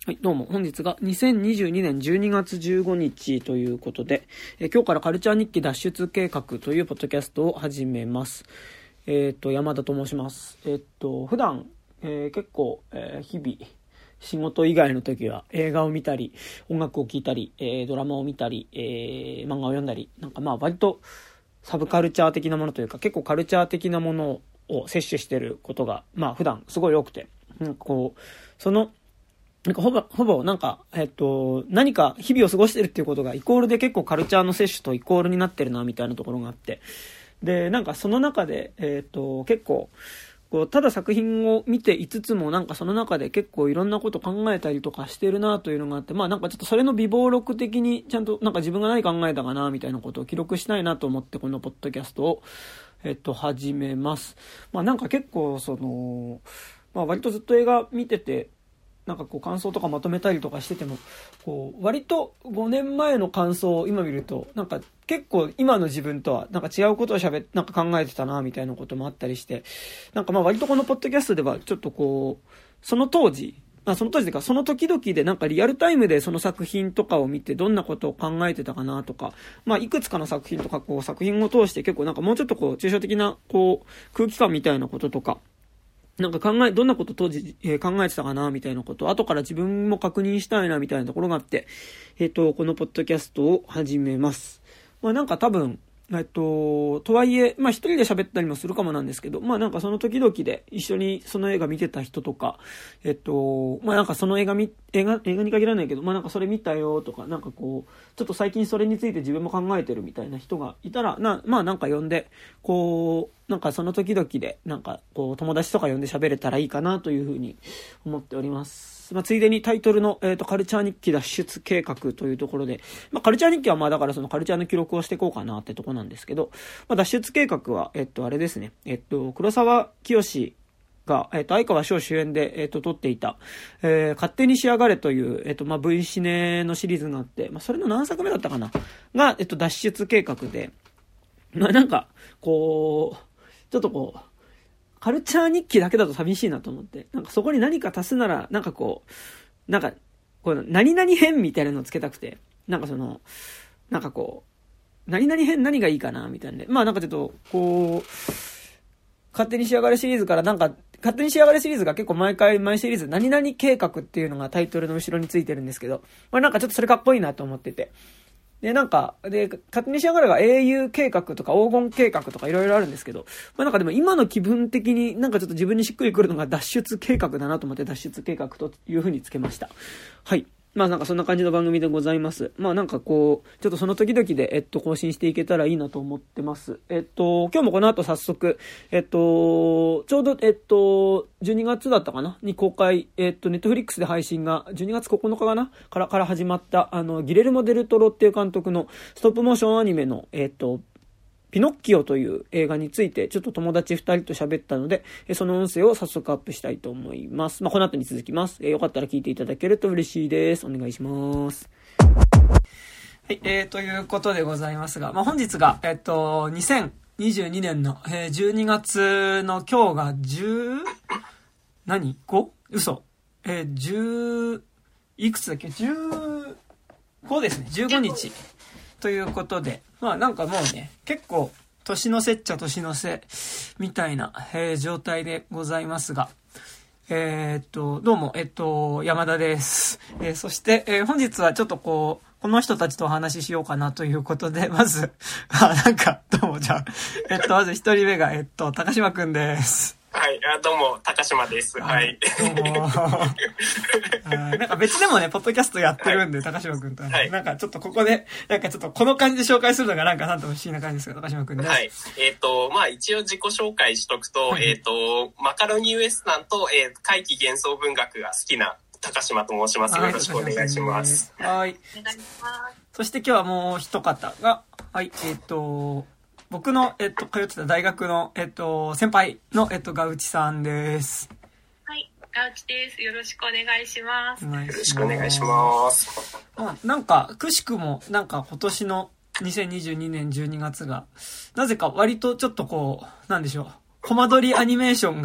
はい、どうも。本日が2022年12月15日ということで、今日からカルチャー日記脱出計画というポッドキャストを始めます。山田と申します。普段、結構、日々、仕事以外の時は映画を見たり、音楽を聴いたり、ドラマを見たり、漫画を読んだり、なんか割とサブカルチャー的なものというか、結構カルチャー的なものを摂取していることが、普段すごい多くて、ほぼ何か日々を過ごしてるっていうことがイコールで結構カルチャーの摂取とイコールになってるなみたいなところがあって、でその中で結構ただ作品を見ていつつもその中で結構いろんなこと考えたりとかしてるなというのがあって、ちょっとそれの微暴録的にちゃんと自分が何考えたかなみたいなことを記録したいなと思ってこのポッドキャストを始めます。結構割とずっと映画見てて感想とかまとめたりとかしてても割と5年前の感想を今見ると結構今の自分とは違うことを考えてたなみたいなこともあったりして割とこのポッドキャストではちょっとその当時というかその時々でリアルタイムでその作品とかを見てどんなことを考えてたかなとかいくつかの作品とか作品を通して結構もうちょっと抽象的な空気感みたいなこととかどんなこと当時、考えてたかなみたいなこと後から自分も確認したいなみたいなところがあってこのポッドキャストを始めます。多分とはいえ一人で喋ったりもするかもなんですけどその時々で一緒にその映画見てた人とかその映画に限らないけどそれ見たよとかちょっと最近それについて自分も考えてるみたいな人がいたら呼んでその時々で友達とか呼んで喋れたらいいかなというふうに思っております。ついでにタイトルの、カルチャー日記脱出計画というところで、カルチャー日記はだからそのカルチャーの記録をしていこうかなってとこなんですけど、脱出計画は、あれですね、黒沢清が、相川翔主演で、撮っていた、勝手に仕上がれという、V シネのシリーズがあって、それの何作目だったかなが、脱出計画で、ちょっとカルチャー日記だけだと寂しいなと思って、そこに何か足すなら、何々編みたいなのをつけたくて、何々編何がいいかなみたいなね。ちょっと、勝手に仕上がれシリーズから勝手に仕上がれシリーズが結構毎シリーズ、何々計画っていうのがタイトルの後ろについてるんですけど、ちょっとそれかっこいいなと思ってて。で、勝手に仕上がれが英雄計画とか黄金計画とかいろいろあるんですけど、でも今の気分的にちょっと自分にしっくりくるのが脱出計画だなと思って脱出計画という風につけました。はい。そんな感じの番組でございます。ちょっとその時々で、更新していけたらいいなと思ってます。今日もこの後早速、ちょうど、12月だったかなに公開、ネットフリックスで配信が、12月9日かなから始まった、ギレルモ・デルトロっていう監督のストップモーションアニメの、ピノッキオという映画についてちょっと友達2人と喋ったので、その音声を早速アップしたいと思います。この後に続きます。よかったら聞いていただけると嬉しいです。お願いします。はい、ということでございますが、本日が、2022年の、12月の今日が5? 嘘。10、いくつだっけ ?15 ですね。15日。ということで、もうね、結構、年の瀬っちゃ年の瀬、みたいな、状態でございますが、どうも、山田です。そして、本日はちょっとこの人たちとお話ししようかなということで、まず、どうも、じゃあ、まず一人目が、高島くんです。 はい、どうも、高島です。はい。 どうも別でもね、ポッドキャストやってるんで、はい、高島くんとは、ね。ちょっとここで、ちょっとこの感じで紹介するのがなんとも不思議な感じですが、高島くんです。 はい。一応自己紹介しとくと、はい、マカロニウエスタンと、怪奇幻想文学が好きな高島と申します。よろしくお願いします。 はい。お願いします。そして今日はもう一方が、はい、僕の、通ってた大学の、先輩の、ガウチさんです。 はい、ガウチです。よろしくお願いします。 よろしくお願いします。 くしくも、今年の2022年12月が、なぜか割とちょっとなんでしょう、コマ撮りアニメーションが、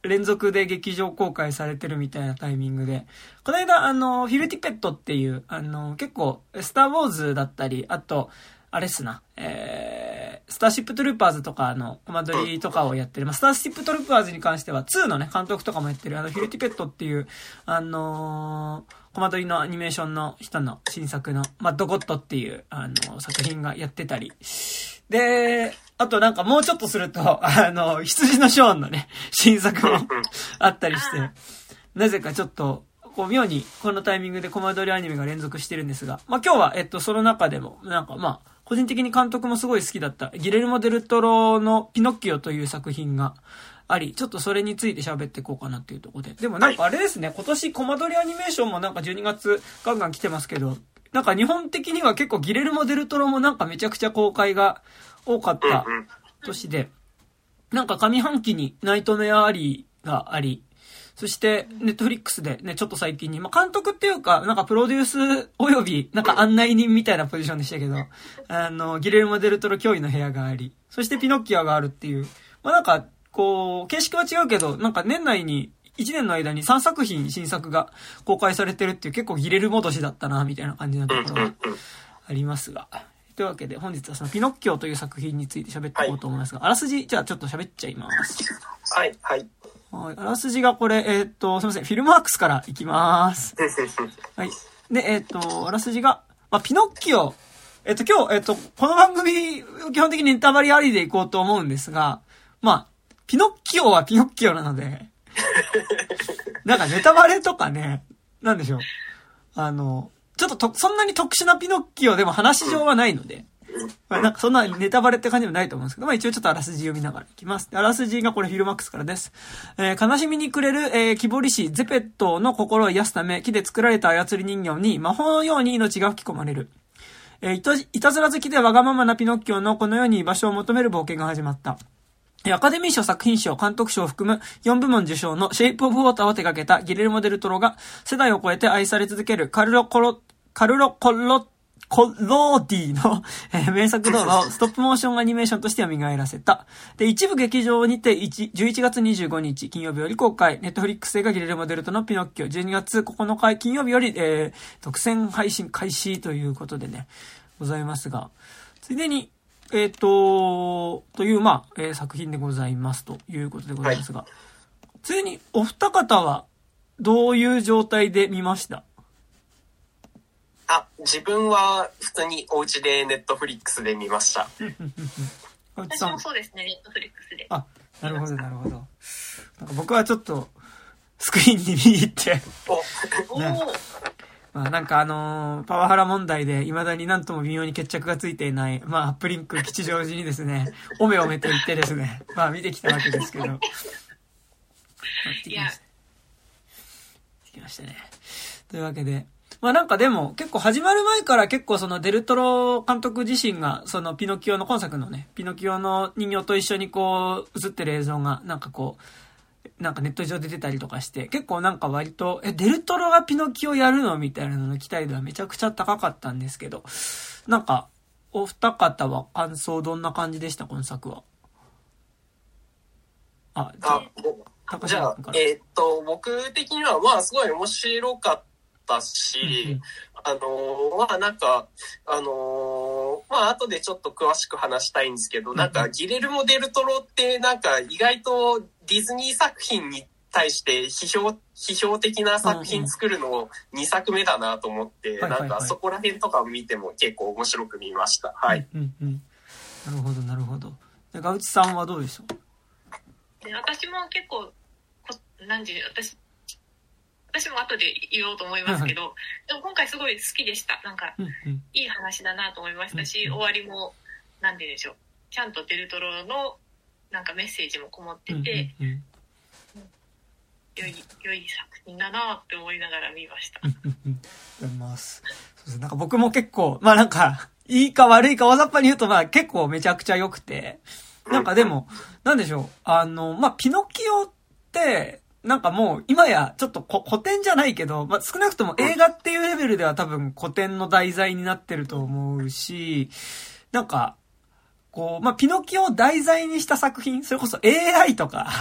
連続で劇場公開されてるみたいなタイミングで、この間フィル・ティペットっていう、結構、スター・ウォーズだったり、あと、あれっすな、スターシップトゥルーパーズとかコマ撮りとかをやってる、スターシップトゥルーパーズに関しては2のね、監督とかもやってる、フィル・ティペットっていう、コマ撮りのアニメーションの人の新作の、マッドゴッドっていう、作品がやってたり。で、あとなんかもうちょっとすると、羊のショーンのね、新作もあったりして、なぜかちょっと、こう妙にこのタイミングでコマ撮りアニメが連続してるんですが、今日はその中でも、なんか個人的に監督もすごい好きだったギレルモ・デルトロのピノッキオという作品があり、ちょっとそれについて喋っていこうかなっていうところで。でもなんかあれですね、今年コマ撮りアニメーションもなんか12月ガンガン来てますけど、なんか日本的には結構ギレルモ・デルトロもなんかめちゃくちゃ公開が多かった年で、なんか上半期にナイトメアアリーがあり、そして、ネットフリックスでね、ちょっと最近に、監督っていうか、なんかプロデュースおよび、なんか案内人みたいなポジションでしたけど、ギレルモ・デルトロ脅威の部屋があり、そしてピノッキオがあるっていう、なんか、こう、形式は違うけど、なんか年内に、1年の間に3作品新作が公開されてるっていう結構ギレルモ年だったな、みたいな感じなところがありますが。というわけで、本日はそのピノッキオという作品について喋っていこうと思いますが、あらすじ、じゃあちょっと喋っちゃいます。 はい、はい。 はい、あらすじがこれ、すいません、フィルマークスからいきます。はい。で、あらすじが、ピノッキオ、今日、この番組、基本的にネタバレありでいこうと思うんですが、ピノッキオはピノッキオなので、なんかネタバレとかね、なんでしょう。ちょっとそんなに特殊なピノッキオでも話上はないので、なんかそんなネタバレって感じでもないと思うんですけど、一応ちょっとあらすじ読みながらいきます。あらすじがこれフィルマックスからです。悲しみに暮れる、木彫り師ゼペットの心を癒すため、木で作られた操り人形に魔法のように命が吹き込まれる。いたずら好きでわがままなピノッキオのこの世に居場所を求める冒険が始まった。アカデミー賞、作品賞、監督賞を含む4部門受賞のシェイプオブウォーターを手掛けたギレルモ・デルトロが世代を超えて愛され続けるカルロコロディの名作動画をストップモーションアニメーションとして蘇らせた。で、一部劇場にて11月25日金曜日より公開。ネットフリックス映画ギレルモ・デルトロのピノッキオ12月9日金曜日より、独占配信開始ということでね、ございますが、ついでに、という、作品でございますということでございますが、ついでにお二方はどういう状態で見ました？ 自分は普通にお家でネットフリックスで見ました。 私もそうですね、ネットフリックスで。 なるほど、なるほど。なんか僕はちょっとスクリーンに見に行って、ね、なんかパワハラ問題で未だになんとも微妙に決着がついていない、アップリンク吉祥寺にですね、おめおめと言ってですね、見てきたわけですけど。来ましたね。というわけで、なんかでも結構始まる前から結構そのデルトロ監督自身がそのピノキオの今作のね、ピノキオの人形と一緒にこう映ってる映像がなんかこう、なんかネット上で出たりとかして、結構なんか割と、デルトロがピノキオやるのみたいなのの期待度はめちゃくちゃ高かったんですけど、なんか、お二方は感想どんな感じでした今作は？ じゃあ、僕的にはすごい面白かったし、なんか、後でちょっと詳しく話したいんですけど、なんかギレルモ・デルトロってなんか意外とディズニー作品に対して批評的な作品作るの2作目だなと思って、なんかそこら辺とかを見ても結構面白く見ました。はい。 なるほど、なるほど。ガウチさんはどうでしょう？ 私も結構、私も後で言おうと思いますけど、でも今回すごい好きでした。なんか、いい話だなと思いましたし、終わりも、なんででしょう。ちゃんとデルトロの、なんかメッセージもこもってて、良い作品だなって思いながら見ました。 ありがとうございます。そうですね。なんか僕も結構、なんか、いいか悪いか大雑把に言うと、結構めちゃくちゃ良くて、なんかでも、なんでしょう。ピノキオって、なんかもう今やちょっと古典じゃないけど、少なくとも映画っていうレベルでは多分古典の題材になってると思うし、なんか、こう、ピノキオを題材にした作品、それこそ AI とか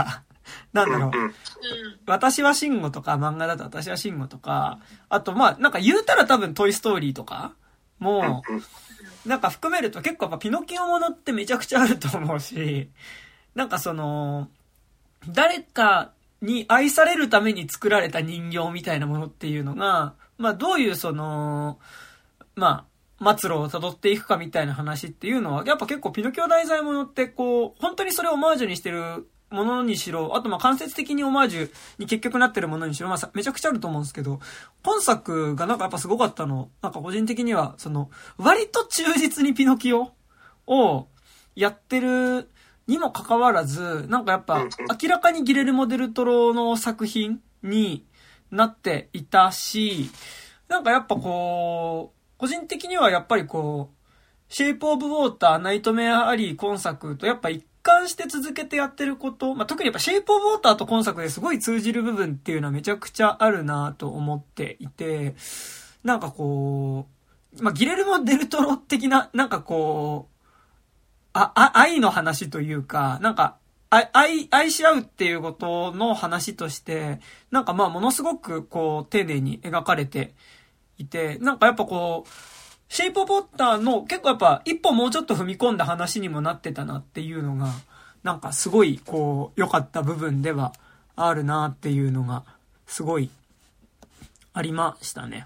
なんだろう。私は慎吾とか、漫画だと私は慎吾とか、あとまあ、なんか言うたら多分トイストーリーとかも、なんか含めると結構やっぱピノキオものってめちゃくちゃあると思うし、なんかその、誰かに愛されるために作られた人形みたいなものっていうのが、まあどういうその、まあ、末路を辿っていくかみたいな話っていうのは、やっぱ結構ピノキオ題材ものってこう、本当にそれをオマージュにしてるものにしろ、あとまあ間接的にオマージュに結局なってるものにしろ、まあめちゃくちゃあると思うんですけど、今作がなんかやっぱすごかったの、なんか個人的には、その、割と忠実にピノキオをやってるにもかかわらず、なんかやっぱ明らかにギレルモ・デルトロの作品になっていたし、なんかやっぱこう、個人的にはやっぱりこう、シェイプオブウォーター、ナイトメアアリー、今作とやっぱ一貫して続けてやってること、まあ、特にやっぱシェイプオブウォーターと今作ですごい通じる部分っていうのはめちゃくちゃあるなと思っていて、なんかこう、まあ、ギレルモ・デルトロ的な、なんかこう、愛の話というか、なんか、愛し合うっていうことの話として、なんかまあものすごくこう丁寧に描かれていて、なんかやっぱこう、シェイプオブウォーターの結構やっぱ一歩もうちょっと踏み込んだ話にもなってたなっていうのが、なんかすごいこう良かった部分ではあるなっていうのがすごいありましたね。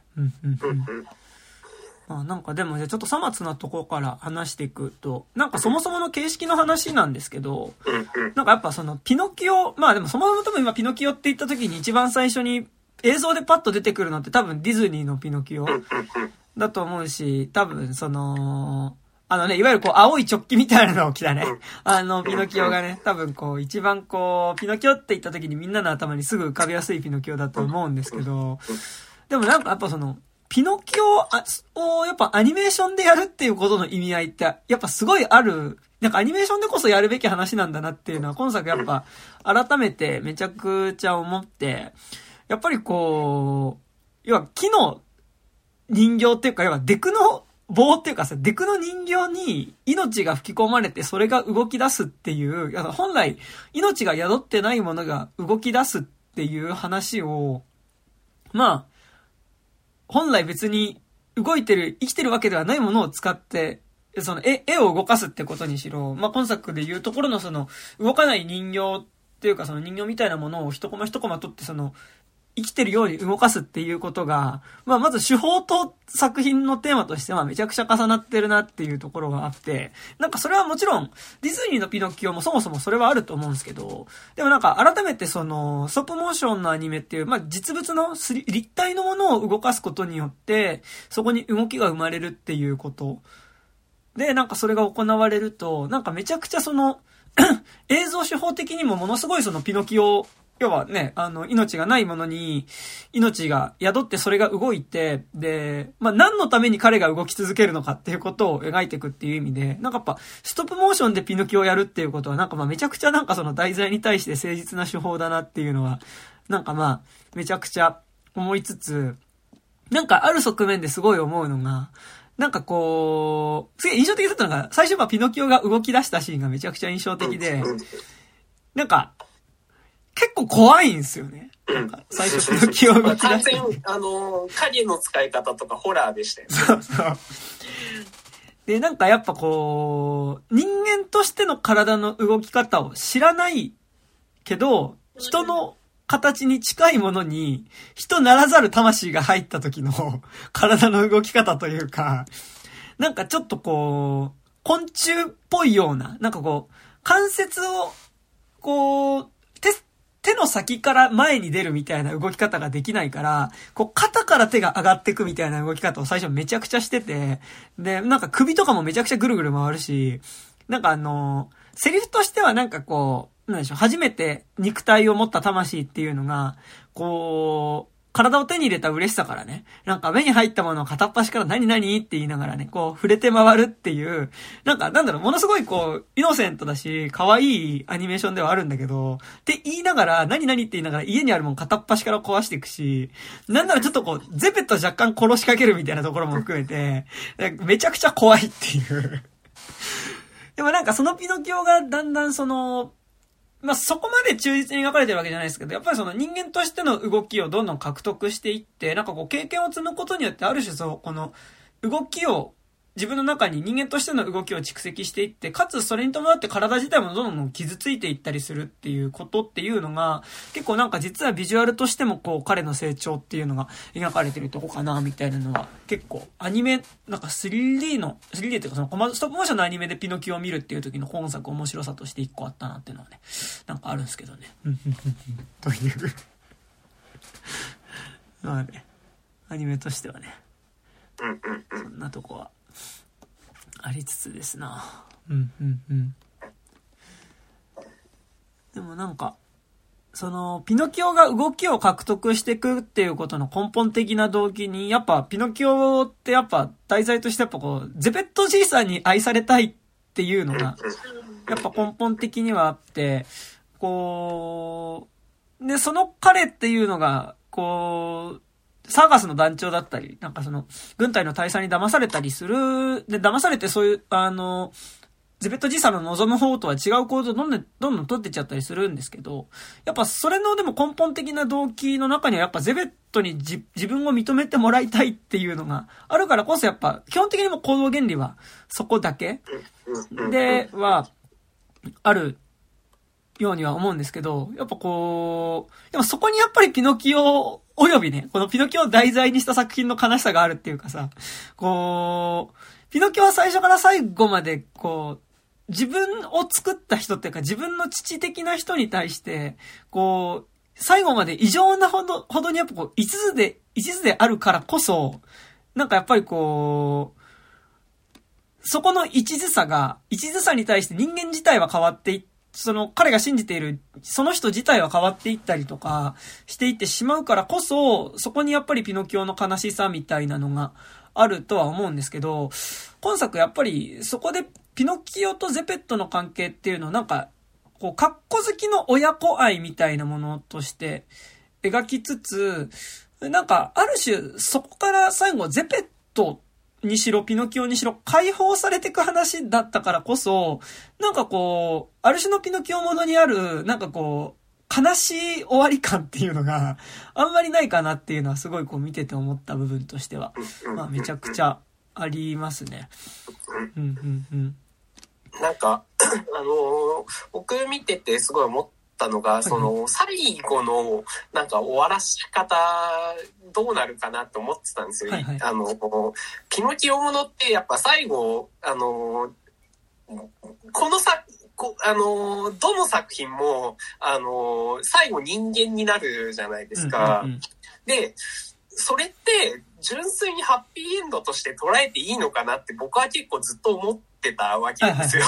まあなんかでもじゃあちょっとさまつなところから話していくと、なんかそもそもの形式の話なんですけど、なんかやっぱそのピノキオ、まあでもそもそも多分今ピノキオって言った時に一番最初に映像でパッと出てくるのって多分ディズニーのピノキオだと思うし、多分その、いわゆるこう青いチョッキみたいなのを着たね、ピノキオがね、多分こう一番こう、ピノキオって言った時にみんなの頭にすぐ浮かびやすいピノキオだと思うんですけど、でもなんかやっぱその、ピノキオをやっぱアニメーションでやるっていうことの意味合いって、やっぱすごいある、なんかアニメーションでこそやるべき話なんだなっていうのは、今作やっぱ改めてめちゃくちゃ思って、やっぱりこう、要は木の人形っていうか、要はデクの棒っていうかさ、デクの人形に命が吹き込まれてそれが動き出すっていう、本来命が宿ってないものが動き出すっていう話を、まあ、本来別に動いてる、生きてるわけではないものを使って、その絵を動かすってことにしろ、まあ今作でいうところのその動かない人形っていうかその人形みたいなものを一コマ一コマ取ってその生きてるように動かすっていうことが、まあまず手法と作品のテーマとしてはめちゃくちゃ重なってるなっていうところがあって、なんかそれはもちろんディズニーのピノキオもそもそもそれはあると思うんですけど、でもなんか改めてそのストップモーションのアニメっていう、まあ実物の立体のものを動かすことによってそこに動きが生まれるっていうことで、なんかそれが行われると、なんかめちゃくちゃその映像手法的にもものすごいそのピノキオ、要はね、命がないものに、命が宿ってそれが動いて、で、まあ、何のために彼が動き続けるのかっていうことを描いていくっていう意味で、なんかやっぱ、ストップモーションでピノキオをやるっていうことは、なんかまあ、めちゃくちゃなんかその題材に対して誠実な手法だなっていうのは、なんかまあ、めちゃくちゃ思いつつ、なんかある側面ですごい思うのが、なんかこう、すげえ印象的だったのが、最初はピノキオが動き出したシーンがめちゃくちゃ印象的で、なんか、結構怖いんですよね。なんか最初ピノキオが動き出して。 完全、影の使い方とかホラーでしたよね。 そうそう。で、なんかやっぱこう、人間としての体の動き方を知らないけど、人の形に近いものに、人ならざる魂が入った時の体の動き方というか、なんかちょっとこう、昆虫っぽいような、なんかこう、関節を、こう、手の先から前に出るみたいな動き方ができないから、こう肩から手が上がってくみたいな動き方を最初めちゃくちゃしてて、で、なんか首とかもめちゃくちゃぐるぐる回るし、なんかセリフとしてはなんかこう、なんでしょう、初めて肉体を持った魂っていうのが、こう、体を手に入れた嬉しさからね、なんか目に入ったものを片っ端から何々って言いながらね、こう触れて回るっていう、なんかなんだろう、ものすごいこう、イノセントだし、可愛いアニメーションではあるんだけど、って言いながら、何々って言いながら家にあるもの片っ端から壊していくし、なんならちょっとこう、ゼペット若干殺しかけるみたいなところも含めて、めちゃくちゃ怖いっていう。でもなんかそのピノキオがだんだんその、 まあ、そこまで忠実に描かれてるわけじゃないですけど、やっぱりその人間としての動きをどんどん獲得していって、なんかこう経験を積むことによってある種そう、この動きを、自分の中に人間としての動きを蓄積していって、かつそれに伴って体自体もどんどん傷ついていったりするっていうことっていうのが、結構なんか実はビジュアルとしてもこう彼の成長っていうのが描かれてるとこかなみたいなのは、結構アニメ、なんか 3D っていうかそのストップモーションのアニメでピノキオを見るっていう時の本作面白さとして一個あったなっていうのはね、なんかあるんですけどね。という。まあね、アニメとしてはね、そんなとこは。ありつつですな。でもなんか、その、ピノキオが動きを獲得していくっていうことの根本的な動機に、やっぱピノキオってやっぱ題材としてやっぱこう、ゼペットじいさんに愛されたいっていうのが、やっぱ根本的にはあって、こう、で、その彼っていうのが、こう、サーカスの団長だったり、なんかその、軍隊の大佐に騙されたりする、で、騙されてそういう、ゼペットじいさんの望む方とは違う行動をどんどん取ってっちゃったりするんですけど、やっぱそれのでも根本的な動機の中にはやっぱゼペットに自分を認めてもらいたいっていうのがあるからこそやっぱ基本的にも行動原理はそこだけではあるようには思うんですけど、やっぱこう、でもそこにやっぱりピノキオおよびね、このピノキオを題材にした作品の悲しさがあるっていうかさ、こう、ピノキオは最初から最後まで、こう、自分を作った人っていうか、自分の父的な人に対して、こう、最後まで異常なほどにやっぱこう、一途であるからこそ、なんかやっぱりこう、そこの一途さに対して人間自体は変わっていって、その彼が信じているその人自体は変わっていったりとかしていってしまうからこそ、そこにやっぱりピノキオの悲しさみたいなのがあるとは思うんですけど、今作やっぱりそこでピノキオとゼペットの関係っていうのをなんかこうカッコ好きの親子愛みたいなものとして描きつつ、なんかある種そこから最後ゼペットにしろピノキオにしろ解放されていく話だったからこそ、なんかこうある種のピノキオものにあるなんかこう悲しい終わり感っていうのがあんまりないかなっていうのはすごいこう見てて思った部分としては、まあめちゃくちゃありますね。 なんか僕見ててすごい思ったのが、その最後のなんか終わらし方どうなるかなと思ってたんですよ。ピノキオものってやっぱ最後どの作品も最後人間になるじゃないですか。で、それって純粋にハッピーエンドとして捉えていいのかなって僕は結構ずっと思ってたわけですよ。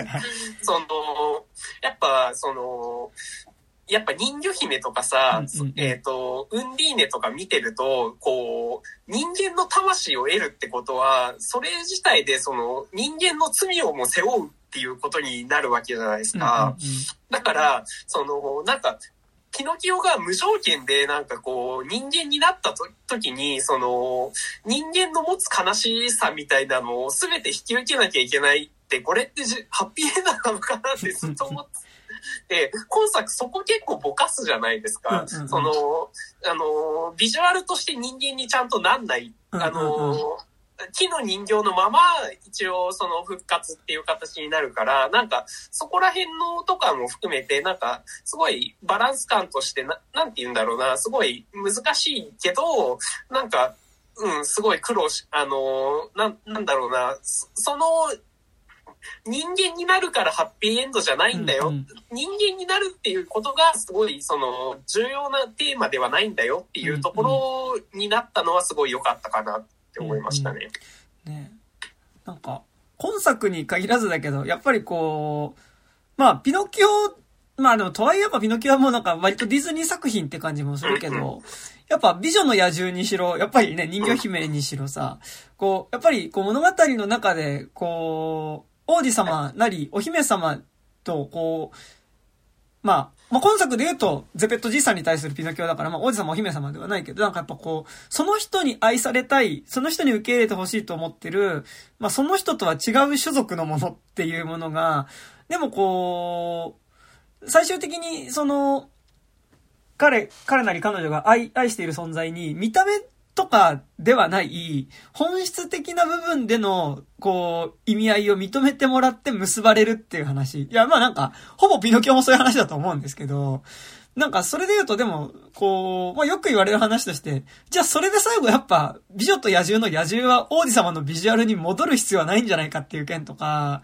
やっぱ人魚姫とかさ、ウンディーネとか見てると、こう、人間の魂を得るってことは、それ自体でその人間の罪をも背負うっていうことになるわけじゃないですか。だから、なんか、ピノキオが無条件でなんかこう人間になった時にその人間の持つ悲しさみたいなのを全て引き受けなきゃいけないって、これってハッピーエンドなのかなってずっと思って今作そこ結構ぼかすじゃないですか。ビジュアルとして人間にちゃんとなんない木の人形のまま一応その復活っていう形になるから、なんかそこら辺のとかも含めてなんかすごいバランス感としてなんて言うんだろうな、すごい難しいけどなんかすごい苦労しなんだろうな、その人間になるからハッピーエンドじゃないんだよ、人間になるっていうことがすごいその重要なテーマではないんだよっていうところになったのはすごい良かったかなって思いましたね。 ね、なんか今作に限らずだけどやっぱりこうまあピノキオ、まあでもとはいえばピノキオはもうなんか割とディズニー作品って感じもするけど、やっぱ美女の野獣にしろやっぱりね人魚姫にしろさ、こうやっぱりこう物語の中でこう王子様なりお姫様とこうまあ今作で言うとゼペットじいさんに対するピノキオだから、まあ王子様お姫様ではないけど、なんかやっぱこうその人に愛されたい、その人に受け入れてほしいと思ってる、まあその人とは違う種族のものっていうものが、でもこう最終的にその、彼なり彼女が愛している存在に、見た目とかではない、本質的な部分での、こう、意味合いを認めてもらって結ばれるっていう話。いや、まあなんか、ほぼピノキオもそういう話だと思うんですけど、なんかそれで言うとでも、こう、まあよく言われる話として、じゃあそれで最後やっぱ、美女と野獣の野獣は王子様のビジュアルに戻る必要はないんじゃないかっていう件とか、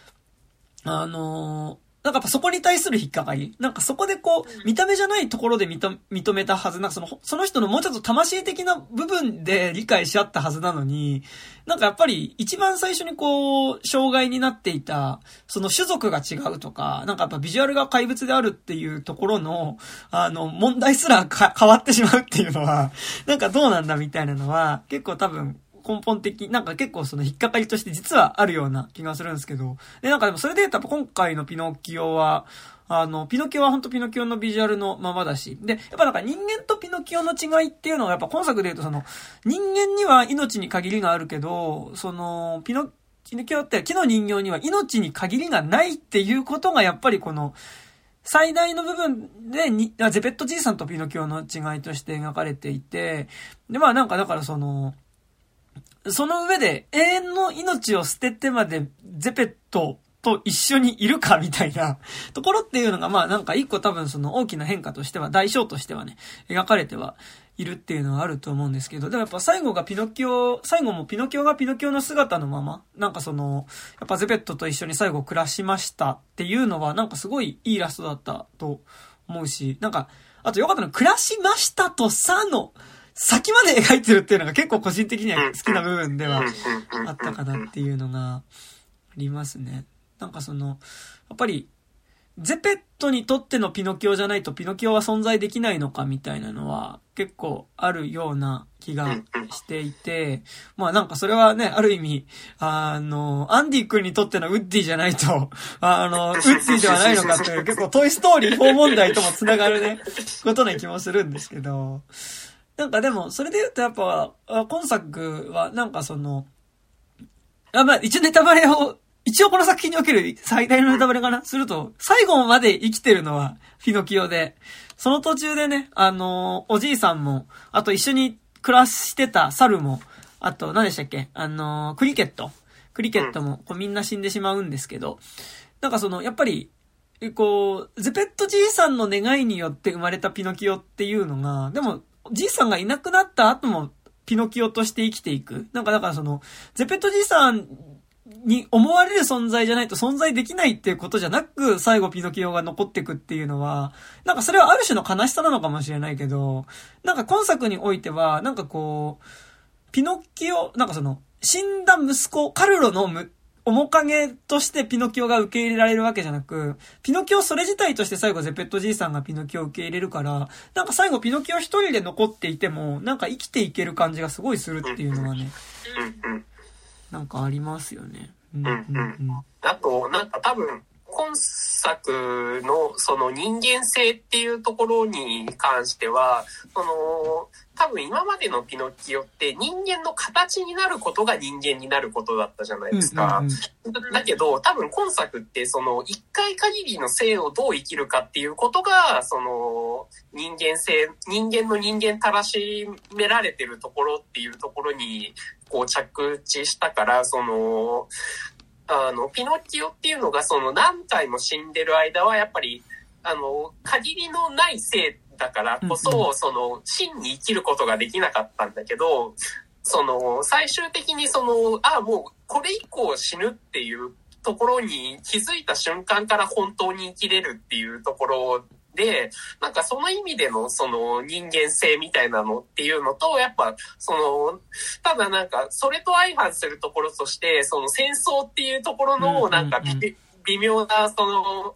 なんかやっぱそこに対する引っかかり。なんかそこでこう、見た目じゃないところで認めたはず。なんかその人のもうちょっと魂的な部分で理解し合ったはずなのに、なんかやっぱり一番最初にこう、障害になっていた、その種族が違うとか、なんかやっぱビジュアルが怪物であるっていうところの、問題すら変わってしまうっていうのは、なんかどうなんだみたいなのは、結構多分、根本的、なんか結構その引っかかりとして実はあるような気がするんですけど。で、なんかでもそれで言うと今回のピノキオは、ピノキオは本当ピノキオのビジュアルのままだし。で、やっぱなんか人間とピノキオの違いっていうのはやっぱ今作で言うとその、人間には命に限りがあるけど、その、ピノキオって木の人形には命に限りがないっていうことがやっぱりこの、最大の部分でゼペットじいさんとピノキオの違いとして描かれていて、で、まあなんかだからその上で永遠の命を捨ててまでゼペットと一緒にいるかみたいなところっていうのがまあなんか一個多分その大きな変化としては、代償としてはね、描かれてはいるっていうのはあると思うんですけど、でもやっぱ最後もピノキオがピノキオの姿のまま、なんかその、やっぱゼペットと一緒に最後暮らしましたっていうのはなんかすごいいいラストだったと思うし、なんか、あとよかったの暮らしましたとさの、先まで描いてるっていうのが結構個人的には好きな部分ではあったかなっていうのがありますね。なんかその、やっぱり、ゼペットにとってのピノキオじゃないとピノキオは存在できないのかみたいなのは結構あるような気がしていて、まあなんかそれはね、ある意味、アンディ君にとってのウッディじゃないと、ウッディではないのかという結構トイストーリー4問題ともつながるね、ことな気もするんですけど、なんかでも、それで言うとやっぱ、今作はなんかその、まあ一応ネタバレを、一応この作品における最大のネタバレかなすると、最後まで生きてるのはピノキオで、その途中でね、おじいさんも、あと一緒に暮らしてた猿も、あと何でしたっけクリケットもこうみんな死んでしまうんですけど、なんかその、やっぱり、こう、ゼペットじいさんの願いによって生まれたピノキオっていうのが、でも、じいさんがいなくなった後もピノキオとして生きていく。なんかだからその、ゼペットじいさんに思われる存在じゃないと存在できないっていうことじゃなく、最後ピノキオが残っていくっていうのは、なんかそれはある種の悲しさなのかもしれないけど、なんか今作においては、なんかこう、ピノキオ、なんかその、死んだ息子、カルロの面影としてピノキオが受け入れられるわけじゃなく、ピノキオそれ自体として最後ゼペットじいさんがピノキオを受け入れるから、なんか最後ピノキオ一人で残っていても、なんか生きていける感じがすごいするっていうのはね、なんかありますよね。 あと、なんか多分、今作のその人間性っていうところに関しては、多分今までのピノキオって人間の形になることが人間になることだったじゃないですか。だけど多分今作ってその一回限りの生をどう生きるかっていうことが、その人間の人間たらしめられてるところっていうところにこう着地したから、そのピノキオっていうのがその何回も死んでる間はやっぱり限りのない生だからこそ、その真に生きることができなかったんだけど、その最終的にそのもうこれ以降死ぬっていうところに気づいた瞬間から本当に生きれるっていうところで、なんかその意味でのその人間性みたいなのっていうのと、やっぱそのただなんかそれと相反するところとして、その戦争っていうところのなんか微妙なその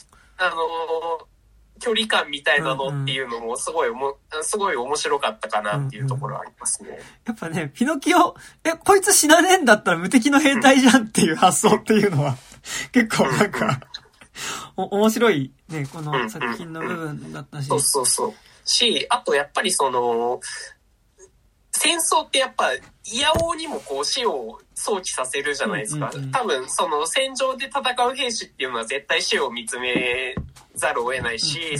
距離感みたいなのっていうのもすごい面白かったかなっていうところはありますね。 やっぱね、ピノキオ、こいつ死なねえんだったら無敵の兵隊じゃんっていう発想っていうのは結構なんか面白いね、この作品の部分だったし。 そう。あとやっぱりその、戦争ってやっぱ、いやおうにもこう死を想起させるじゃないですか。多分その戦場で戦う兵士っていうのは絶対死を見つめざるを得ないし、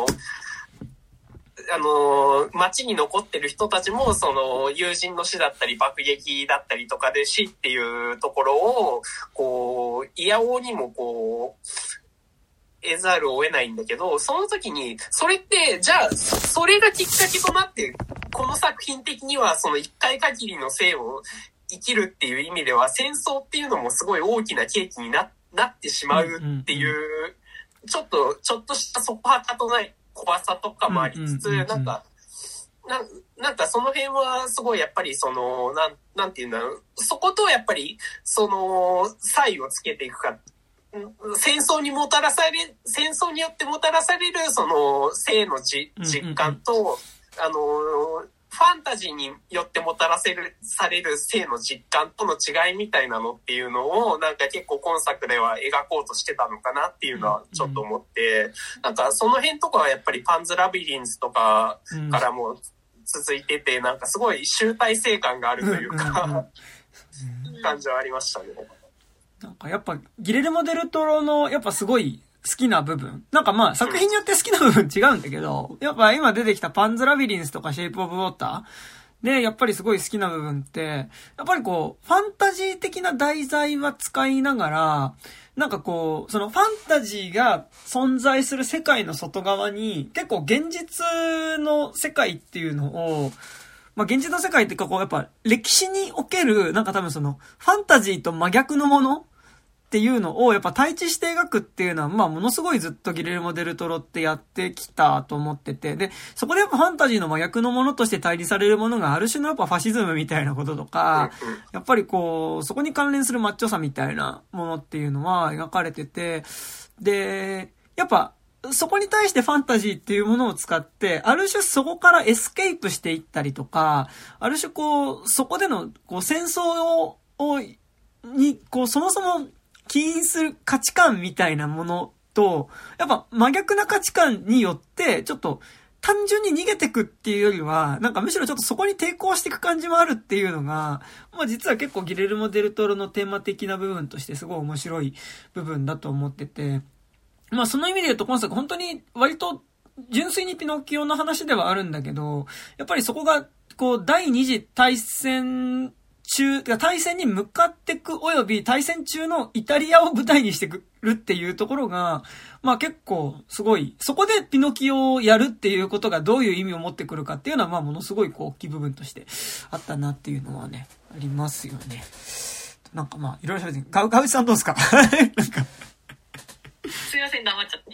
街に残ってる人たちも、友人の死だったり、爆撃だったりとかで死っていうところを、こう、いやおうにもこう、得ざるを得ないんだけど、その時に、それって、じゃあ、それがきっかけとなって、この作品的には、一回限りの生を生きるっていう意味では、戦争っていうのもすごい大きな契機になってしまうっていう、ちょっとしたそこはかとない怖さとかもありつつ、なんかその辺はすごいやっぱりなんていうんだろう、そことやっぱり差異をつけていくか、戦争によってもたらされる生の実感と、ファンタジーによってもたらされる生の実感との違いみたいなのっていうのをなんか結構今作では描こうとしてたのかなっていうのはちょっと思って、なんかその辺とかはやっぱりパンズラビリンスとかからも続いてて、なんかすごい集大成感があるというか感じはありましたね。 なんかやっぱギレルモ・デルトロのやっぱすごい好きな部分。なんかまあ作品によって好きな部分違うんだけど、やっぱ今出てきたパンズラビリンスとかシェイプオブウォーターでやっぱりすごい好きな部分って、やっぱりこうファンタジー的な題材は使いながら、なんかこう、そのファンタジーが存在する世界の外側に結構現実の世界っていうのを、まあ、現実の世界っていうかこうやっぱ歴史におけるなんか多分ファンタジーと真逆のものっていうのをやっぱ対峙して描くっていうのはまあものすごいずっとギレルモ・デルトロってやってきたと思ってて、でそこでやっぱファンタジーの真逆のものとして対立されるものがある種のやっぱファシズムみたいなこととか、やっぱりこうそこに関連するマッチョさみたいなものっていうのは描かれてて、でやっぱそこに対してファンタジーっていうものを使って、ある種そこからエスケープしていったりとか、ある種こう、そこでのこう戦争に、こうそもそも起因する価値観みたいなものと、やっぱ真逆な価値観によって、ちょっと単純に逃げてくっていうよりは、なんかむしろちょっとそこに抵抗していく感じもあるっていうのが、まあ実は結構ギレルモ・デルトロのテーマ的な部分としてすごい面白い部分だと思ってて、まあその意味で言うと今作本当に割と純粋にピノキオの話ではあるんだけど、やっぱりそこがこう第二次大戦大戦に向かっていく及び大戦中のイタリアを舞台にしてくるっていうところが、まあ結構すごい、そこでピノキオをやるっていうことがどういう意味を持ってくるかっていうのはまあものすごいこう大きい部分としてあったなっていうのはね、ありますよね。なんかまあいろいろ喋って、ガウチさんどうですか？なんかすいません、黙っちゃって。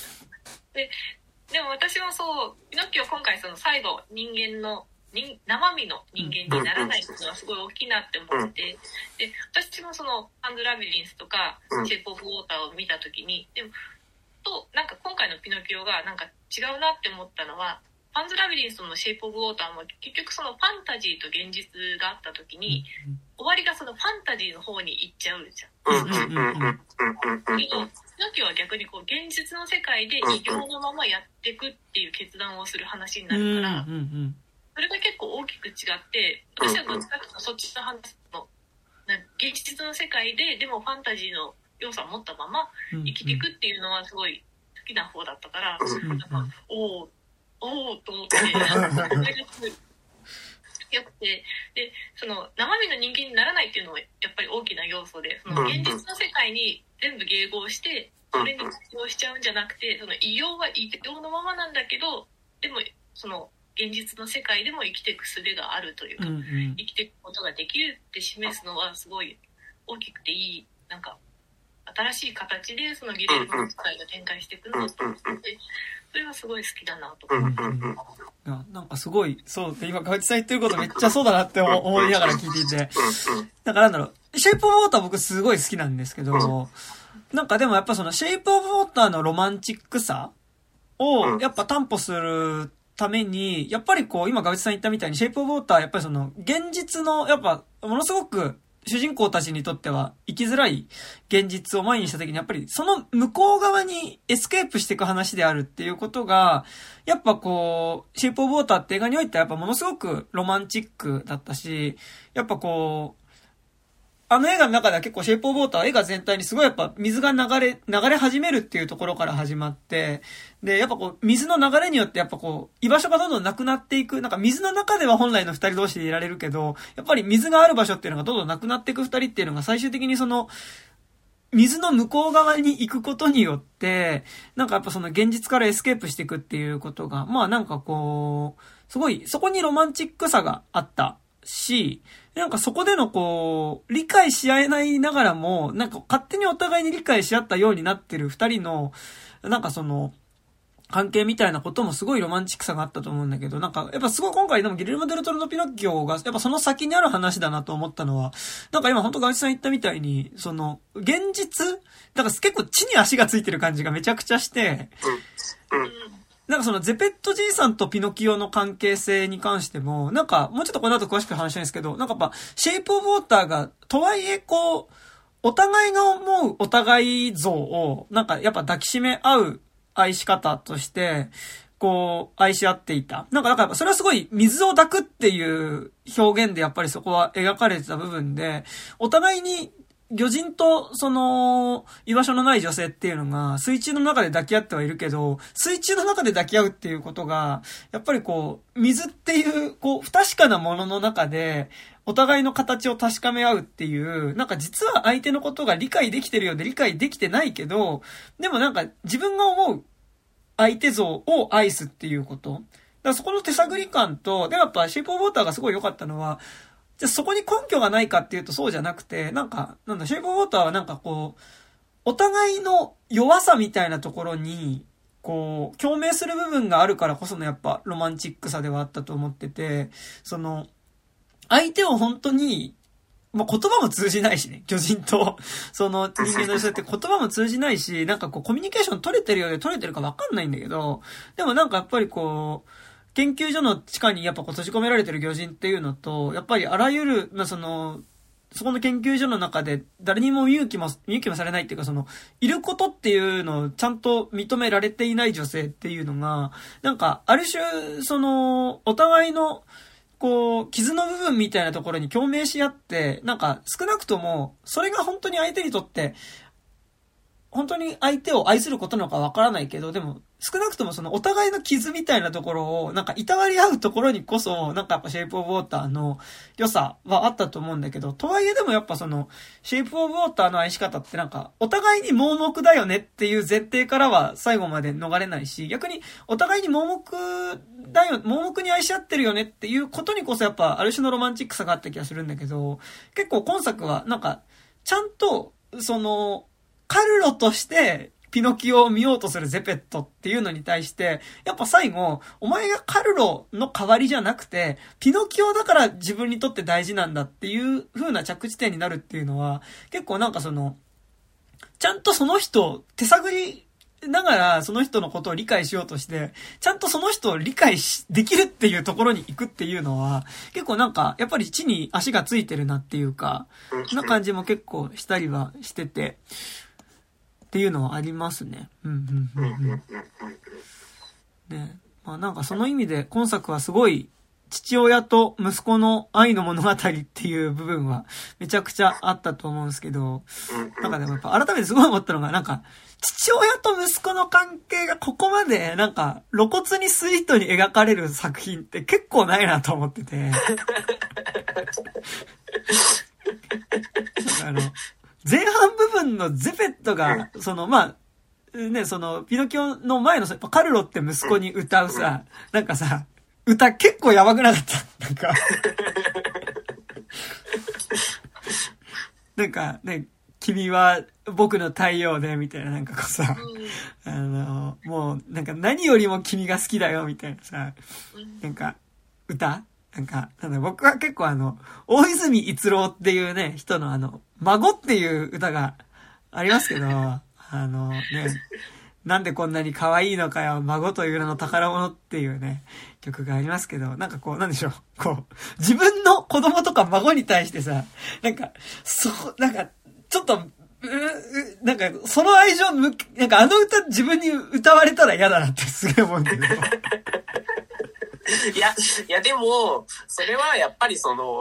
でも私もそう、ピノッキオ今回その最後、生身の人間にならないっていうのはすごい大きいなって思ってて、で、私もそのパンズラビリンスとか、シェイプオブウォーターを見たときに、でも、なんか今回のピノキオがなんか違うなって思ったのは、パンズラビリンスとのシェイプオブウォーターも結局そのファンタジーと現実があったときに、終わりがそのファンタジーの方に行っちゃうじゃん。ピノキオは逆にこう現実の世界で異形のままやっていくっていう決断をする話になるから、それが結構大きく違って、私はどっちかというとそっちの話の現実の世界ででもファンタジーの要素を持ったまま生きていくっていうのはすごい好きな方だったから、なんかおーと思ってよくて、でその生身の人間にならないっていうのもやっぱり大きな要素で、その現実の世界に全部迎合してそれに適応しちゃうんじゃなくて、その異様は異様のままなんだけど、でもその現実の世界でも生きていく術があるというか、生きていくことができるって示すのはすごい大きくていい、なんか新しい形でそのギレルモの世界が展開していくのだと思って、それはすごい好きだなと思って、 なんかすごいそうって今川内さん言ってることめっちゃそうだなって思いながら聞いていて、だからなんだろう、シェイプオブウォーター僕すごい好きなんですけど、なんかでもやっぱそのシェイプオブウォーターのロマンチックさをやっぱ担保するために、やっぱりこう今川内さん言ったみたいにシェイプオブウォーターはやっぱりその現実のやっぱものすごく主人公たちにとっては生きづらい現実を前にした時にやっぱりその向こう側にエスケープしていく話であるっていうことが、やっぱこうシェイプオブウォーターって映画においてはやっぱものすごくロマンチックだったし、やっぱこうあの映画の中では結構シェイプオブウォーターは映画全体にすごいやっぱ水が流れ始めるっていうところから始まって、で、やっぱこう、水の流れによってやっぱこう、居場所がどんどんなくなっていく。なんか水の中では本来の二人同士でいられるけど、やっぱり水がある場所っていうのがどんどんなくなっていく二人っていうのが最終的にその、水の向こう側に行くことによって、なんかやっぱその現実からエスケープしていくっていうことが、まあなんかこう、すごい、そこにロマンチックさがあったし、なんかそこでのこう、理解し合えないながらも、なんか勝手にお互いに理解し合ったようになってる二人の、なんかその、関係みたいなこともすごいロマンチックさがあったと思うんだけど、なんか、やっぱすごい今回でもギレルモ・デルトロのピノッキオが、やっぱその先にある話だなと思ったのは、なんか今本当ガウチさん言ったみたいに、その、現実だから結構地に足がついてる感じがめちゃくちゃして、なんかそのゼペットじいさんとピノキオの関係性に関しても、なんかもうちょっとこの後詳しく話したいんですけど、なんかやっぱシェイプオブウォーターが、とはいえこう、お互いが思うお互い像を、なんかやっぱ抱きしめ合う愛し方として、こう、愛し合っていた。なんか、だから、それはすごい水を抱くっていう表現でやっぱりそこは描かれてた部分で、お互いに魚人と、その、居場所のない女性っていうのが、水中の中で抱き合ってはいるけど、水中の中で抱き合うっていうことが、やっぱりこう、水っていう、こう、不確かなものの中で、お互いの形を確かめ合うっていう、なんか実は相手のことが理解できてるようで理解できてないけど、でもなんか自分が思う相手像を愛すっていうこと。だからそこの手探り感と、でもやっぱシェイプオブウォーターがすごい良かったのは、じゃあそこに根拠がないかっていうとそうじゃなくて、なんだ、シェイプオブウォーターはなんかこう、お互いの弱さみたいなところに、こう、共鳴する部分があるからこそのやっぱロマンチックさではあったと思ってて、その、相手を本当に、まあ、言葉も通じないしね、巨人と、その人間の女性って言葉も通じないし、なんかこうコミュニケーション取れてるようで取れてるか分かんないんだけど、でもなんかやっぱりこう、研究所の地下にやっぱこう閉じ込められてる巨人っていうのと、やっぱりあらゆる、まあ、そこの研究所の中で誰にも見向きもされないっていうか、その、いることっていうのをちゃんと認められていない女性っていうのが、なんか、ある種、その、お互いの、こう、傷の部分みたいなところに共鳴し合って、なんか、少なくとも、それが本当に相手にとって、本当に相手を愛することなのかわからないけど、でも、少なくともそのお互いの傷みたいなところを、なんかいたわり合うところにこそ、なんかやっぱシェイプオブウォーターの良さはあったと思うんだけど、とはいえでもやっぱその、シェイプオブウォーターの愛し方ってなんか、お互いに盲目だよねっていう前提からは最後まで逃れないし、逆にお互いに盲目に愛し合ってるよねっていうことにこそやっぱある種のロマンチックさがあった気がするんだけど、結構今作はなんか、ちゃんと、その、カルロとしてピノキオを見ようとするゼペットっていうのに対して、やっぱ最後、お前がカルロの代わりじゃなくて、ピノキオだから自分にとって大事なんだっていう風な着地点になるっていうのは、結構なんかその、ちゃんとその人、手探りながらその人のことを理解しようとして、ちゃんとその人を理解できるっていうところに行くっていうのは、結構なんか、やっぱり地に足がついてるなっていうか、な感じも結構したりはしてて、っていうのはありますね。ね、まあなんかその意味で今作はすごい父親と息子の愛の物語っていう部分はめちゃくちゃあったと思うんですけど、なんかでもやっぱ改めてすごい思ったのが、なんか父親と息子の関係がここまでなんか露骨にスイートに描かれる作品って結構ないなと思ってて前半部分のゼペットが、その、まあ、ね、その、ピノキオの前のさ、カルロって息子に歌うさ、なんかさ、歌結構やばくなかったなんか、なんかね、君は僕の太陽で、みたいな、なんかこうさ、もう、なんか何よりも君が好きだよ、みたいなさ、なんか、歌なんか僕は結構大泉逸郎っていうね、人の孫っていう歌がありますけど、ね、なんでこんなに可愛いのかよ、孫という名の宝物っていうね、曲がありますけど、なんかこう、なんでしょう、こう、自分の子供とか孫に対してさ、なんか、なんか、ちょっと、なんか、その愛情、なんか歌自分に歌われたら嫌だなってすげえ思うんだけど。 いや、でも、それはやっぱりその、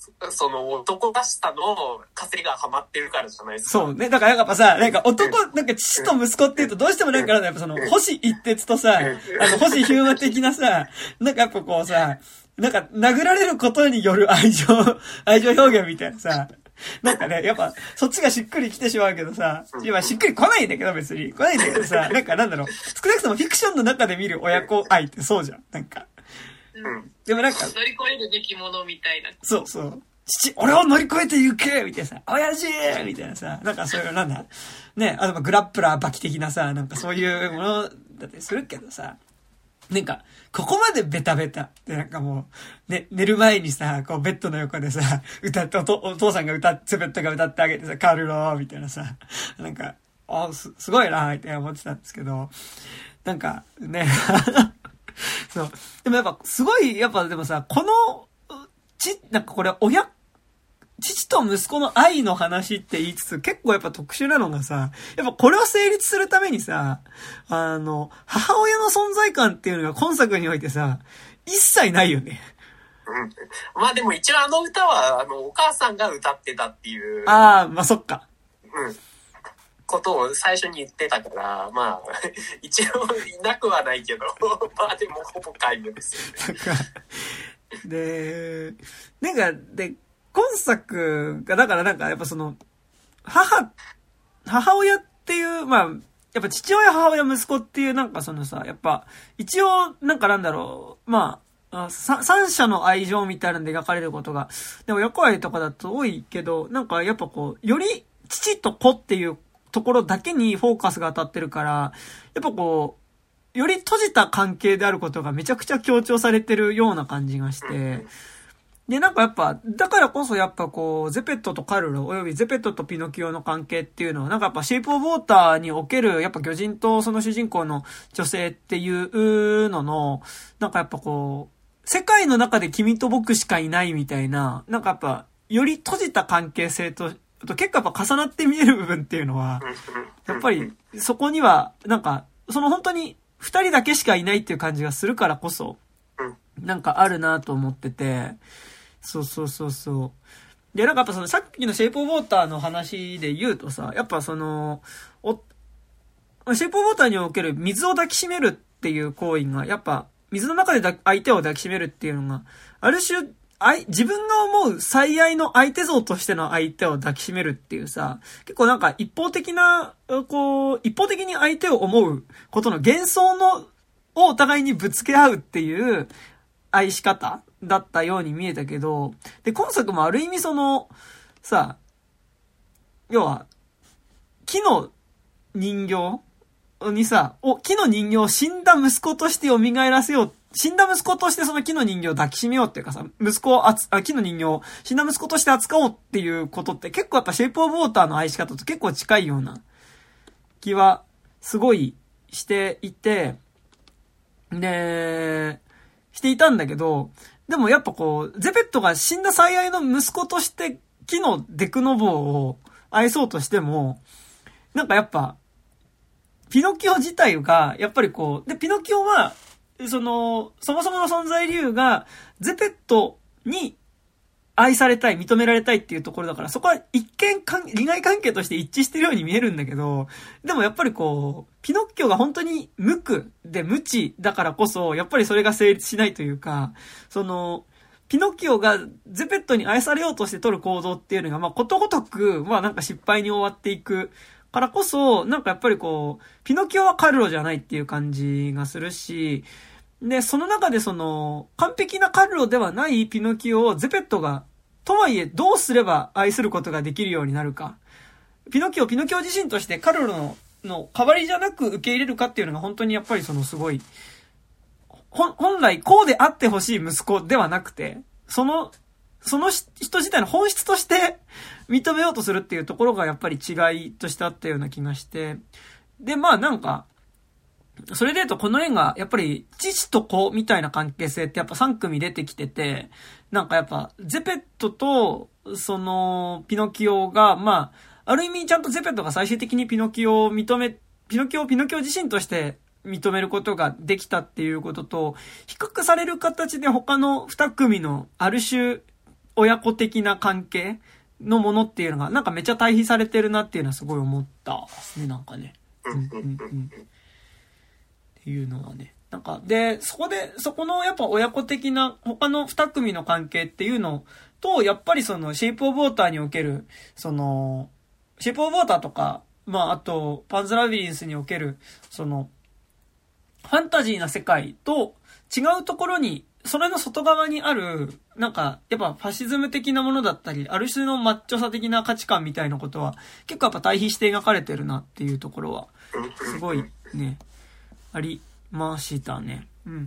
その男らしさの稼がハマってるからじゃないですか。 そうね。だからやっぱさ、なんかなんか父と息子って言うとどうしてもなんかやっぱその、星一徹とさ、星ヒューマ的なさ、なんかやっぱこうさ、なんか殴られることによる愛情表現みたいなさ、なんかね、やっぱ、そっちがしっくり来てしまうけどさ、今しっくり来ないんだけど別に。来ないんだけどさ、なんかなんだろう、少なくともフィクションの中で見る親子愛ってそうじゃん。なんか。でもなんか。 乗り越えるべきものみたいな。 そうそう。俺を乗り越えて行けみたいなさ、親父みたいなさ、なんかそういう、なんだね、あとグラップラーバキ的なさ、なんかそういうものだったりするけどさ、なんか、ここまでベタベタってなんかもう、ね、寝る前にさ、こうベッドの横でさ、歌って、お父さんがセペットが歌ってあげてさ、カルローみたいなさ、なんか、すごいなって思ってたんですけど、なんか、ね、そう。でもやっぱ、すごい、やっぱでもさ、この、なんかこれ、父と息子の愛の話って言いつつ、結構やっぱ特殊なのがさ、やっぱこれを成立するためにさ、母親の存在感っていうのが今作においてさ、一切ないよね。 うん。まあでも一応歌は、お母さんが歌ってたっていう。 ああ、まあそっか。 うん。ことを最初に言ってたから、まあ、一応いなくはないけど、まあでもほぼ皆無ですよね。 で、今作が、だからなんかやっぱその、母親っていう、まあ、やっぱ父親、母親、息子っていうなんかそのさ、やっぱ、一応、なんかなんだろう、まあ、三者の愛情みたいなので描かれることが、でも横愛とかだと多いけど、なんかやっぱこう、より父と子っていうところだけにフォーカスが当たってるから、やっぱこう、より閉じた関係であることがめちゃくちゃ強調されてるような感じがして、で、なんかやっぱ、だからこそやっぱこう、ゼペットとカルロ、およびゼペットとピノキオの関係っていうのは、なんかやっぱシェイプオブウォーターにおける、やっぱ魚人とその主人公の女性っていうのの、なんかやっぱこう、世界の中で君と僕しかいないみたいな、なんかやっぱ、より閉じた関係性と結構やっぱ重なって見える部分っていうのは、やっぱりそこには、なんか、その本当に二人だけしかいないっていう感じがするからこそ、なんかあるなと思ってて、そう。で、なんかやっぱそのさっきのシェイプオブウォーターの話で言うとさ、やっぱその、シェイプオブウォーターにおける水を抱きしめるっていう行為が、やっぱ水の中で相手を抱きしめるっていうのが、ある種、自分が思う最愛の相手像としての相手を抱きしめるっていうさ、結構なんか一方的に相手を思うことの幻想をお互いにぶつけ合うっていう愛し方だったように見えたけど、で、今作もある意味その、さ、要は、木の人形にさ、木の人形を死んだ息子として蘇らせよう、死んだ息子としてその木の人形を抱きしめようっていうかさ、木の人形を死んだ息子として扱おうっていうことって結構やっぱシェイプオブウォーターの愛し方と結構近いような気はすごいしていて、していたんだけど、でもやっぱこう、ゼペットが死んだ最愛の息子として木のデクノボーを愛そうとしても、なんかやっぱ、ピノキオ自体が、やっぱりこう、で、ピノキオは、そもそもの存在理由が、ゼペットに愛されたい、認められたいっていうところだから、そこは一見利害関係として一致してるように見えるんだけど、でもやっぱりこう、ピノッキオが本当に無垢で無知だからこそ、やっぱりそれが成立しないというか、ピノッキオがゼペットに愛されようとして取る行動っていうのが、まあことごとく、まあなんか失敗に終わっていくからこそ、なんかやっぱりこう、ピノキオはカルロじゃないっていう感じがするし、で、その中で完璧なカルロではないピノキオをゼペットが、とはいえどうすれば愛することができるようになるか。ピノキオ自身としてカルロの代わりじゃなく受け入れるかっていうのが本当にやっぱりすごい、本来こうであってほしい息子ではなくて、その人自体の本質として認めようとするっていうところがやっぱり違いとしてあったような気がして。で、まあなんか、それで言うとこの映画、やっぱり父と子みたいな関係性ってやっぱ3組出てきてて、なんかやっぱゼペットとピノキオが、まあ、ある意味ちゃんとゼペットが最終的にピノキオをピノキオ自身として認めることができたっていうことと、比較される形で他の2組のある種親子的な関係のものっていうのが、なんかめっちゃ対比されてるなっていうのはすごい思ったですね、なんかね。っていうのはね。なんか、で、そこのやっぱ親子的な他の二組の関係っていうのと、やっぱりそのシェイプオブウォーターにおける、その、シェイプオブウォーターとか、まああと、パンズラビリンスにおける、その、ファンタジーな世界と違うところに、それの外側にある、なんか、やっぱファシズム的なものだったり、ある種のマッチョさ的な価値観みたいなことは、結構やっぱ対比して描かれてるなっていうところは、すごいね、ありましたね。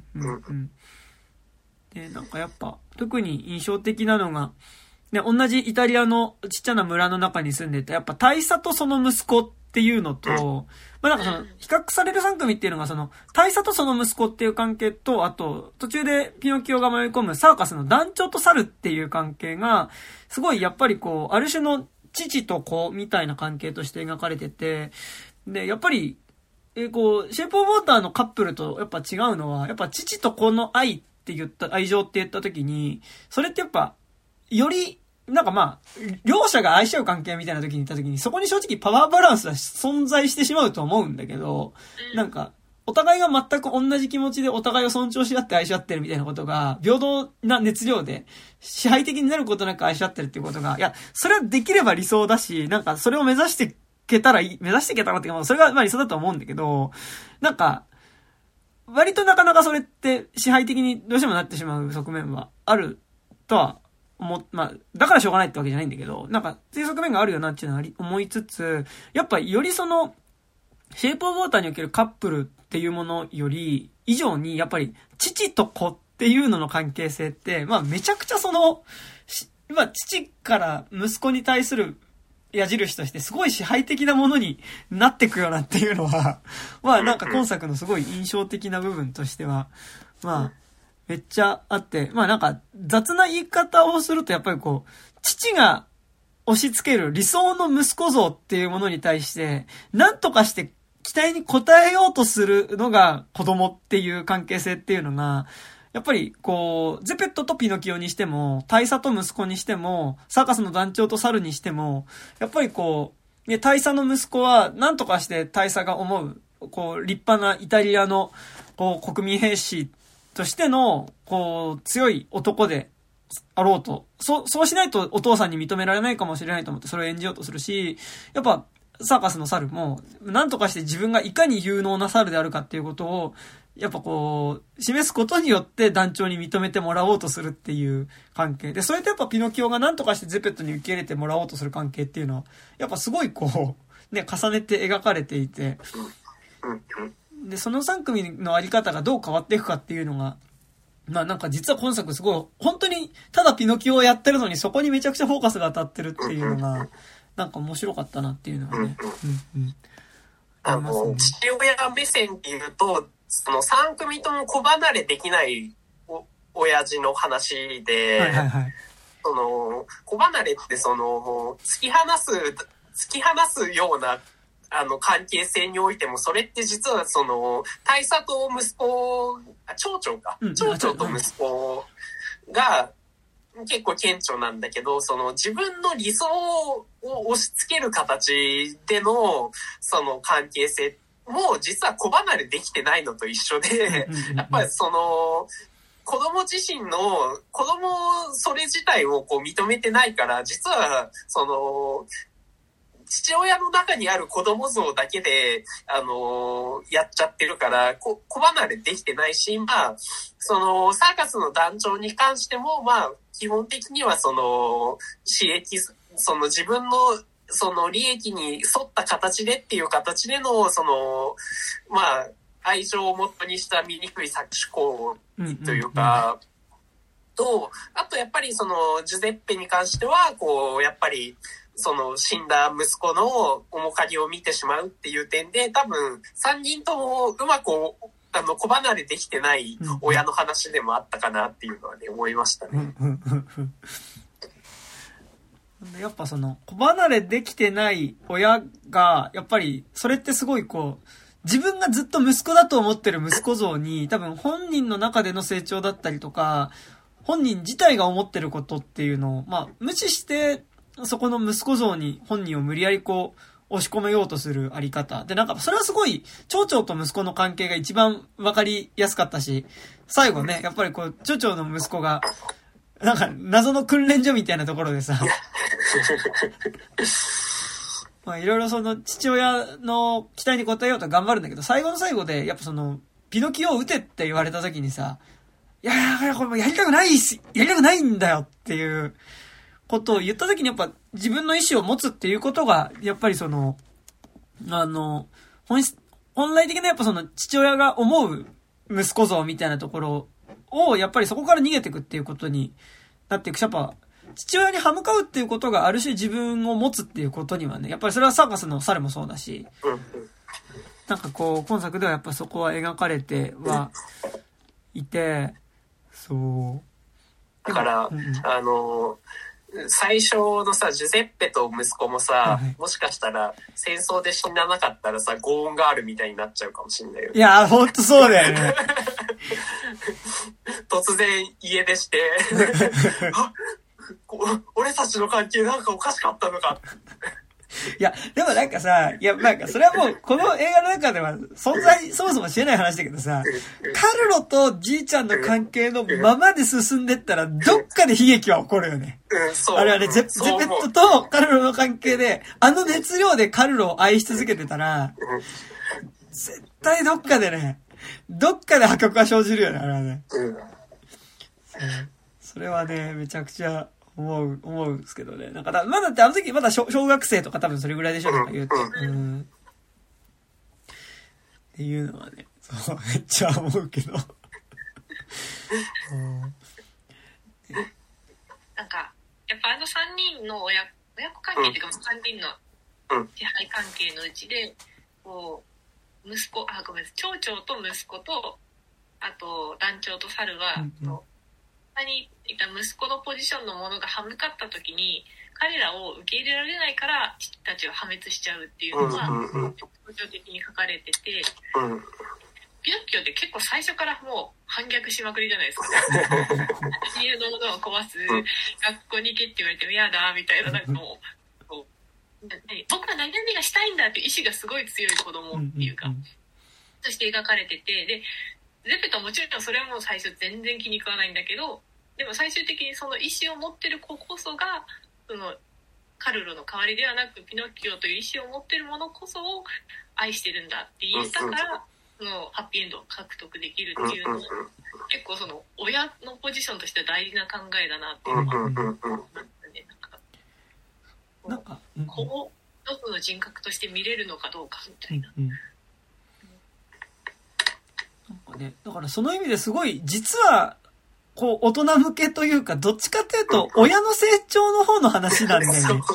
で、なんかやっぱ、特に印象的なのが、ね、同じイタリアのちっちゃな村の中に住んでて、やっぱ大佐とその息子っていうのと、まあなんかその、比較される3組っていうのがその、大佐とその息子っていう関係と、あと、途中でピノキオが迷い込むサーカスの団長と猿っていう関係が、すごいやっぱりこう、ある種の父と子みたいな関係として描かれてて、で、やっぱり、こう、シェイプオブウォーターのカップルとやっぱ違うのは、やっぱ父と子の愛情って言った時に、それってやっぱ、より、なんかまあ、両者が愛し合う関係みたいな時に行った時に、そこに正直パワーバランスは存在してしまうと思うんだけど、なんか、お互いが全く同じ気持ちでお互いを尊重し合って愛し合ってるみたいなことが、平等な熱量で、支配的になることなく愛し合ってるっていうことが、いや、それはできれば理想だし、なんかそれを目指していけたらっていうか、それがまあ理想だと思うんだけど、なんか、割となかなかそれって支配的にどうしてもなってしまう側面はあるとはまあ、だからしょうがないってわけじゃないんだけど、なんか、そういう側面があるよなっていうのは思いつつ、やっぱよりその、シェイプオブウォーターにおけるカップルっていうものより、以上に、やっぱり、父と子っていうのの関係性って、まあ、めちゃくちゃその、まあ、父から息子に対する矢印として、すごい支配的なものになってくよなっていうのは、まあ、なんか今作のすごい印象的な部分としては、まあ、めっちゃあって、まあなんか雑な言い方をするとやっぱりこう、父が押し付ける理想の息子像っていうものに対して、なんとかして期待に応えようとするのが子供っていう関係性っていうのが、やっぱりこう、ゼペットとピノキオにしても、大佐と息子にしても、サーカスの団長と猿にしても、やっぱりこう、ね、大佐の息子はなんとかして大佐が思う、こう、立派なイタリアの、こう、国民兵士としての、こう、強い男であろうと。そうしないとお父さんに認められないかもしれないと思ってそれを演じようとするし、やっぱ、サーカスの猿も、なんとかして自分がいかに有能な猿であるかっていうことを、やっぱこう、示すことによって団長に認めてもらおうとするっていう関係で、それとやっぱピノキオがなんとかしてゼペットに受け入れてもらおうとする関係っていうのは、やっぱすごいこう、ね、重ねて描かれていて、で、その3組のあり方がどう変わっていくかっていうのが、まあなんか実は今作すごい、本当にただピノキオをやってるのにそこにめちゃくちゃフォーカスが当たってるっていうのが、なんか面白かったなっていうのはね。 父親目線っていうと、その3組とも子離れできない親父の話で、その子離れってその突き放すような関係性においても、それって実はその大佐と息子、長女と息子が結構顕著なんだけど、その自分の理想を押し付ける形でのその関係性も実は子離れできてないのと一緒で、やっぱりその子供それ自体をこう認めてないから、実はその父親の中にある子供像だけで、やっちゃってるから、子離れできてないし、まあ、その、サーカスの団長に関しても、まあ、基本的にはその、その自分の、その利益に沿った形でっていう形での、その、まあ、愛情をもとにした醜い搾取行為というか、と、あとやっぱりその、ジュゼッペに関しては、こう、やっぱり、その死んだ息子の面影を見てしまうっていう点で、多分3人ともうまく子離れできてない親の話でもあったかなっていうのはね、思いましたね。 やっぱその子離れできてない親がやっぱりそれってすごいこう自分がずっと息子だと思ってる息子像に多分本人の中での成長だったりとか、 本人自体が思ってることっていうのを、まあ、無視して、そこの息子像に本人を無理やりこう、押し込めようとするあり方。で、なんか、それはすごい、町長と息子の関係が一番わかりやすかったし、最後ね、やっぱりこう、町長の息子が、なんか、謎の訓練所みたいなところでさ、まあ、いろいろその、父親の期待に応えようと頑張るんだけど、最後の最後で、やっぱその、ピノキオを撃てって言われた時にさ、いやいや、これやりたくないんだよっていうことを言った時にやっぱ自分の意思を持つっていうことが、やっぱりその、本来的なやっぱその父親が思う息子像みたいなところを、やっぱりそこから逃げていくっていうことになっていくし、やっぱ、父親に歯向かうっていうことがある種自分を持つっていうことにはね、やっぱりそれはサーカスの猿もそうだし、なんかこう、今作ではやっぱそこは描かれてはいて、そう。 だから、最初のさ、ジュゼッペと息子もさ、もしかしたら戦争で死ななかったらさ、ゴーンガールみたいになっちゃうかもしんないよね。 いや、ほんとそうだよね。 突然家出して、俺たちの関係なんかおかしかったのか。 いや、でもなんかさ、いや、なんかそれはもう、この映画の中では存在、そもそも知れない話だけどさ、カルロとじいちゃんの関係のままで進んでったら、どっかで悲劇は起こるよね。 そう。 あれはね、ゼペットとカルロの関係で、あの熱量でカルロを愛し続けてたら、絶対どっかで破局が生じるよね、あれはね。それはね、めちゃくちゃ、思うんですけどね。なんかまだってあの時まだ小学生とか多分それぐらいでしょとか言うと。っていうのはね、そう、めっちゃ思うけど。 なんか、やっぱあの3人の親子関係っていうか、3人の支配関係のうちで、こう、町長と息子と、あと団長と猿は、他にいた息子のポジションのものが歯向かった時に彼らを受け入れられないから父たちは破滅しちゃうっていうのが特徴的に書かれてて、ピノッキオって結構最初からもう反逆しまくりじゃないですか。家のものを壊す、学校に行けって言われても嫌だみたいな、なんかもう僕は何々がしたいんだっていう意志がすごい強い子供っていうか、として描かれてて、でゼペともちろんそれはもう最初全然気に食わないんだけど、でも最終的にその意思を持ってる子こそがそのカルロの代わりではなくピノッキオという意思を持ってるものこそを愛してるんだって言えたからそのハッピーエンドを獲得できるっていうのは結構その親のポジションとしては大事な考えだなっていうのはなんか子を一つの人格として見れるのかどうかみたいな。 なんかね、だからその意味ですごい実はこう大人向けというかどっちかというと親の成長の方の話なんだよね。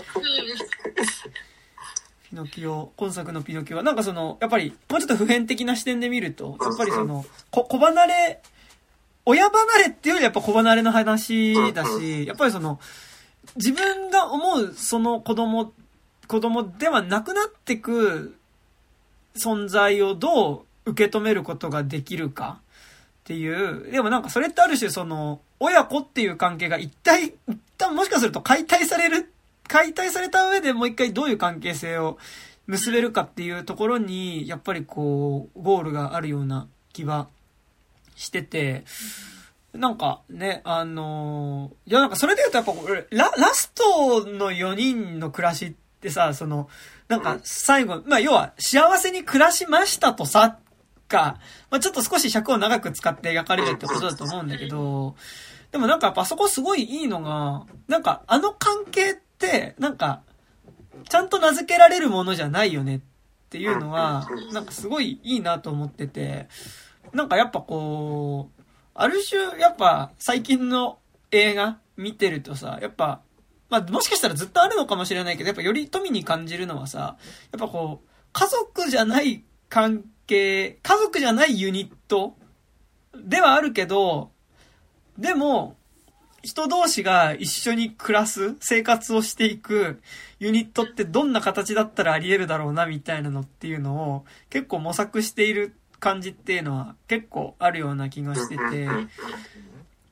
ピノキオ、今作のピノキオはなんかそのやっぱりもうちょっと普遍的な視点で見るとやっぱりその子離れ、親離れっていうよりやっぱ子離れの話だし、やっぱりその自分が思うその子供ではなくなってく存在をどう受け止めることができるかっていう。でもなんかそれってある種その親子っていう関係が一旦もしかすると解体された上でもう一回どういう関係性を結べるかっていうところにやっぱりこうゴールがあるような気はしてて、なんかね、いやなんかそれで言うとやっぱラストの4人の暮らしってさ、そのなんか最後、まあ要は幸せに暮らしましたとさか、まあちょっと少し尺を長く使って描かれるってことだと思うんだけど、でもなんかやっぱあそこすごいいいのが、なんかあの関係ってなんかちゃんと名付けられるものじゃないよねっていうのはなんかすごいいいなと思ってて、なんかやっぱこうある種やっぱ最近の映画見てるとさ、やっぱまあもしかしたらずっとあるのかもしれないけど、やっぱより富に感じるのはさ、やっぱこう家族じゃない関係、家族じゃないユニットではあるけど、でも人同士が一緒に暮らす生活をしていくユニットってどんな形だったらあり得るだろうなみたいなのっていうのを結構模索している感じっていうのは結構あるような気がしてて、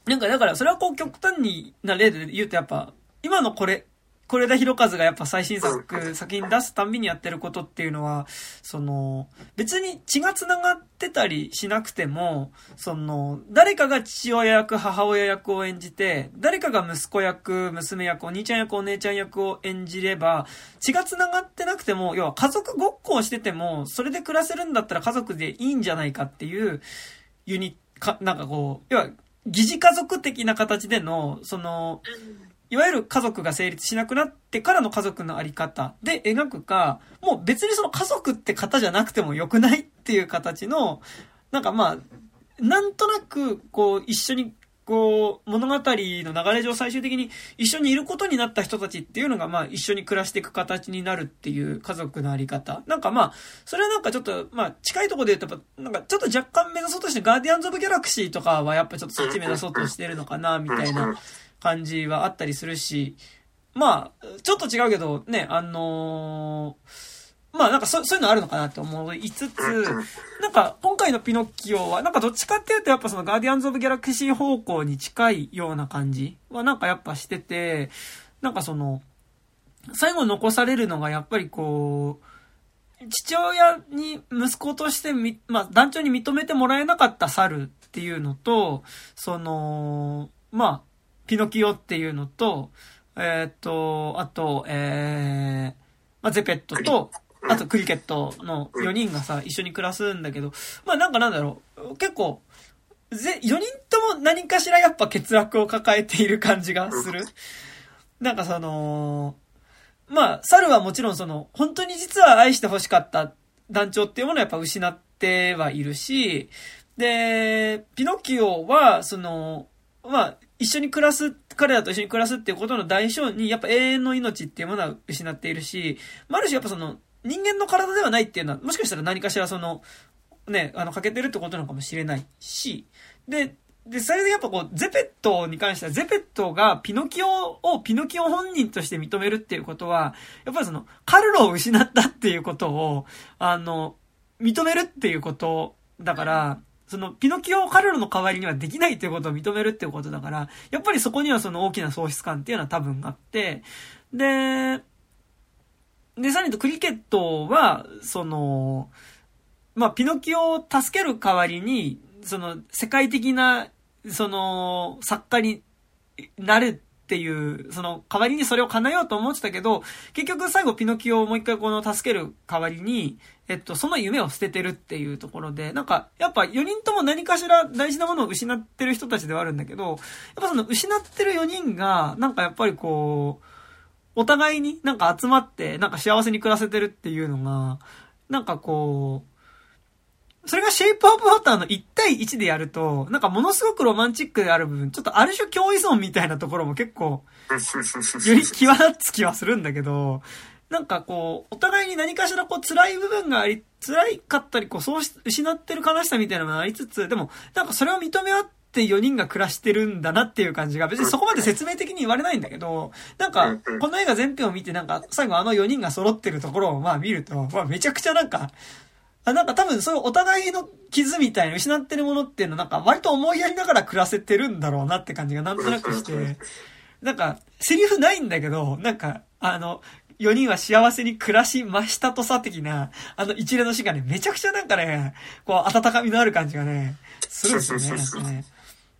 なんかだからそれはこう極端な例で言うとやっぱ、今の是枝裕和がやっぱ最新作、先に出すたんびにやってることっていうのは、別に血が繋がってたりしなくても、誰かが父親役、母親役を演じて、誰かが息子役、娘役、お兄ちゃん役、お姉ちゃん役を演じれば、血が繋がってなくても、要は家族ごっこをしてても、それで暮らせるんだったら家族でいいんじゃないかっていう、なんかこう、要は、疑似家族的な形での、いわゆる家族が成立しなくなってからの家族のあり方で描くか、もう別にその家族って方じゃなくてもよくないっていう形の、なんかまあ、なんとなく、こう、一緒に、こう、物語の流れ上最終的に一緒にいることになった人たちっていうのが、まあ、一緒に暮らしていく形になるっていう家族のあり方。なんかまあ、それはなんかちょっと、まあ、近いところで言うと、なんかちょっと若干目指そうとして、ガーディアンズ・オブ・ギャラクシーとかはやっぱちょっとそっち目指そうとしてるのかな、みたいな感じはあったりするし、まあ、ちょっと違うけど、ね、まあなんかそういうのあるのかなって思いつつ、なんか今回のピノッキオは、なんかどっちかっていうとやっぱそのガーディアンズ・オブ・ギャラクシー方向に近いような感じはなんかやっぱしてて、なんか最後残されるのがやっぱりこう、父親に息子としてまあ団長に認めてもらえなかった猿っていうのと、まあ、ピノキオっていうのと、あと、まあ、ゼペットと、あとクリケットの4人がさ、一緒に暮らすんだけど、まあなんかなんだろう、結構、4人とも何かしらやっぱ欠落を抱えている感じがする。なんかまあ、猿はもちろん本当に実は愛して欲しかった団長っていうものをやっぱ失ってはいるし、で、ピノキオは、まあ、彼らと一緒に暮らすっていうことの代償に、やっぱ永遠の命っていうものは失っているし、ある種やっぱ人間の体ではないっていうのは、もしかしたら何かしらね、欠けてるってことなのかもしれないし、で、それでやっぱこう、ゼペットに関しては、ゼペットがピノキオ本人として認めるっていうことは、やっぱりカルロを失ったっていうことを、認めるっていうことだから、ピノキオをカルロの代わりにはできないっていうことを認めるっていうことだから、やっぱりそこには大きな喪失感っていうのは多分あって、で、さらにとクリケットは、まあ、ピノキオを助ける代わりに、世界的な、作家になるっていう、代わりにそれを叶えようと思ってたけど、結局最後ピノキオをもう一回助ける代わりに、その夢を捨ててるっていうところで、なんか、やっぱ4人とも何かしら大事なものを失ってる人たちではあるんだけど、やっぱ失ってる4人が、なんかやっぱりこう、お互いになんか集まって、なんか幸せに暮らせてるっていうのが、なんかこう、それがシェイプオブウォーターの1対1でやると、なんかものすごくロマンチックである部分、ちょっとある種共依存みたいなところも結構、より際立つ気はするんだけど、なんかこう、お互いに何かしらこう辛い部分があり、辛いかったり、こう、失ってる悲しさみたいなのがありつつ、でも、なんかそれを認め合って4人が暮らしてるんだなっていう感じが、別にそこまで説明的に言われないんだけど、なんか、この映画全編を見て、なんか、最後4人が揃ってるところを見ると、めちゃくちゃなんか多分そういうお互いの傷みたいな失ってるものっていうのなんか割と思いやりながら暮らせてるんだろうなって感じがなんとなくして、なんか、セリフないんだけど、なんか、4人は幸せに暮らしましたとさ的な、一連の詩がね、めちゃくちゃなんかね、こう、温かみのある感じがね、するんですよね、なんかね。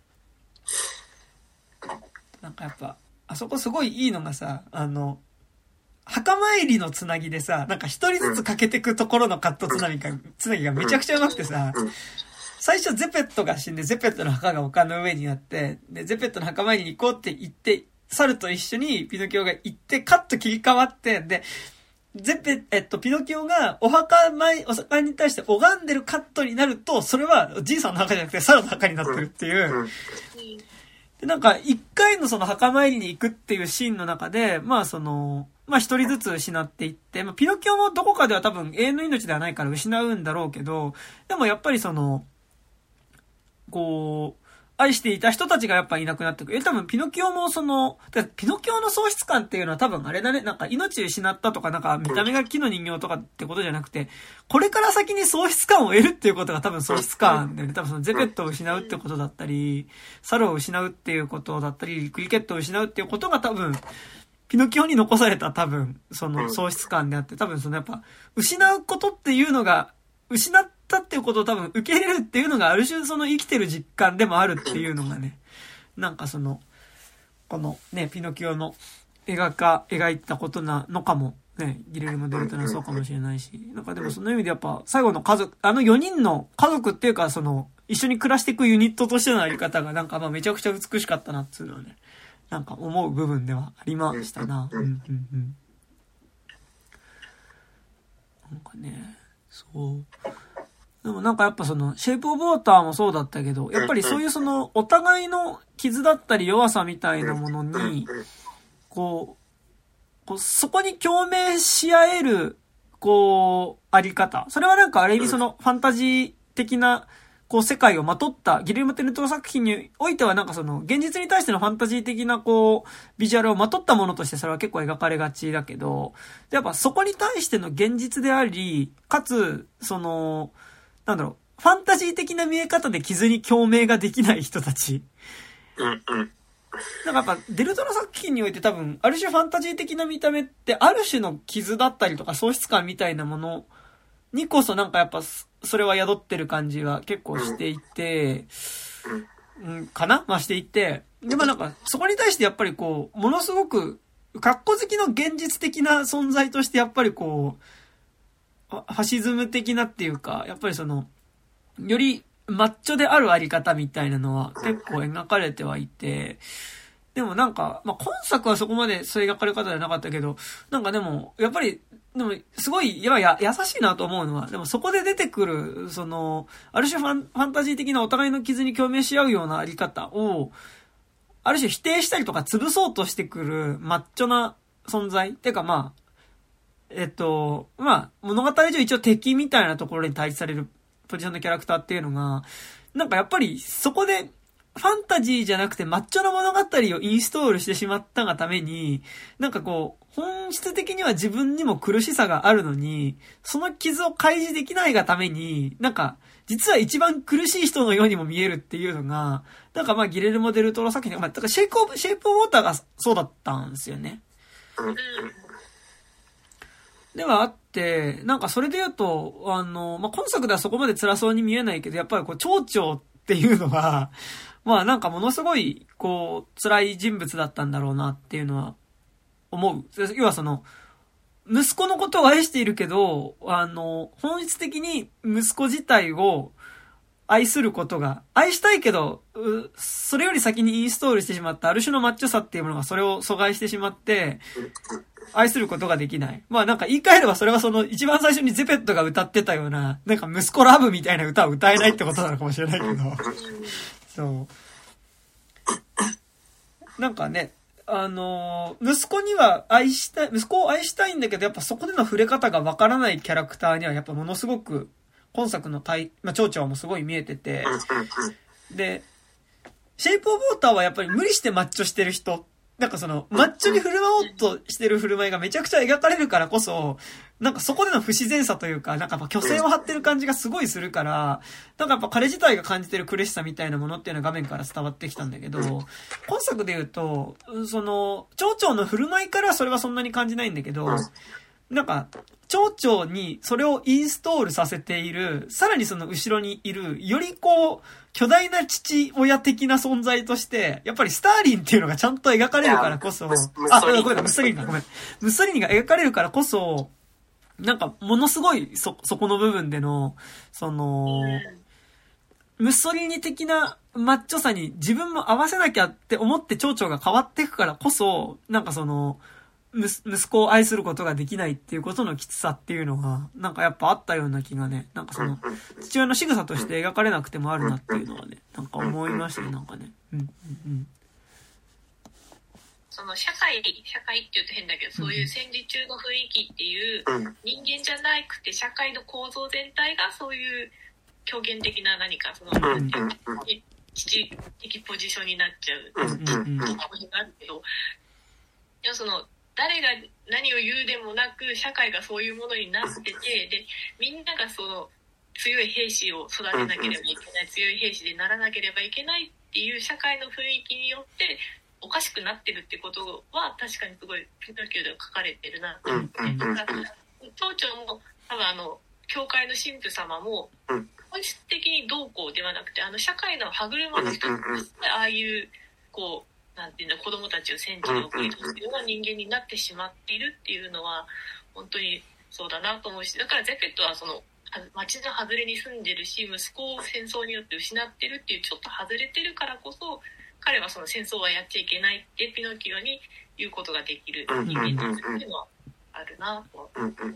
なんかやっぱ、あそこすごいいいのがさ、墓参りのつなぎでさ、なんか一人ずつ欠けてくところのカットつなぎがめちゃくちゃ上手くてさ、最初ゼペットが死んで、ゼペットの墓が丘の上にあって、で、ゼペットの墓参りに行こうって言って、猿と一緒にピノキオが行って、カット切り替わって、で、ピノキオがお墓に対して拝んでるカットになると、それはじいさんの墓じゃなくて猿の墓になってるっていう。で、なんか、一回の墓参りに行くっていうシーンの中で、一人ずつ失っていって、ピノキオもどこかでは多分永遠の命ではないから失うんだろうけど、でもやっぱりこう、 愛していた人たちがやっぱいなくなってくる。多分ピノキオもピノキオの喪失感っていうのは多分あれだね、なんか命失ったとかなんか見た目が木の人形とかってことじゃなくて、これから先に喪失感を得るっていうことが多分喪失感だよね。多分そのゼペットを失うってことだったり、サルを失うっていうことだったり、クリケットを失うっていうことが多分、ピノキオに残された多分、その喪失感であって、多分そのやっぱ、失うことっていうのが、失ったっていうことを多分受け入れるっていうのがある種その生きてる実感でもあるっていうのがね、なんかその、このね、ピノキオの描いたことなのかもね、ギレルモ・デルトロはそうかもしれないし、なんかでもその意味でやっぱ最後の家族、あの4人の家族っていうかその、一緒に暮らしていくユニットとしてのあり方がなんかまあめちゃくちゃ美しかったなっていうのはね、なんか思う部分ではありましたな。うんうんうん。なんかね、そう。でもなんかやっぱその、シェイプオブウォーターもそうだったけど、やっぱりそういうその、お互いの傷だったり弱さみたいなものに、こう、そこに共鳴し合える、こう、あり方。それはなんかある意味その、ファンタジー的な、こう、世界をまとった、ギレルモ・デルトロ作品においてはなんかその、現実に対してのファンタジー的な、こう、ビジュアルをまとったものとしてそれは結構描かれがちだけど、やっぱそこに対しての現実であり、かつ、その、なんだろう、ファンタジー的な見え方で傷に共鳴ができない人たち。なんかやっぱ、デルトロ作品において多分、ある種ファンタジー的な見た目って、ある種の傷だったりとか喪失感みたいなものにこそなんかやっぱ、それは宿ってる感じは結構していて、まあしていて、でもなんか、そこに対してやっぱりこう、ものすごく、カッコ好きの現実的な存在としてやっぱりこう、ファシズム的なっていうか、やっぱりその、よりマッチョであるあり方みたいなのは結構描かれてはいて、でもなんか、まあ、今作はそこまでそういう描かれ方じゃなかったけど、なんかでも、やっぱり、でも、すごい、優しいなと思うのは、でもそこで出てくる、その、ある種ファンタジー的なお互いの傷に共鳴し合うようなあり方を、ある種否定したりとか潰そうとしてくるマッチョな存在っていうかまあ、まあ、物語上一応敵みたいなところに対峙されるポジションのキャラクターっていうのが、なんかやっぱりそこでファンタジーじゃなくてマッチョな物語をインストールしてしまったがために、なんかこう、本質的には自分にも苦しさがあるのに、その傷を開示できないがために、なんか、実は一番苦しい人のようにも見えるっていうのが、なんかまあギレルモ・デルトロ作品、まあ、だからシェイプオブウォーターがそうだったんですよね。ではあって、なんかそれで言うと、まあ、今作ではそこまで辛そうに見えないけど、やっぱりこう、町長っていうのは、まあなんかものすごい、こう、辛い人物だったんだろうなっていうのは思う。要はその、息子のことを愛しているけど、本質的に息子自体を愛することが、愛したいけど、それより先にインストールしてしまったある種のマッチョさっていうものがそれを阻害してしまって、愛することができない。まあなんか言い換えればそれはその一番最初にゼペットが歌ってたような、なんか息子ラブみたいな歌を歌えないってことなのかもしれないけど。そう。なんかね、息子を愛したいんだけど、やっぱそこでの触れ方がわからないキャラクターにはやっぱものすごく、今作のまあ、町長もすごい見えてて、で、シェイプオブウォーターはやっぱり無理してマッチョしてる人、なんかその、マッチョに振る舞おうとしてる振る舞いがめちゃくちゃ描かれるからこそ、なんかそこでの不自然さというか、なんかやっぱ虚勢を張ってる感じがすごいするから、なんかやっぱ彼自体が感じてる苦しさみたいなものっていうのが画面から伝わってきたんだけど、今作で言うと、その、町長の振る舞いからそれはそんなに感じないんだけど、なんか、町長にそれをインストールさせている、さらにその後ろにいる、よりこう、巨大な父親的な存在として、やっぱりスターリンっていうのがちゃんと描かれるからこそ、ムッソリーニが描かれるからこそ、なんかものすごいそこの部分での、その、ムッソリーニ的なマッチョさに自分も合わせなきゃって思って町長が変わっていくからこそ、なんかその、息子を愛することができないっていうことのきつさっていうのが、なんかやっぱあったような気がね、なんかその、父親の仕草として描かれなくてもあるなっていうのはね、なんか思いましたね、なんかね。 その社会って言うと変だけど、そういう戦時中の雰囲気っていう、人間じゃなくて社会の構造全体がそういう表現的な何かその、 父的ポジションになっちゃうかもしれないけど、でもその誰が何を言うでもなく社会がそういうものになってて、でみんながその強い兵士を育てなければいけない、強い兵士でならなければいけないっていう社会の雰囲気によっておかしくなってるってことは確かにすごいピノキオでは書かれてるなと思って、だから町長も多分教会の神父様も本質的にどうこうではなくて、社会の歯車の一つとしてああいうこうなんていうんだ、子供たちを戦地に送り出すような人間になってしまっているっていうのは本当にそうだなと思うし、だからゼペットはその町の外れに住んでるし、息子を戦争によって失ってるっていうちょっと外れてるからこそ、彼はその戦争はやっちゃいけないってピノキオに言うことができる人間だっていうのはあるなと。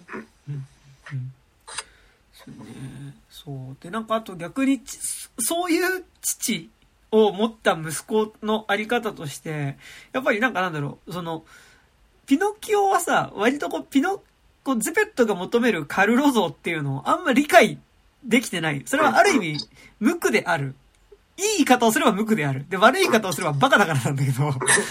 そうで、なんかあと逆にそういう父を持った息子のあり方として、やっぱりなんかなんだろう、そのピノキオはさ、割とゼペットが求めるカルロ像っていうのをあんま理解できてない。それはある意味無垢である。いい言い方をすれば無垢である。で、悪い言い方をすればバカだからなんだけど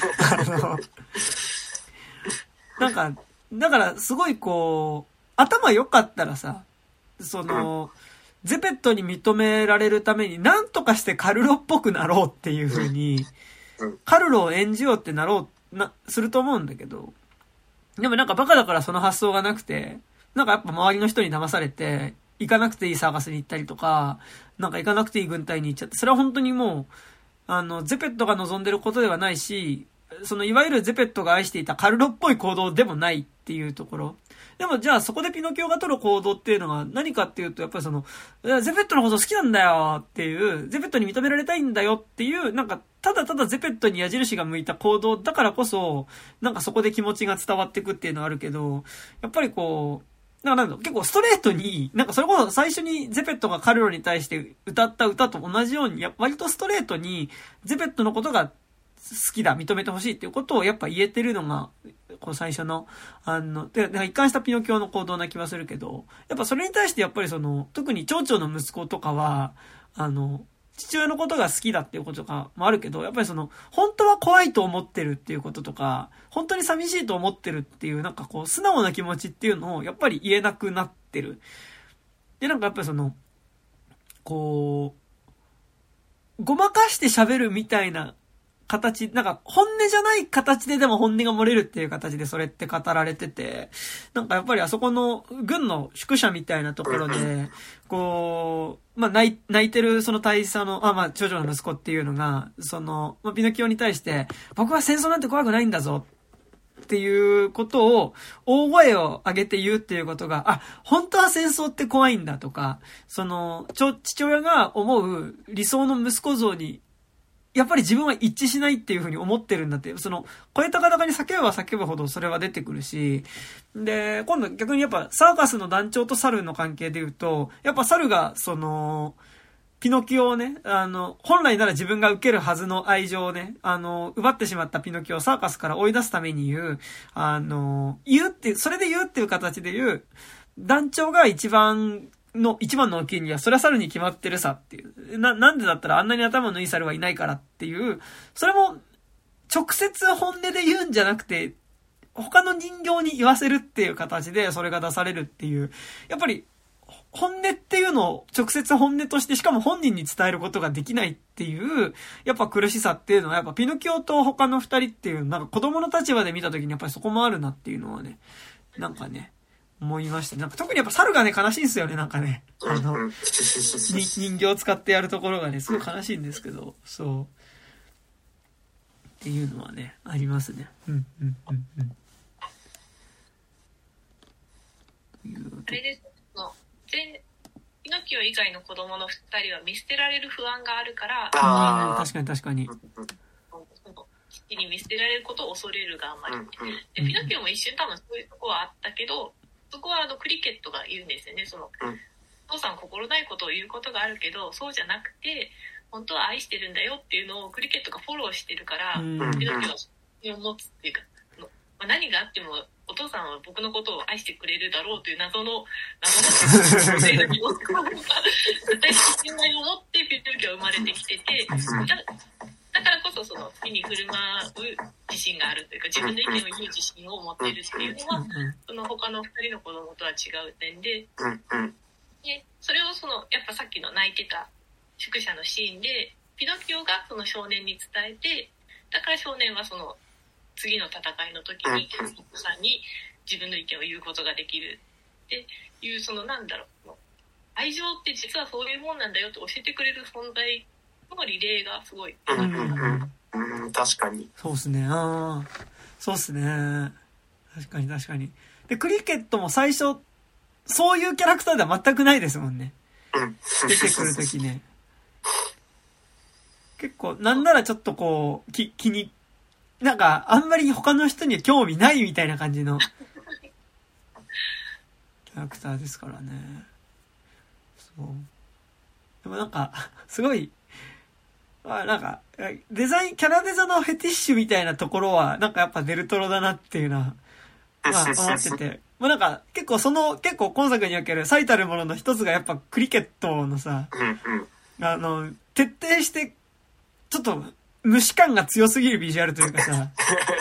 なんかだからすごいこう頭良かったらさ、そのゼペットに認められるために何とかしてカルロっぽくなろうっていう風にカルロを演じようってすると思うんだけど、でもなんかバカだからその発想がなくて、なんかやっぱ周りの人に騙されて行かなくていいサーカスに行ったりとか、なんか行かなくていい軍隊に行っちゃって、それは本当にもうゼペットが望んでることではないし、そのいわゆるゼペットが愛していたカルロっぽい行動でもないっていうところ。でもじゃあそこでピノキオが取る行動っていうのが何かっていうと、やっぱりそのゼペットのこと好きなんだよっていう、ゼペットに認められたいんだよっていう、なんかただただゼペットに矢印が向いた行動だからこそ、なんかそこで気持ちが伝わってくっていうのはあるけど、やっぱりこうなんか結構ストレートに、なんかそれこそ最初にゼペットがカルロに対して歌った歌と同じように、割とストレートにゼペットのことが好きだ、認めてほしいっていうことをやっぱ言えてるのが、こう最初の、一貫したピノキオの行動な気はするけど、やっぱそれに対してやっぱりその、特に町長の息子とかは、父親のことが好きだっていうこととかもあるけど、やっぱりその、本当は怖いと思ってるっていうこととか、本当に寂しいと思ってるっていう、なんかこう、素直な気持ちっていうのを、やっぱり言えなくなってる。で、なんかやっぱりその、こう、ごまかして喋るみたいな形、なんか本音じゃない形ででも本音が漏れるっていう形でそれって語られてて、なんかやっぱりあそこの軍の宿舎みたいなところで、こう、泣いてるその大佐の、長女の息子っていうのが、その、ピノキオに対して、僕は戦争なんて怖くないんだぞっていうことを大声を上げて言うっていうことが、本当は戦争って怖いんだとか、その、父親が思う理想の息子像にやっぱり自分は一致しないっていうふうに思ってるんだって、その、声高々に叫べば叫ぶほどそれは出てくるし、で、今度逆にやっぱサーカスの団長と猿の関係で言うと、やっぱ猿がその、ピノキオをね、本来なら自分が受けるはずの愛情をね、奪ってしまったピノキオをサーカスから追い出すために言う、それで言うっていう形で言う、団長が一番のお気に入りは、それは猿に決まってるさっていう。なんでだったらあんなに頭のいい猿はいないからっていう、それも直接本音で言うんじゃなくて、他の人形に言わせるっていう形でそれが出されるっていう、やっぱり本音っていうのを直接本音として、しかも本人に伝えることができないっていう、やっぱ苦しさっていうのは、やっぱピノキオと他の二人っていう、なんか子供の立場で見たときにやっぱりそこもあるなっていうのはね、なんかね、思いました。なんか特にやっぱ猿がね、悲しいんですよね、なんかね。人形を使ってやるところがね、すごい悲しいんですけど、そう。っていうのはね、ありますね。 あれですピノキオ以外の子供の2人は見捨てられる不安があるから、 確かに父に見捨てられることを恐れるがあまり、でピノキオも一瞬多分そういうとこはあったけど、そこはクリケットが言うんですよね。その、お父さん心ないことを言うことがあるけど、そうじゃなくて本当は愛してるんだよっていうのをクリケットがフォローしてるから、ピノキオを持つっていうか、 まあ、何があってもお父さんは僕のことを愛してくれるだろうという謎の絶対信頼を持ってピノキオは生まれてきてて、だからこそその好きに振る舞う自信があるというか、自分の意見を言う自信を持っているっていうのは、その他の2人の子供とは違う点で、でそれをそのやっぱさっきの泣いてた宿舎のシーンでピノキオがその少年に伝えて、だから少年はその次の戦いの時にキャストさんに自分の意見を言うことができるっていう、そのなんだろう、愛情って実はそういうもんなんだよって教えてくれる存在のリレーがすごい。 確かに。 そうですね。そうですね。確かに確かに。で、クリケットも最初、そういうキャラクターでは全くないですもんね。出てくるときね。結構、なんならちょっとこう、気に、なんか、あんまり他の人には興味ないみたいな感じの、キャラクターですからね。そう。でもなんか、すごい、なんか、キャラデザのフェティッシュみたいなところは、なんかやっぱデルトロだなっていうのは、まあ思ってて。まあなんか、結構今作における最たるものの一つがやっぱクリケットのさ、徹底して、ちょっと、虫感が強すぎるビジュアルというかさ、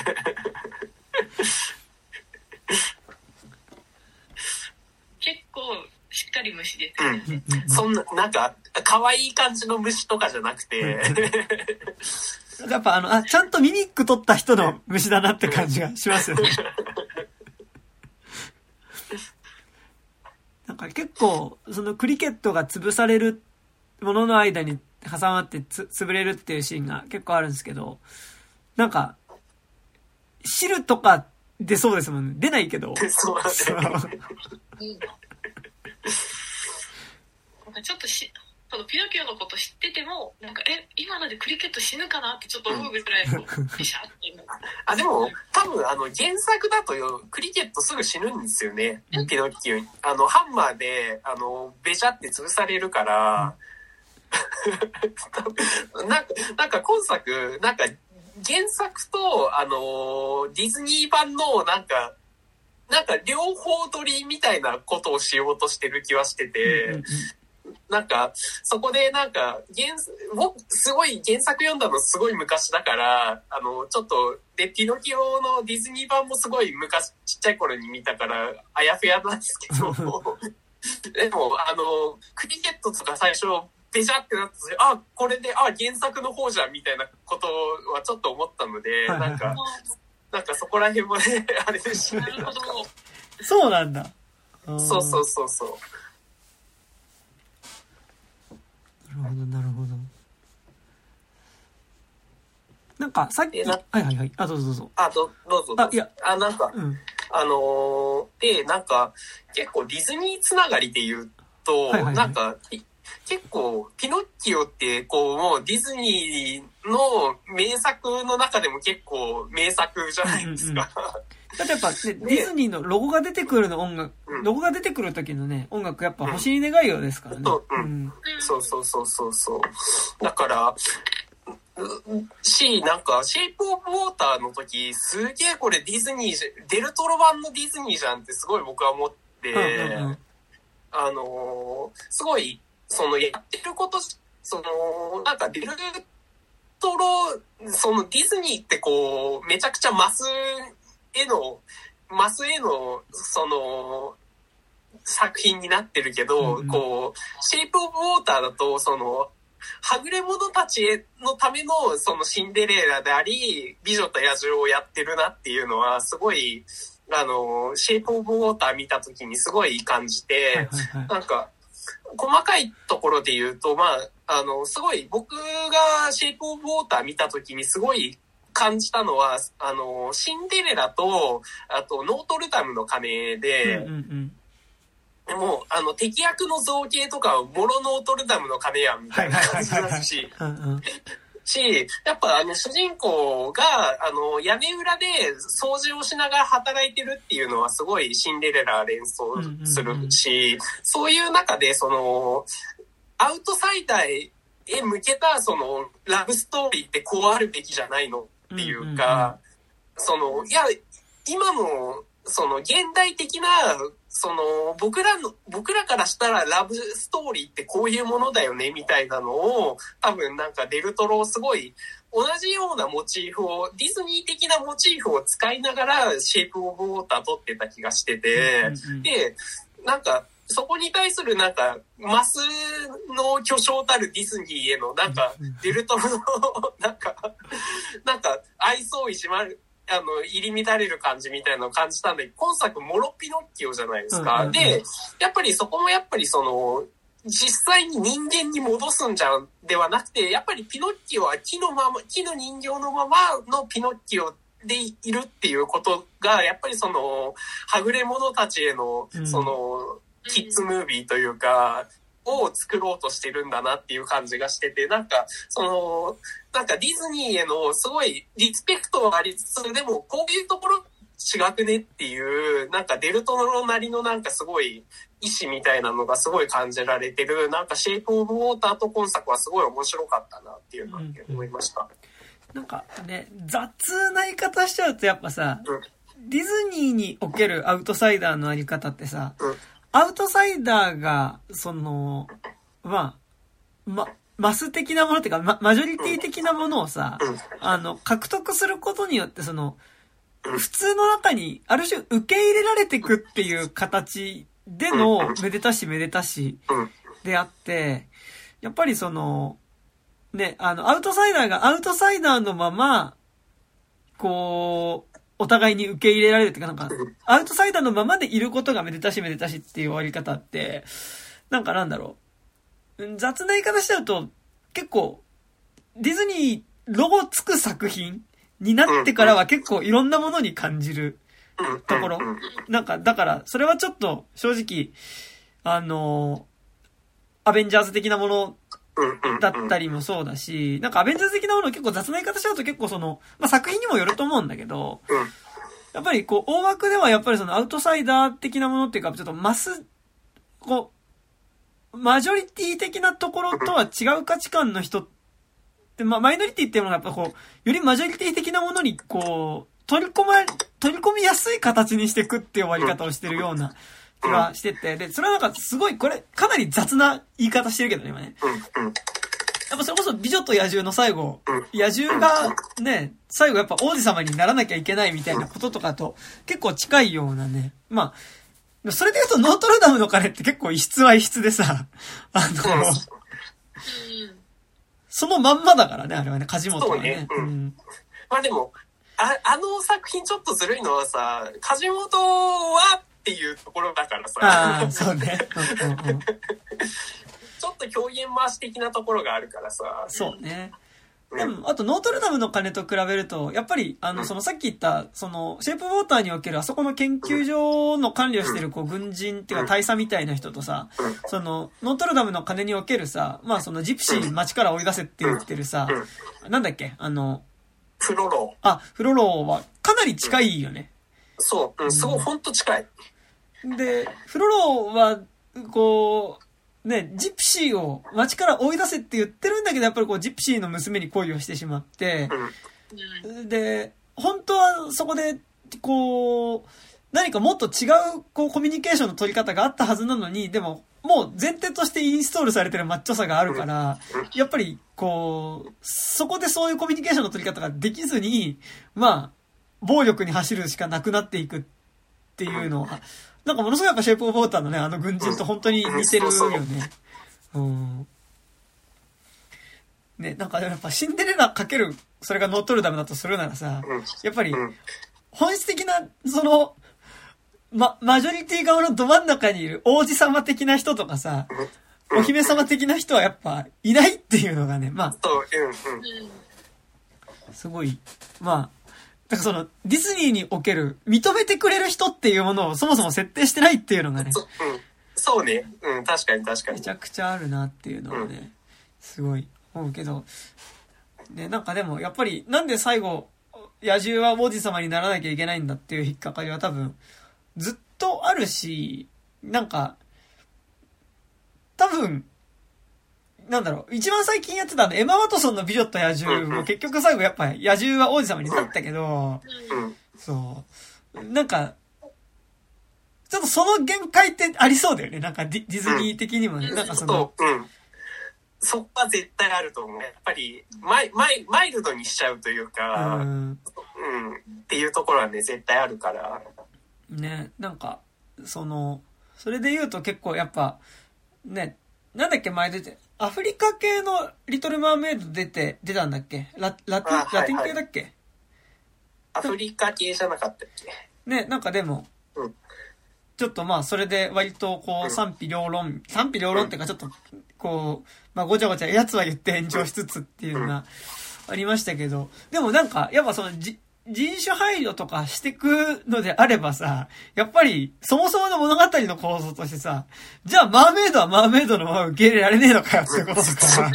結構しっかり虫ですよね。 そんな、なんか、可愛い感じの虫とかじゃなくて、 やっぱちゃんとミミック取った人の虫だなって感じがしますよね。なんか結構、そのクリケットが潰されるものの間に挟まって潰れるっていうシーンが結構あるんですけど、なんか、汁とか出そうですもんね。出ないけど。 そうだね。 なんかちょっとそのピノキオのこと知ってても、なんか今のでクリケット死ぬかなってちょっと思うぐらいピシャっていうの。 でも多分原作だとクリケットすぐ死ぬんですよね。ピノキオにハンマーでベシャって潰されるから。なんか今作なんか原作とディズニー版のなんか両方取りみたいなことをしようとしてる気はしてて、なんかそこでなんか僕すごい原作読んだのすごい昔だからちょっとでピノキオのディズニー版もすごい昔ちっちゃい頃に見たからあやふやなんですけどでもクリケットとか最初ベジャってなってこれで原作の方じゃんみたいなことはちょっと思ったので、なんかそこら辺もねあれですね。 そうなんだ。 そう。 なるほど。なんかさっきはいどうぞ。 どうぞ。 いやなんか、でなんか結構ディズニーつながりで言うと、なんか結構ピノッキオってこうもうディズニーの名作の中でも結構名作じゃないですか。 だってやっぱ、ね、ディズニーのロゴが出てくるの音楽、ロゴが出てくる時のね音楽やっぱ星に願いようですからね。 そう。だからなんかシェイプオブウォーターの時すげえこれディズニーデルトロ版のディズニーじゃんってすごい僕は思って、すごいそのやってることなんかデルトロそのディズニーってこうめちゃくちゃマスへのその作品になってるけど、こうシェイプオブウォーターだとそのはぐれ者たちのためのそのシンデレラであり美女と野獣をやってるなっていうのはすごいシェイプオブウォーター見た時にすごい感じて、なんか細かいところで言うとすごい僕がシェイプオブウォーター見た時にすごい感じたのはシンデレラとあとノートルダムの鐘で、でも敵役の造形とかはモロノートルダムの鐘やんみたいな感じだしやっぱ主人公が屋根裏で掃除をしながら働いてるっていうのはすごいシンデレラ連想するし、そういう中でそのアウトサイダーへ向けたそのラブストーリーってこうあるべきじゃないのっていうか、そのい今の、その現代的な、その僕らからしたらラブストーリーってこういうものだよねみたいなのを多分なんかデルトロすごい同じようなモチーフをディズニー的なモチーフを使いながらシェイプオブウォーター撮ってた気がしてて、でなんかそこに対するなんかマスの巨匠たるディズニーへのなんかデルトロのなんか愛想意地悪入り乱れる感じみたいなのを感じたんで、今作もろピノッキオじゃないですか。で、やっぱりそこもやっぱりその、実際に人間に戻すんじゃんではなくて、やっぱりピノッキオは木の人形のままのピノッキオでいるっていうことが、やっぱりその、はぐれ者たちへの、その、キッズムービーというか、を作ろうとしてるんだなっていう感じがしてて、なんかそのなんかディズニーへのすごいリスペクトはありつつ、でもこういうところ違くねっていうなんかデルトロなりのなんかすごい意志みたいなのがすごい感じられてる、なんかシェイプオブウォーターと今作はすごい面白かったなっていうのを思いました。 なんかね、雑な言い方しちゃうとやっぱさ、ディズニーにおけるアウトサイダーのあり方ってさ、アウトサイダーが、その、マス的なものっていうか、マジョリティ的なものをさ、獲得することによって、その、普通の中に、ある種受け入れられていくっていう形での、めでたしであって、やっぱりその、ね、アウトサイダーがアウトサイダーのまま、こう、お互いに受け入れられるっていうか、なんか、アウトサイダーのままでいることがめでたしっていう終わり方って、なんかなんだろう。雑な言い方しちゃうと、結構、ディズニーロゴつく作品になってからは結構いろんなものに感じるところ。なんか、だから、それはちょっと、正直、アベンジャーズ的なものだったりもそうだし、なんかアベンジャーズ的なものを結構雑な言い方しちゃうと結構その、作品にもよると思うんだけど、やっぱりこう、大枠ではやっぱりそのアウトサイダー的なものっていうか、ちょっとこう、マジョリティ的なところとは違う価値観の人って、マイノリティっていうのがやっぱこう、よりマジョリティ的なものにこう、取り込みやすい形にしていくっていう終わり方をしてるような気がしてて、で、それはなんかすごい、これ、かなり雑な言い方してるけどね、今ね。やっぱそれこそ美女と野獣の最後、野獣がね、最後やっぱ王子様にならなきゃいけないみたいなこととかと結構近いようなね。それで言うとノートルダムの鐘って結構異質は異質でさ、そのまんまだからね、あれはね、梶本はね。 でも、あの作品ちょっとずるいのはさ、梶本はっていうところだからさ。 そうね。 ちょっと狂言回し的なところがあるからさ。 そうね。でも、あと、ノートルダムの鐘と比べると、やっぱり、その、さっき言った、その、シェイプウォーターにおけるあそこの研究所の管理をしてる、こう、軍人っていうか、大佐みたいな人とさ、その、ノートルダムの鐘におけるさ、その、ジプシー街から追い出せって言ってるさ、なんだっけ、 フロロー。フロローは、かなり近いよね。 そう、すごい、ほんと近い。 で、フロローは、こう、ね、ジプシーを街から追い出せって言ってるんだけど、やっぱりこうジプシーの娘に恋をしてしまって、で、本当はそこで、こう、何かもっと違う、こう、コミュニケーションの取り方があったはずなのに、でも、もう前提としてインストールされてるマッチョさがあるから、やっぱり、こう、そこでそういうコミュニケーションの取り方ができずに、暴力に走るしかなくなっていくっていうのは、なんかものすごいやっぱシェイプオブウォーターのね、軍人と本当に似てるよね。ね、なんかやっぱシンデレラかける、それがノートルダムだとするならさ、やっぱり、本質的な、その、マジョリティ側のど真ん中にいる王子様的な人とかさ、お姫様的な人はやっぱいないっていうのがね、すごい、だからその、ディズニーにおける、認めてくれる人っていうものをそもそも設定してないっていうのがね。 そうね。確かに。 めちゃくちゃあるなっていうのをね、すごい思うけど。ね、なんかでも、やっぱり、なんで最後、野獣は王子様にならなきゃいけないんだっていう引っかかりは多分、ずっとあるし、なんか、多分、なんだろう、一番最近やってたエマ・ワトソンの美女と野獣も結局最後やっぱ野獣は王子様になったけど、そう。 なんか、ちょっとその限界ってありそうだよね。なんかディズニー的にもね。なんかその、 そこは絶対あると思う。やっぱりマイルドにしちゃうというか、っていうところはね、絶対あるから。 ね、なんか、それで言うと結構やっぱ、ね、なんだっけ前出て、アフリカ系のリトルマーメイド出たんだっけラティン系だっけ、 アフリカ系じゃなかったっけね、なんかでも、ちょっとまあそれで割とこう賛否両論っていうかちょっとこう、まあごちゃごちゃやつは言って炎上しつつっていうのがありましたけど、でもなんかやっぱその人種配慮とかしてくのであればさ、やっぱりそもそもの物語の構造としてさ、じゃあマーメイドはマーメイドのまま受け入れられねえのかよってこととか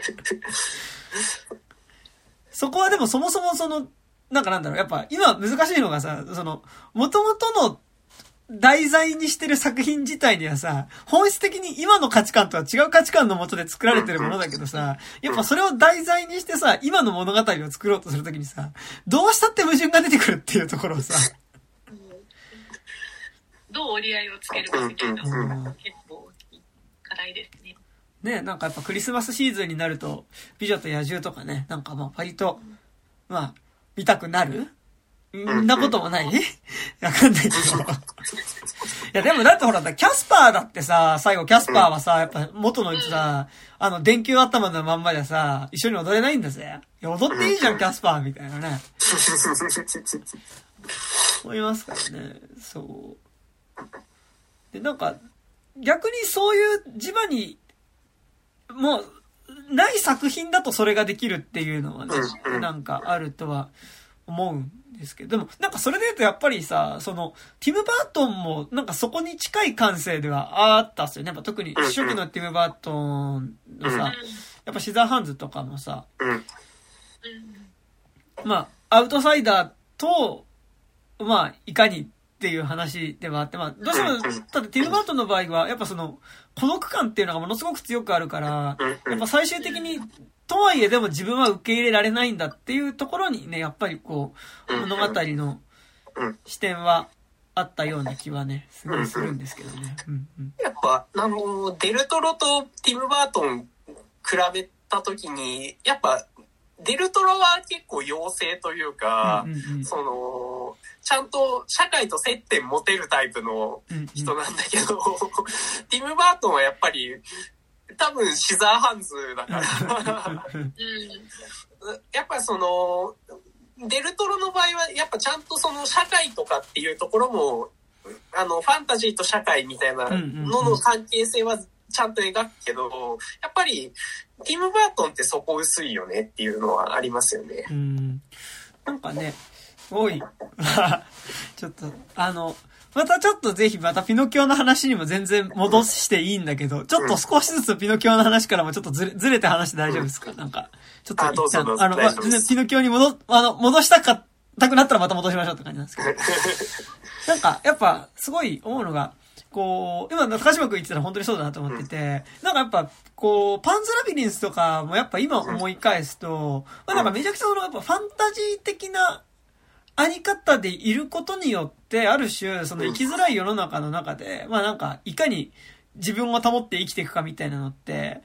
そこはでもそもそもなんだろう、やっぱ今難しいのがさ、元々の題材にしてる作品自体にはさ、本質的に今の価値観とは違う価値観のもとで作られてるものだけどさ、やっぱそれを題材にしてさ、今の物語を作ろうとするときにさ、どうしたって矛盾が出てくるっていうところをさ、 どう折り合いをつけるかみたいなのが結構大きい課題ですね。 ね、なんかやっぱクリスマスシーズンになると、美女と野獣とかね、なんかまあ割と、まあ、見たくなるんなこともないわかんないけど。いやでもだってほら、キャスパーだってさ、最後キャスパーはさ、やっぱ元のさ、電球頭のまんまでさ、一緒に踊れないんだぜ。いや、踊っていいじゃん、キャスパーみたいなね。思いますからね。そう。で、なんか、逆にそういう磁場に、もう、ない作品だとそれができるっていうのはね、なんかあるとは思うんですけど、でもなんかそれで言うとやっぱりさ、ティム・バートンもなんかそこに近い感性ではあったっすよね。やっぱ特に初期のティム・バートンのさ、やっぱシザーハンズとかもさ、まあ、アウトサイダーと、まあ、いかにっていう話ではあって、まあ、どうしても、ただティム・バートンの場合は、やっぱ孤独感っていうのがものすごく強くあるから、やっぱ最終的に、とはいえでも自分は受け入れられないんだっていうところにね、やっぱりこう、物語の視点はあったような気はね、すごいするんですけどね。 やっぱ、デルトロとティム・バートン比べたときに、やっぱ、デルトロは結構妖精というか、ちゃんと社会と接点持てるタイプの人なんだけど、ティム・バートンはやっぱり、多分シザーハンズだからやっぱりデルトロの場合はやっぱちゃんと社会とかっていうところもファンタジーと社会みたいなのの関係性はちゃんと描くけど、やっぱりティム・バートンってそこ薄いよねっていうのはありますよね。 なんかね、すごいちょっとまたちょっとぜひまたピノキオの話にも全然戻していいんだけど、ちょっと少しずつピノキオの話からもちょっとずれて話して大丈夫ですか？なんか、ちょっと一旦、ピノキオに戻したくなったらまた戻しましょうって感じなんですけど。なんか、やっぱ、すごい思うのが、こう、今、高島くん言ってたら本当にそうだなと思ってて、なんかやっぱ、こう、パンズラビリンスとかもやっぱ今思い返すと、まあなんかめちゃくちゃやっぱファンタジー的な、あり方でいることによって、ある種、生きづらい世の中の中で、まあなんか、いかに自分を保って生きていくかみたいなのって、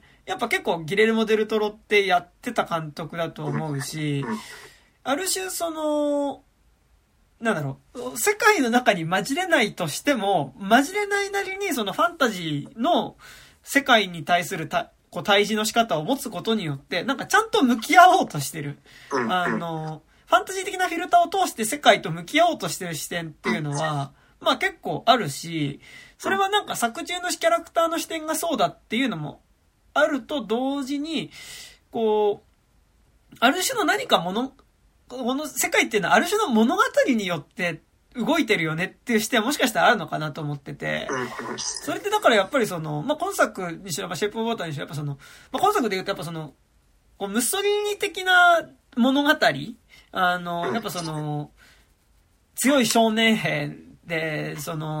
やっぱ結構ギレルモ・デルトロってやってた監督だと思うし、ある種なんだろう、世界の中に混じれないとしても、混じれないなりにファンタジーの世界に対するこう対峙の仕方を持つことによって、なんかちゃんと向き合おうとしてる。ファンタジー的なフィルターを通して世界と向き合おうとしてる視点っていうのは、まあ結構あるし、それはなんか作中のキャラクターの視点がそうだっていうのもあると同時に、こう、ある種の何かこの世界っていうのはある種の物語によって動いてるよねっていう視点はもしかしたらあるのかなと思ってて、それってだからやっぱりまあ今作にしろ、シェイプオブウォーターにしろ、やっぱまあ今作で言うとやっぱこうムッソリーニ的な物語、やっぱ強い少年兵で、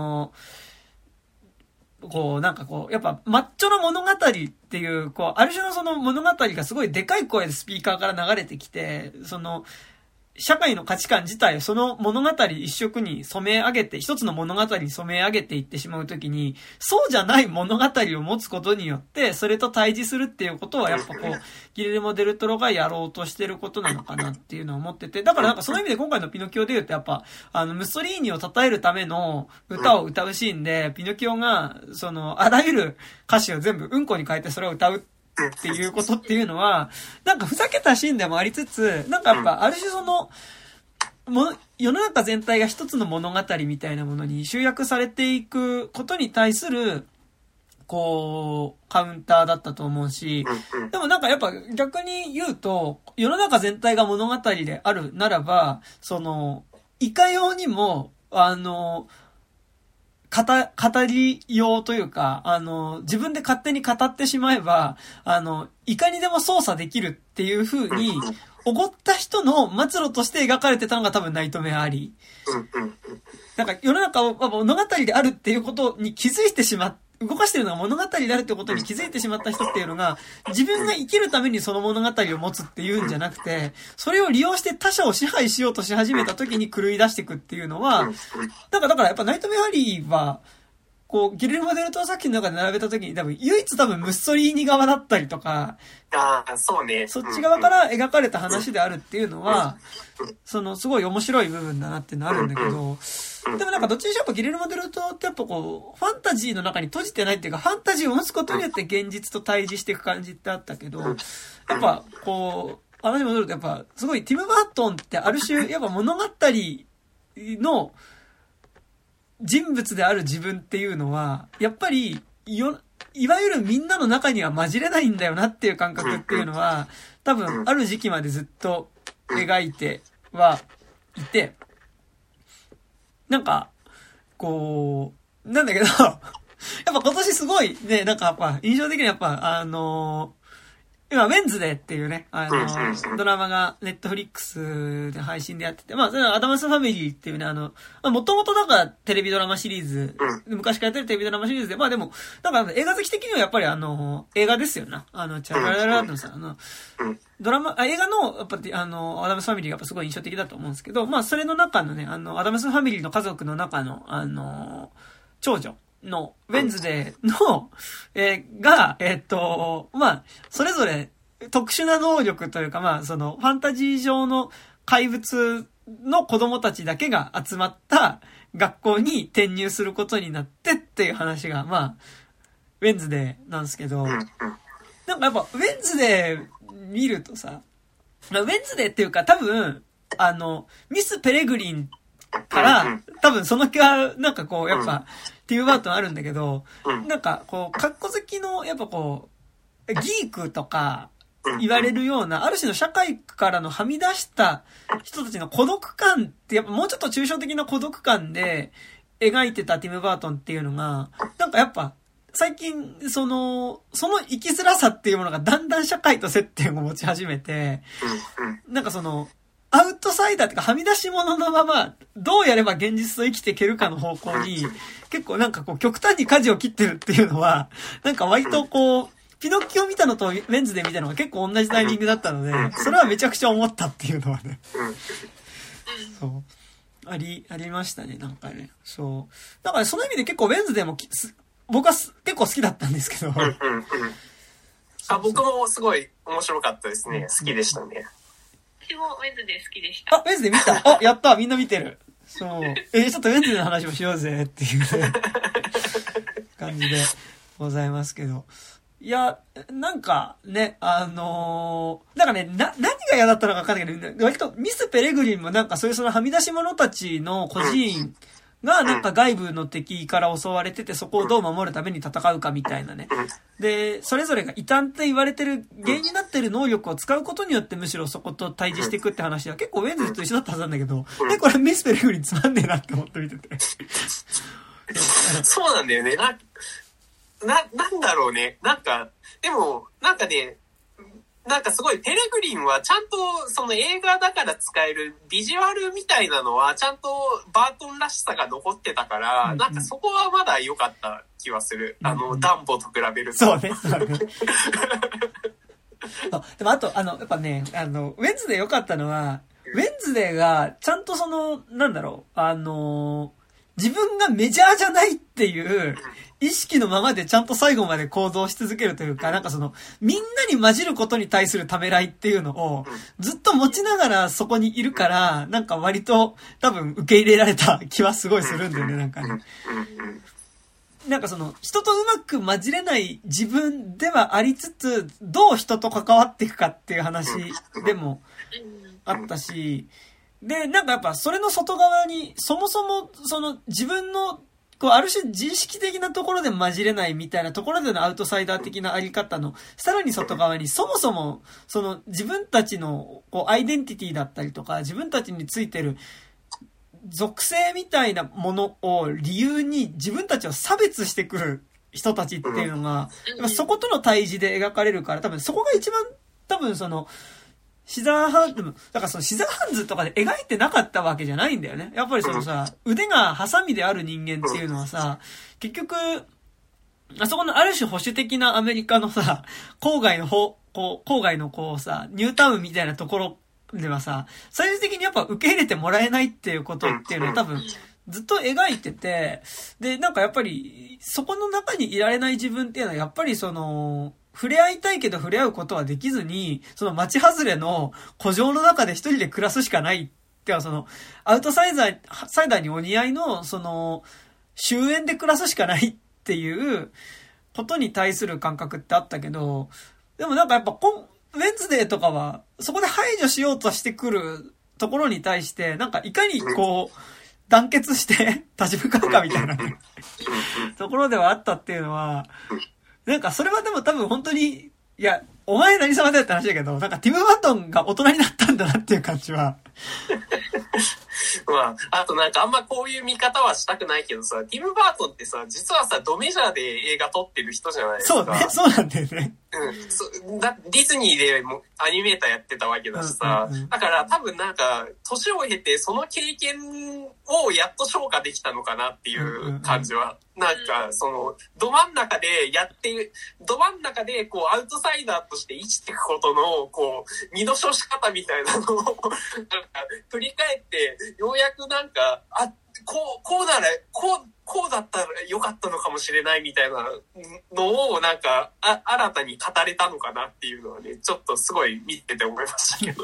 こう、なんかこう、やっぱ、マッチョな物語っていう、こう、ある種の物語がすごいでかい声でスピーカーから流れてきて、 社会の価値観自体をその物語一色に染め上げて、一つの物語に染め上げていってしまうときに、そうじゃない物語を持つことによって、それと対峙するっていうことは、やっぱこう、ギレルモ・デルトロがやろうとしてることなのかなっていうのは思ってて、だからなんかその意味で今回のピノキオで言うと、やっぱ、ムッソリーニを称えるための歌を歌うシーンで、ピノキオが、あらゆる歌詞を全部うんこに変えてそれを歌うっていうことっていうのは、なんかふざけたシーンでもありつつ、なんかやっぱある種世の中全体が一つの物語みたいなものに集約されていくことに対する、こう、カウンターだったと思うし、でもなんかやっぱ逆に言うと、世の中全体が物語であるならば、いかようにも、語りようというか、自分で勝手に語ってしまえば、いかにでも操作できるっていう風に、おごった人の末路として描かれてたのが多分ナイトメアリー。なんか世の中は物語であるっていうことに気づいてしまって、動かしてるのが物語であるってことに気づいてしまった人っていうのが、自分が生きるためにその物語を持つっていうんじゃなくて、それを利用して他者を支配しようとし始めた時に狂い出していくっていうのは、だからやっぱナイトメアリーは、こう、ギレルモ・デルトロ作品の中で並べた時に唯一ムッソリーニ側だったりとか、 そうね。 そっち側から描かれた話であるっていうのは、すごい面白い部分だなっていうのあるんだけど、でもなんかどっちにしろやっぱギレルモ・デルトロってやっぱこう、ファンタジーの中に閉じてないっていうか、ファンタジーを持つことによって現実と対峙していく感じってあったけど、やっぱこう、話に戻るとやっぱ、すごいティム・バートンってある種、やっぱ物語の人物である自分っていうのは、やっぱり、いわゆるみんなの中には混じれないんだよなっていう感覚っていうのは、多分ある時期までずっと描いてはいて、なんか、こう、なんだけど、やっぱ今年すごいね、なんかやっぱ印象的にやっぱ今、ウェンズデーっていうね、ドラマがネットフリックスで配信でやってて、それはアダムスファミリーっていうね、もともとだからテレビドラマシリーズ、昔からやってるテレビドラマシリーズで、でも、なんか映画好き的にはやっぱり映画ですよな。チャラララのさ、映画の、やっぱりアダムスファミリーがやっぱすごい印象的だと思うんですけど、それの中のね、アダムスファミリーの家族の中の、長女。の、ウェンズデーの、が、それぞれ特殊な能力というか、ファンタジー上の怪物の子供たちだけが集まった学校に転入することになってっていう話が、ウェンズデーなんですけど、なんかやっぱ、ウェンズデー見るとさ、ウェンズデーっていうか多分、ミス・ペレグリンから、多分その気は、なんかこう、やっぱ、ティム・バートンあるんだけど、なんかこう、カッコ好きの、やっぱこう、ギークとか言われるような、ある種の社会からのはみ出した人たちの孤独感って、やっぱもうちょっと抽象的な孤独感で描いてたティム・バートンっていうのが、なんかやっぱ、最近、その生きづらさっていうものがだんだん社会と接点を持ち始めて、なんかアウトサイダーっていうかはみ出し物のままどうやれば現実と生きていけるかの方向に結構なんかこう極端に舵を切ってるっていうのはなんか割とこうピノッキオ見たのとウェンズで見たのが結構同じタイミングだったのでそれはめちゃくちゃ思ったっていうのはねそうありましたねなんかねそうだからその意味で結構ウェンズでも僕は結構好きだったんですけど僕もすごい面白かったですね好きでしたね私もウェンズデー好きでした。 ウェンズデー見たやったみんな見てる。そう。ちょっとウェンズデーの話もしようぜっていう、ね、感じでございますけど。いや、なんかね、なんかね、何が嫌だったのか分かんないけど、割とミス・ペレグリンもなんかそういうはみ出し者たちの孤児院がなんか外部の敵から襲われててそこをどう守るために戦うかみたいなね。で、それぞれが異端って言われてる原因になってる能力を使うことによってむしろそこと対峙していくって話は結構ウェンズと一緒だったはずなんだけど、これミス・ペレグリンつまんねえなって思って見てて。 そうなんだよね。なんだろうね。なんか、でも、なんかね、なんかすごいペレグリンはちゃんとその映画だから使えるビジュアルみたいなのはちゃんとバートンらしさが残ってたから、なんかそこはまだ良かった気はする。ダンボと比べると。 そうね。でもあと、やっぱね、ウェンズで良かったのは、 ウェンズデーが、ちゃんとその、なんだろう、自分がメジャーじゃないっていう意識のままでちゃんと最後まで行動し続けるというか、なんかその、みんなに混じることに対するためらいっていうのをずっと持ちながらそこにいるから、なんか割と多分受け入れられた気はすごいするんだよね、なんかね。なんかその、人とうまく混じれない自分ではありつつ、どう人と関わっていくかっていう話でもあったし、で、なんかやっぱそれの外側に、そもそもその自分の、こう、ある種自意識的なところで混じれないみたいなところでのアウトサイダー的なあり方の、さらに外側に、そもそも、その自分たちの、こう、アイデンティティだったりとか、自分たちについてる、属性みたいなものを理由に自分たちを差別してくる人たちっていうのが、そことの対峙で描かれるから、多分そこが一番、多分その、シザーハンズ、だからそのシザーハンズとかで描いてなかったわけじゃないんだよね。やっぱりそのさ、腕がハサミである人間っていうのはさ、結局、あそこのある種保守的なアメリカのさ、郊外のこうさ、ニュータウンみたいなところではさ、最終的にやっぱ受け入れてもらえないっていうことっていうのは多分、ずっと描いてて、で、なんかやっぱり、そこの中にいられない自分っていうのはやっぱりその、触れ合いたいけど触れ合うことはできずに、その街外れの古城の中で一人で暮らすしかないっては、その、アウトサイダーにお似合いの、その、終焉で暮らすしかないっていうことに対する感覚ってあったけど、でもなんかやっぱウェンズデーとかは、そこで排除しようとしてくるところに対して、なんかいかにこう、団結して立ち向かうかみたいなところではあったっていうのは、なんかそれはでも多分本当に、いや、お前何様だよって話だけど、なんかティム・バートンが大人になったんだなっていう感じは。 まあ、あとなんかあんまこういう見方はしたくないけどさ、ティム・バートンってさ、実はさ、ドメジャーで映画撮ってる人じゃないですか。 そうね、そうなんだよね。 ディズニーでもアニメーターやってたわけだしさ、だから多分なんか、年を経てその経験をやっと消化できたのかなっていう感じは。なんか、その、ど真ん中で、こう、アウトサイダーとして生きていくことの、こう、身の処し方みたいなのを、なんか、振り返って、ようやくなんか、こうだったらよかったのかもしれないみたいなのを、なんか、新たに語れたのかなっていうのはね、ちょっとすごい見てて思いましたけど。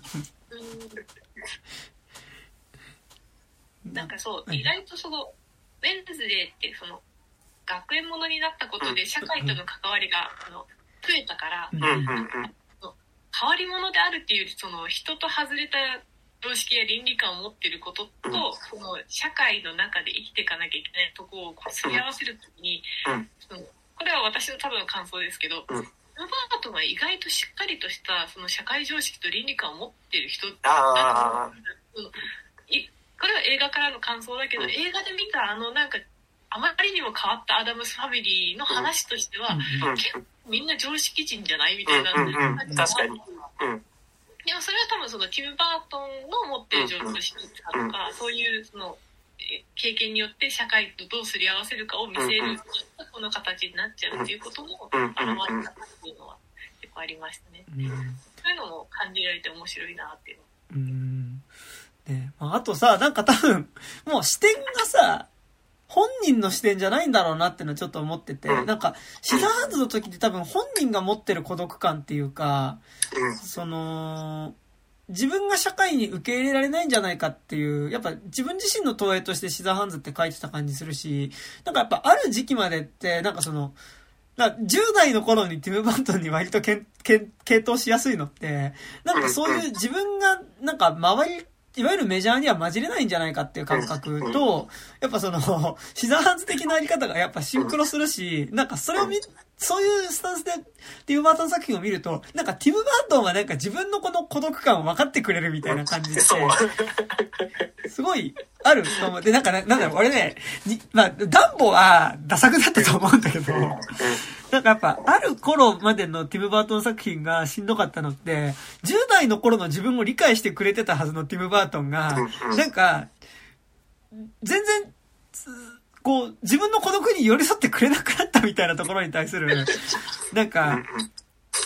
なんかそう、意外とその、ウェンズデーってその学園ものになったことで社会との関わりが増えたから、変わり者であるっていうその人と外れた常識や倫理観を持っていることと、その社会の中で生きていかなきゃいけないところをすり合わせるときに、これは私の多分感想ですけど、ロバートが意外としっかりとしたその社会常識と倫理観を持っている人だと。これは映画からの感想だけど、映画で見たなんかあまりにも変わったアダムスファミリーの話としては、結構みんな常識人じゃないみたいな感じ確かに。 でもそれは多分そのティム・バートンの持ってる常識さとか、そういうその経験によって社会とどうすり合わせるかを見せるこの形になっちゃうっていうことも表れたっていうのは結構ありましたね。そういうのも感じられて面白いなっていうの。 ね、あとさ、なんか多分、もう視点がさ、本人の視点じゃないんだろうなってのはちょっと思ってて、なんか、シザーハンズの時って多分本人が持ってる孤独感っていうか、その、自分が社会に受け入れられないんじゃないかっていう、やっぱ自分自身の投影としてシザーハンズって書いてた感じするし、なんかやっぱある時期までって、なんかその、10代の頃にティム・バートンに割と傾倒しやすいのって、なんかそういう自分が、なんか周り、いわゆるメジャーには混じれないんじゃないかっていう感覚と、やっぱその、シザーハンズ的なあり方がやっぱシンクロするし、なんかそれをそういうスタンスでティム・バートン作品を見ると、なんかティム・バートンはなんか自分のこの孤独感を分かってくれるみたいな感じで、すごいあると思う。で、なんだろう、俺ね、まあ、ダンボはダ作だったと思うんだけど、なんかやっぱ、ある頃までのティム・バートン作品がしんどかったのって、10代の頃の自分を理解してくれてたはずのティム・バートンが、なんか、全然、こう、自分の孤独に寄り添ってくれなくなったみたいなところに対する、なんか、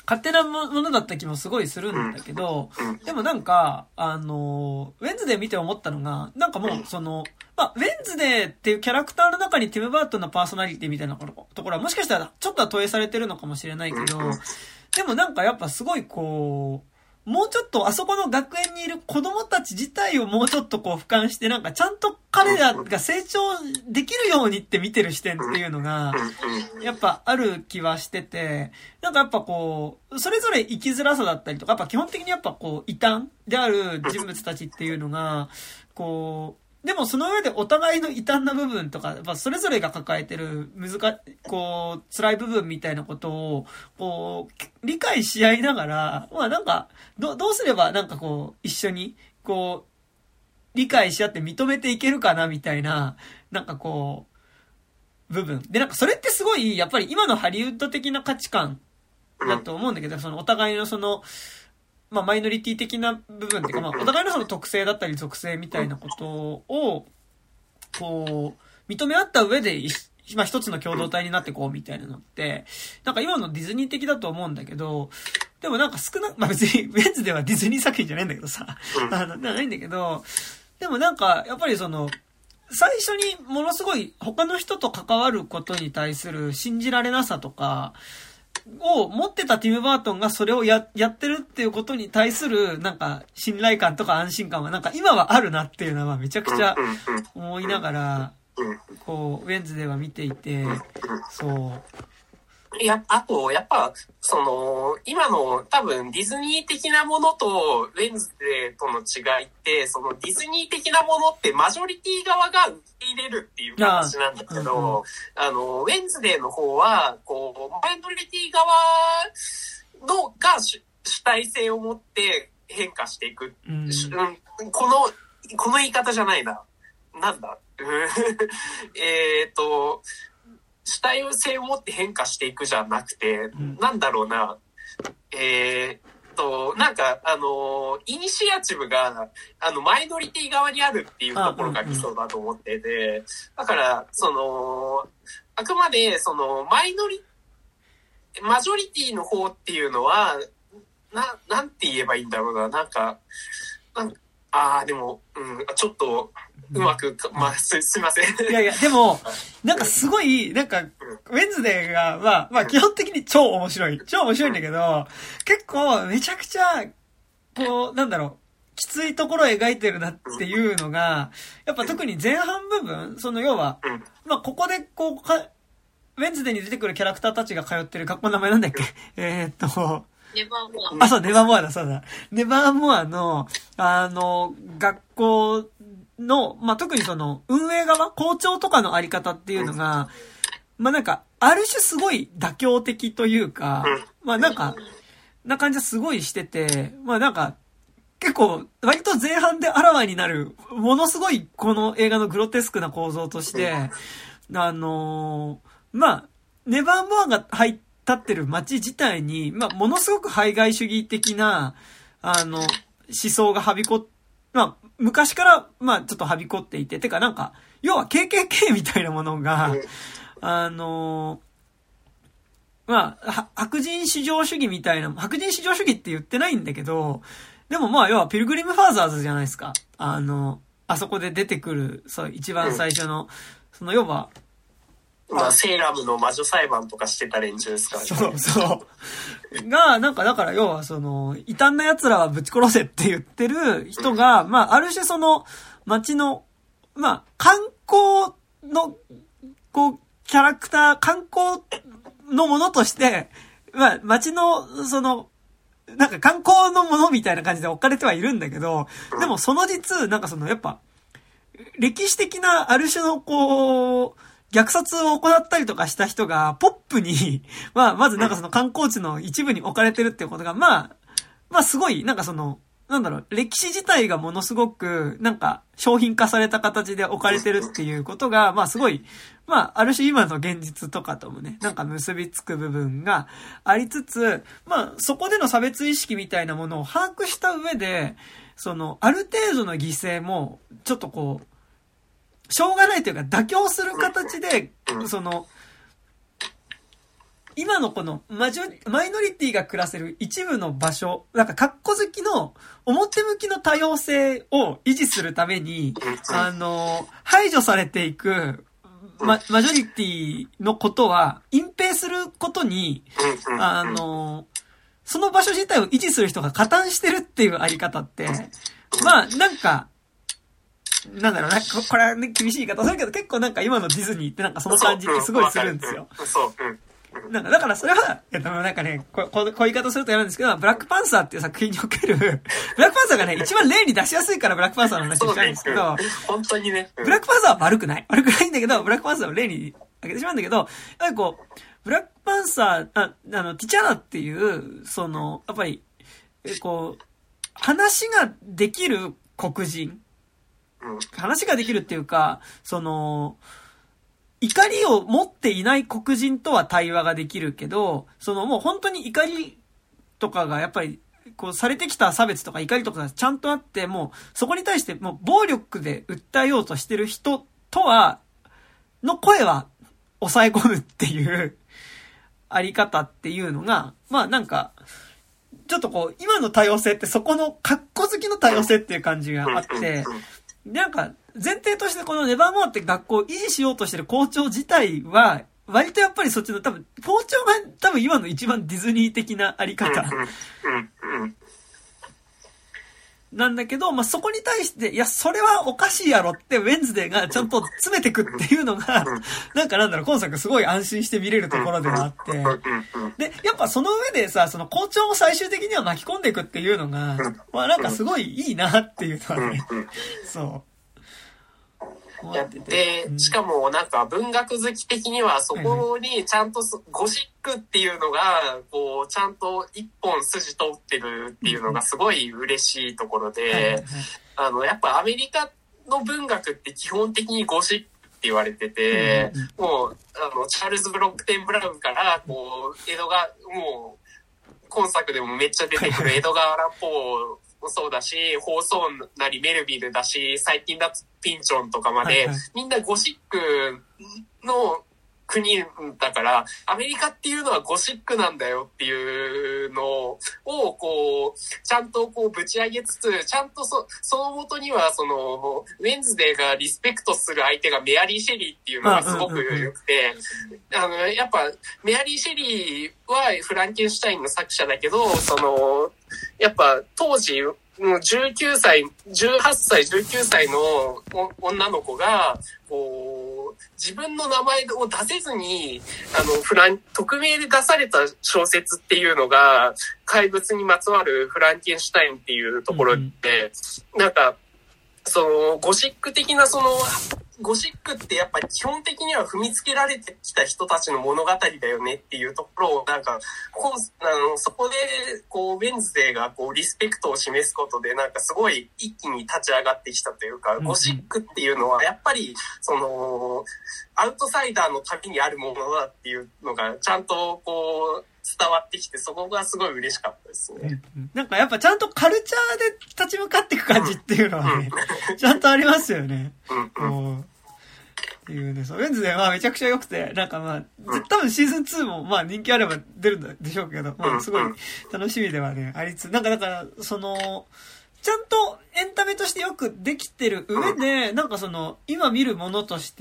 勝手なものだった気もすごいするんだけど、でもなんか、ウェンズデー見て思ったのが、なんかもう、ウェンズデーっていうキャラクターの中にティム・バートンのパーソナリティみたいなところはもしかしたらちょっとは投影されてるのかもしれないけど、でもなんかやっぱすごいこう、もうちょっとあそこの学園にいる子供たち自体をもうちょっとこう俯瞰して、なんかちゃんと彼らが成長できるようにって見てる視点っていうのが、やっぱある気はしてて、なんかやっぱこう、それぞれ生きづらさだったりとか、やっぱ基本的にやっぱこう異端である人物たちっていうのが、こう、でもその上でお互いの異端な部分とか、やっぱそれぞれが抱えてるこう、辛い部分みたいなことを、こう、理解し合いながら、まあなんか、どうすればなんかこう、一緒に、こう、理解し合って認めていけるかなみたいな、なんかこう、部分。で、なんかそれってすごい、やっぱり今のハリウッド的な価値観だと思うんだけど、そのお互いのその、まあ、マイノリティ的な部分っていうか、まあ、お互いのその特性だったり属性みたいなことを、こう、認め合った上で、まあ、一つの共同体になってこうみたいなのって、なんか今のディズニー的だと思うんだけど、でもなんかまあ別に、ウェンズではディズニー作品じゃないんだけどさ、ないんだけど、でもなんか、やっぱりその、最初にものすごい他の人と関わることに対する信じられなさとか、を持ってたティム・バートンがそれをやってるっていうことに対するなんか信頼感とか安心感はなんか今はあるなっていうのはめちゃくちゃ思いながらこうウェンズデーは見ていて、そうあと、やっぱ、今の多分ディズニー的なものとウェンズデーとの違いって、そのディズニー的なものってマジョリティ側が受け入れるっていう形なんだけど、ウェンズデーの方は、こう、マイノリティ側が主体性を持って変化していく。この言い方じゃないな。なんだ主体性を持って変化していくじゃなくて、なんだろうな、なんか、イニシアチブが、マイノリティ側にあるっていうところが基礎だと思ってて、だから、あくまで、マジョリティの方っていうのは、なんて言えばいいんだろうな、でも、ちょっと、うまく、まあ、すいません。 いや、でも、なんかすごい、なんか、ウェンズデーが、まあ基本的に超面白いんだけど、結構めちゃくちゃ、こう、なんだろう、きついところを描いてるなっていうのが、やっぱ特に前半部分、要は、まあここでこう、ウェンズデーに出てくるキャラクターたちが通ってる学校の名前なんだっけネバーモア。 そう、ネバーモアだ、そうだ。ネバーモアの、学校の、まあ、特に運営側、校長とかのあり方っていうのが、まあ、なんか、ある種すごい妥協的というか、まあ、なんか、な感じはすごいしてて、まあ、なんか、結構、割と前半であらわになる、ものすごいこの映画のグロテスクな構造として、まあ、ネバーモアが入立ってる街自体に、まあ、ものすごく排外主義的な、思想がまあ、昔から、まあ、ちょっとはびこっていて、てかなんか、要は KKK みたいなものが、まあ、白人至上主義みたいな、白人至上主義って言ってないんだけど、でもまあ、要はピルグリムファーザーズじゃないですか。あそこで出てくる、そう、一番最初の、要は、 まあ、セーラムの魔女裁判とかしてた連中ですからね。 そう。が、なんか、だから要は異端な奴らはぶち殺せって言ってる人が、まあ、ある種街の、まあ、観光の、こう、キャラクター、観光のものとして、まあ、街の、なんか観光のものみたいな感じで置かれてはいるんだけど、でもその実、なんかやっぱ、歴史的なある種のこう、虐殺を行ったりとかした人が、ポップに、まあ、まずなんか観光地の一部に置かれてるっていうことが、まあすごい、なんかなんだろう、歴史自体がものすごく、なんか、商品化された形で置かれてるっていうことが、まあすごい、まあ、ある種今の現実とかともね、なんか結びつく部分がありつつ、まあ、そこでの差別意識みたいなものを把握した上で、ある程度の犠牲も、ちょっとこう、しょうがないというか妥協する形で、 今のこのマイノリティが暮らせる一部の場所、なんか格好好きの表向きの多様性を維持するために、排除されていく、マジョリティのことは隠蔽することに、その場所自体を維持する人が加担してるっていうあり方って、まあ、なんか、なんだろうな、これはね、厳しい言い方するけど、結構なんか今のディズニーってなんかその感じってすごいするんですよ。なんか、だからそれは、なんかね、こういう言い方するとやるんですけど、ブラックパンサーっていう作品における、ブラックパンサーがね、一番例に出しやすいからブラックパンサーの話したいんですけど、 本当にね。 ブラックパンサーは悪くないんだけど、ブラックパンサーを例に挙げてしまうんだけど、やっぱりこう、ブラックパンサー、ティチャラっていう、その、やっぱり、こう、話ができる黒人、話ができるっていうか、その、怒りを持っていない黒人とは対話ができるけど、そのもう本当に怒りとかがやっぱり、こうされてきた差別とか怒りとかがちゃんとあって、もうそこに対してもう暴力で訴えようとしてる人とは、の声は抑え込むっていうあり方っていうのが、まあなんか、ちょっとこう、今の多様性ってそこの格好好きの多様性っていう感じがあって、なんか、前提としてこのネバーモアって学校を維持しようとしてる校長自体は、割とやっぱりそっちの多分、校長が多分今の一番ディズニー的なあり方。なんだけど、まあ、そこに対して、いや、それはおかしいやろってウェンズデーがちゃんと詰めてくっていうのが、なんかなんだろう、今作すごい安心して見れるところではあって。で、やっぱその上でさ、その校長を最終的には巻き込んでいくっていうのが、まあなんかすごいいいなっていうのはね、そう。 で、しかもなんか文学好き的にはそこにちゃんとゴシックっていうのがこうちゃんと一本筋通ってるっていうのがすごい嬉しいところで、やっぱアメリカの文学って基本的にゴシックって言われてて、もうチャールズ・ブロックテン・ブラウンからこう江戸がもう今作でもめっちゃ出てくる江戸川乱歩もそうだし、放送なりメルビルだし、最近だとピンチョンとかまで、みんなゴシックの国だから、アメリカっていうのはゴシックなんだよっていうのを、こう、ちゃんとこうぶち上げつつ、ちゃんとその元には、その、ウェンズデーがリスペクトする相手がメアリー・シェリーっていうのがすごく良くて、やっぱ、メアリー・シェリーはフランケンシュタインの作者だけど、その、やっぱ当時、18歳、19歳の女の子が、こう、自分の名前を出せずに、匿名で出された小説っていうのが、怪物にまつわるフランケンシュタインっていうところで、なんか、その、ゴシック的なゴシックってやっぱり基本的には踏みつけられてきた人たちの物語だよねっていうところをなんかそこでこうウェンズデーがこうリスペクトを示すことでなんかすごい一気に立ち上がってきたというか、ゴシックっていうのはやっぱりそのアウトサイダーのためにあるものだっていうのがちゃんとこう伝わってきて、そこがすごい嬉しかったですね。 なんかやっぱちゃんとカルチャーで立ち向かっていく感じっていうのはね、ちゃんとありますよね。っていうね、そう、ウェンズデーはめちゃくちゃ良くて、なんかまあ、多分シーズン2もまあ人気あれば出るんでしょうけど、まあすごい楽しみではね、ありつつ、なんかだから、その、ちゃんとエンタメとしてよくできてる上で、なんかその、今見るものとして、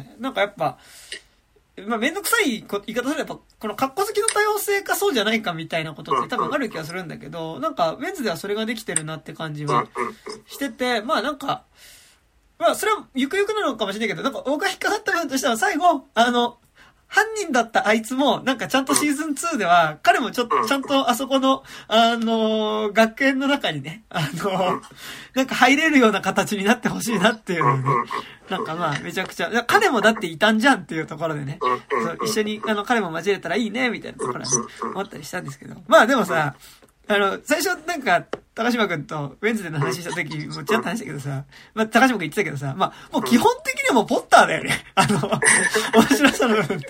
なんかやっぱ、まあ、めんどくさい言い方すれば、やっぱ、この格好好きの多様性かそうじゃないかみたいなことって多分ある気がするんだけど、なんか、ウェンズではそれができてるなって感じはしてて、まあなんか、まあそれはゆくゆくなのかもしれないけど、なんか僕が引っかかった部分としては最後、犯人だったあいつも、なんかちゃんとシーズン2では、彼もちゃんとあそこの、学園の中にね、なんか入れるような形になってほしいなっていうのね、なんかまあ、めちゃくちゃ、彼もだっていたんじゃんっていうところでね、そう一緒に、彼も交えたらいいね、みたいなところは、ね、思ったりしたんですけど。まあでもさ、最初なんか、高島くんとウェンズデーの話した時もちらっと話したけどさ、まあ高島くん言ってたけどさ、まあもう基本的にはもうポッターだよね。面白さの部分って。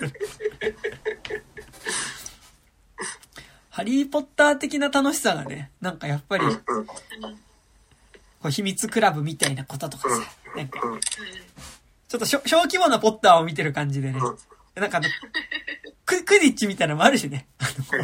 ハリーポッター的な楽しさがね、なんかやっぱり、こう秘密クラブみたいなこととかさ、なんか、ちょっと小規模なポッターを見てる感じでね、なんかククエディッチみたいなのもあるしね。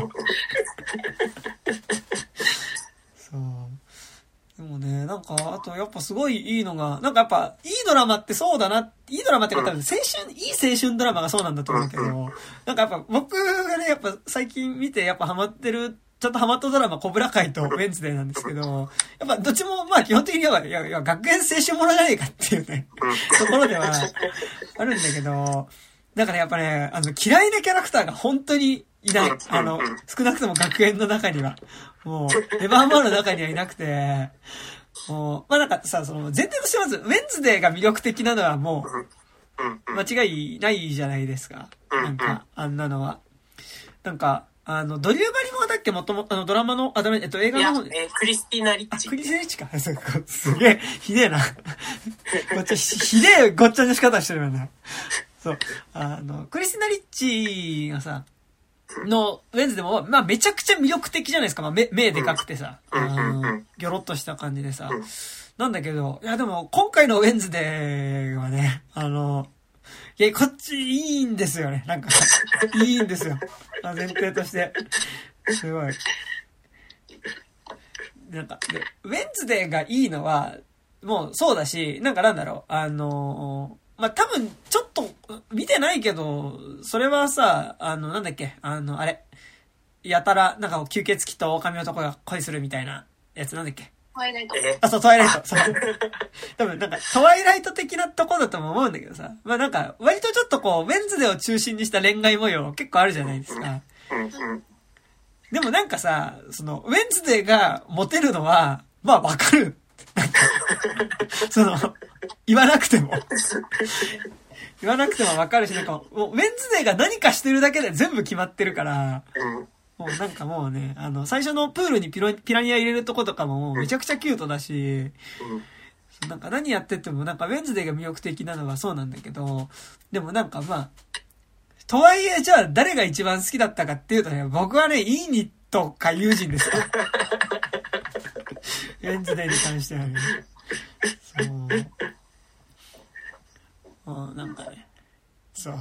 そう。でもね、なんか、あとやっぱすごいいいのが、なんかやっぱ、いいドラマってそうだな、いいドラマってか多分いい青春ドラマがそうなんだと思うけど、なんかやっぱ僕がね、やっぱ最近見てやっぱハマってる、ちょっとハマったドラマ、コブラ会とウェンズデーなんですけど、やっぱどっちもまあ基本的には、いや学園青春ものじゃねえかっていうね、ところではあるんだけど、だからやっぱね、嫌いなキャラクターが本当にいない。少なくとも学園の中には。もう、エヴァーマンの中にはいなくて、もう、まあなんかさ、その、前提としてまず、ウェンズデーが魅力的なのはもう、間違いないじゃないですか。なんか、あんなのは。なんか、ドリューバリモアだっけもともと、ドラマの、映画の方で。 クリスティーナ・リッチ。 クリスティーナ・リッチか。すげえ、ひでえな。ひでえごっちゃに仕方してるよな。そう。クリスティナ・リッチがさ、の、ウェンズでも、まあめちゃくちゃ魅力的じゃないですか。まあ目でかくてさ、ギョロッとした感じでさ。なんだけど、いやでも今回のウェンズデーはね、いや、こっちいいんですよね。なんか、いいんですよ。前提として。すごい。なんか、ウェンズデーがいいのは、もうそうだし、なんかなんだろう、まあ、多分、ちょっと、見てないけど、それはさ、なんだっけ、あれ、やたら、なんか吸血鬼と狼男が恋するみたいなやつなんだっけ。 トワイライト。 あ、そう、トワイライト。そう。多分、なんか、トワイライト的なとこだとも思うんだけどさ。まあなんか、割とちょっとこう、ウェンズデーを中心にした恋愛模様結構あるじゃないですか。でもなんかさ、その、ウェンズデーがモテるのは、まあわかる。なんか、その、言わなくてもわかるし、なんか、もう、ウェンズデーが何かしてるだけで全部決まってるから、もうなんかもうね、最初のプールにピラニア入れるとことかもめちゃくちゃキュートだし、なんか何やっててもなんかウェンズデーが魅力的なのはそうなんだけど、でもなんかまあ、とはいえじゃあ誰が一番好きだったかっていうとね、僕はね、イーニットかユージンですよ。ウェンズデーに関してはね。そう。なんかね、そう。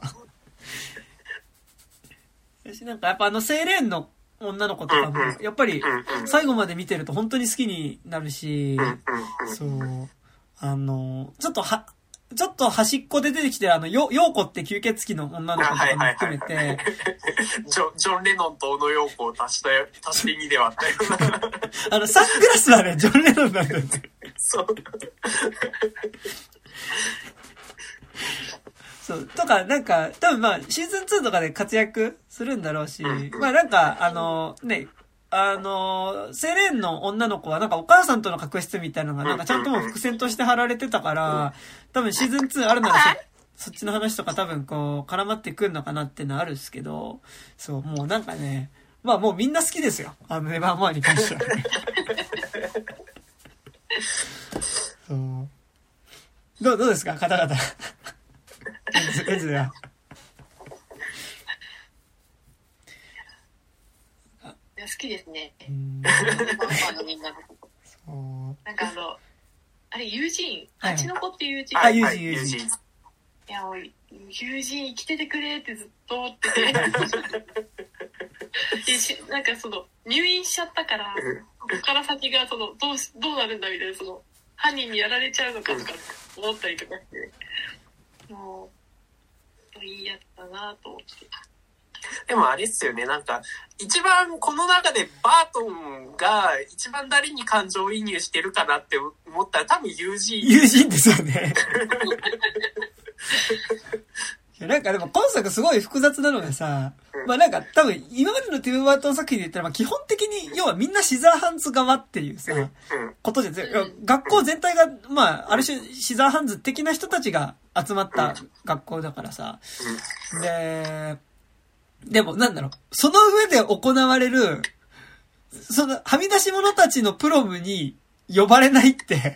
私なんかやっぱセイレーンの女の子とかも、やっぱり最後まで見てると本当に好きになるし、そう、ちょっと端っこで出てきてヨーコって吸血鬼の女の子とかも含めて、 ジョン・レノンと小野陽子を足して2で割ったよ。 サングラスはね、ジョン・レノンなんだよね。 そう。 そう、とか、なんか、多分まあ、シーズン2とかで活躍するんだろうし、まあなんか、ね、セレーンの女の子はなんかお母さんとの確執みたいなのがなんかちゃんともう伏線として貼られてたから、多分シーズン2あるならそっちの話とか多分こう、絡まってくるのかなっていうのはあるんですけど、そう、もうなんかね、まあもうみんな好きですよ。ネバーモアに関してはね。そう。どうですか方々。エズは。 好きですね。みんなの。なんかあれ友人、蜂の子っていう友人。 あ、友人。 いや、友人生きててくれってずっと思ってて。なんか入院しちゃったから、ここから先がどうなるんだみたいな、犯人にやられちゃうのかとか思ったりとかして、もう、いいやつだなと思って。 でもあれっすよね、なんか、一番この中でバートンが一番誰に感情移入してるかなって思ったら多分友人ですよね。なんかでも今作すごい複雑なのがさ、まあなんか多分今までのティム・バートン作品で言ったら、まあ基本的に要はみんなシザーハンズ側っていうさ、ことで、学校全体がまあある種シザーハンズ的な人たちが集まった学校だからさ、でもなんだろう、その上で行われる、はみ出し者たちのプロムに呼ばれないって、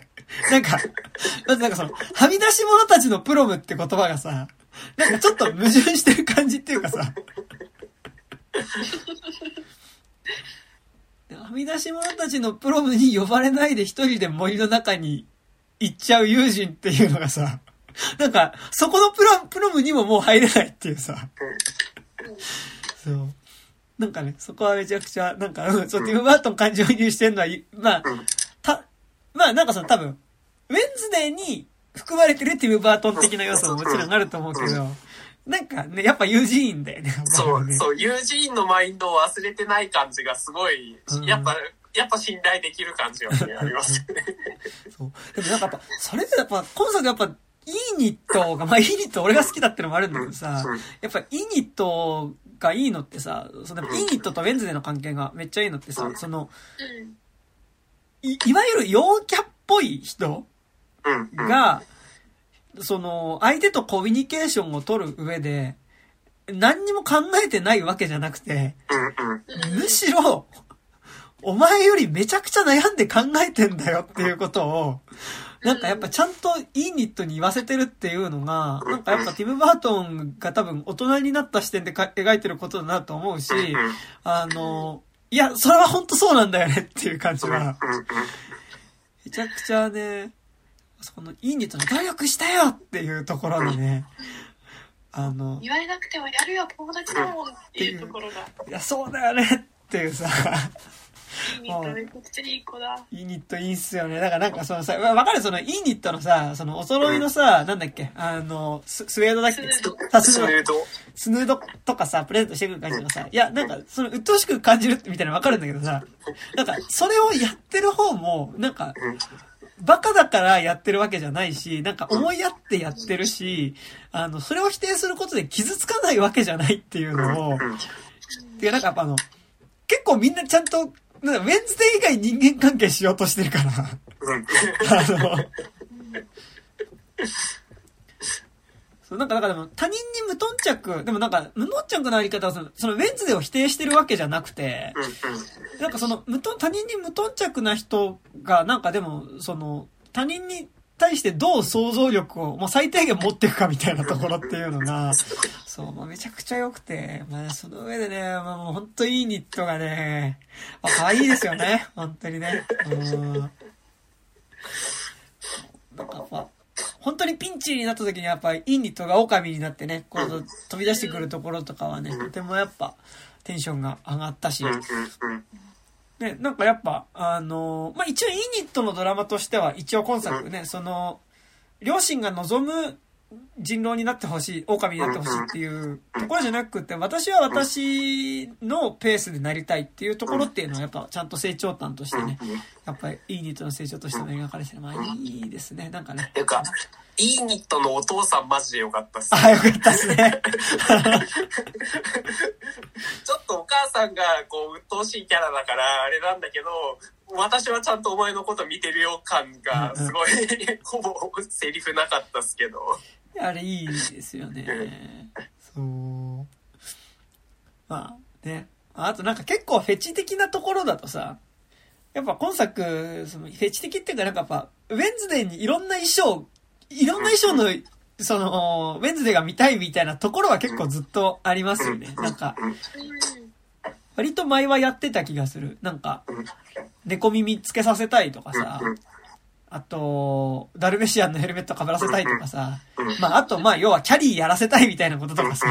なんか、まずなんかはみ出し者たちのプロムって言葉がさ、なんかちょっと矛盾してる感じっていうかさ、はみ出し者たちのプロムに呼ばれないで一人で森の中に行っちゃう友人っていうのがさ、なんか、そこのプロムにももう入れないっていうさ、 そう。なんかね、そこはめちゃくちゃ、なんか、そう、ティム・バートン感情移入してるのは、まあ、なんかその多分、ウェンズデーに含まれてるティム・バートン的な要素ももちろんあると思うけど、なんかね、やっぱユージーンだよね。 そう、そう、ユージーンのマインドを忘れてない感じがすごい、やっぱ信頼できる感じがね、ありますよね。 そう。でもなんかやっぱ、それでやっぱ、今作やっぱ、イーニットが、まあイーニット俺が好きだってのもあるんだけどさ、やっぱイーニットがいいのってさ、そのイーニットとウェンズデーの関係がめっちゃいいのってさ、その、いわゆる陽キャっぽい人が、その、相手とコミュニケーションを取る上で、何にも考えてないわけじゃなくて、むしろ、お前よりめちゃくちゃ悩んで考えてんだよっていうことを、なんかやっぱちゃんとイーニットに言わせてるっていうのが、なんかやっぱティム・バートンが多分大人になった視点で描いてることだなと思うし、いや、それは本当そうなんだよねっていう感じは、めちゃくちゃね、そのイーニットの努力したよっていうところでね、 言われなくてもやるよ友達だもんっていうところが。 いや、そうだよねっていうさ、 イーニットめちゃくちゃいい子だ。 イーニットいいっすよね。だからなんかそのさ、わかるそのイーニットのさ、そのお揃いのさ、なんだっけ、スウェードだっけ、スヌードとかさ、プレゼントしてくる感じとかさ、いや、なんかその鬱陶しく感じるみたいなのわかるんだけどさ、なんかそれをやってる方も、なんか、バカだからやってるわけじゃないし、なんか思いやってやってるし、それを否定することで傷つかないわけじゃないっていうのを、てかなんかやっぱ結構みんなちゃんと、ウェンズデー以外人間関係しようとしてるから。そうなんかだからでも他人に無頓着、でもなんか無頓着なあり方はそのウェンズデーを否定してるわけじゃなくて、なんかその他人に無頓着な人がなんかでもその他人に対してどう想像力をもう最低限持っていくかみたいなところっていうのが、そう、まあ、めちゃくちゃ良くて、まあ、その上でね、まあ、もう本当いいニットがね、まあ、可愛いですよね、本当にね。なんかやっぱ、本当にピンチになった時にやっぱいいニットが狼になってね、こう飛び出してくるところとかはね、とてもやっぱテンションが上がったし、ね、なんかやっぱ、まあ、一応イーニットのドラマとしては、一応今作ね、その、両親が望む人狼になってほしい、狼になってほしいっていうところじゃなくて、私は私のペースでなりたいっていうところっていうのはやっぱちゃんと成長譚としてね、やっぱりイーニットの成長としても描かれてる。まあいいですね、なんかね。 ていうか、イーニットのお父さんマジでよかったっす。 あ、よかったっすね。 ちょっとお母さんがこう鬱陶しいキャラだからあれなんだけど、私はちゃんとお前のこと見てるよ感がすごいほぼセリフなかったっすけど。 あれいいですよね。そう。まあね。あとなんか結構フェチ的なところだとさ、やっぱ今作、そのフェチ的っていうかなんかやっぱ、ウェンズデーにいろんな衣装の、その、ウェンズデーが見たいみたいなところは結構ずっとありますよね。なんか、割と前はやってた気がする。なんか、猫耳つけさせたいとかさ、あと、ダルメシアンのヘルメット被らせたいとかさ、まあ、あと、まあ、要はキャリーやらせたいみたいなこととかさ、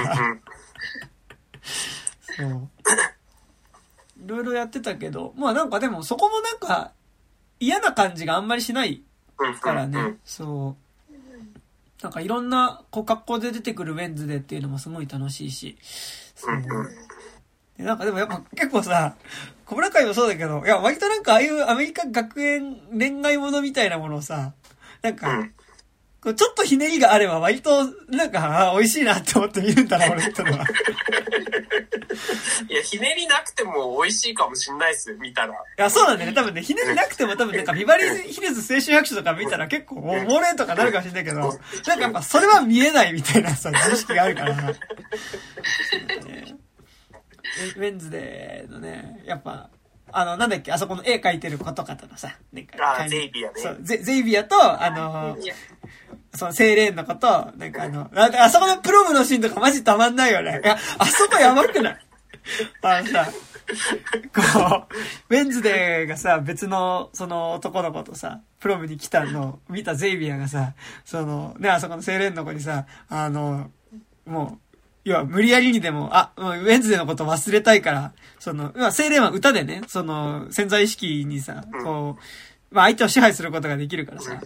そう。いろいろやってたけど、まあなんかでもそこもなんか嫌な感じがあんまりしないからね、そう。なんかいろんな格好で出てくるウェンズデーっていうのもすごい楽しいし、そうでなんかでもやっぱ結構さ、小村会もそうだけど、いや割となんかああいうアメリカ学園恋愛ものみたいなものをさ、なんか、ちょっとひねりがあれば割となんか美味しいなって思って見るんだな俺ってのは。 いやひねりなくても美味しいかもしんないっすよ見たら。いやそうなんだよね、多分ねひねりなくても多分なんかビバリーヒルズ青春白書とか見たら結構もう漏れとかなるかもしれないけど、なんかやっぱそれは見えないみたいなさ知識があるから。ね、ウェンズデーのねやっぱ。なんだっけ、あそこの絵描いてる子とかとのさ、なんかゼイビアね。 そう、ゼイビアと、その、セイレーンの子と、なんかあそこのプロムのシーンとかマジたまんないよね。いや、あそこやばくないさ、こう、ウェンズデーがさ、別の、その男の子とさ、プロムに来たのを見たゼイビアがさ、その、ね、あそこのセイレーンの子にさ、もう、 要は無理やりにでも、ウェンズデーのこと忘れたいから、精霊は歌でね、潜在意識にさ、こう、相手を支配することができるからさ、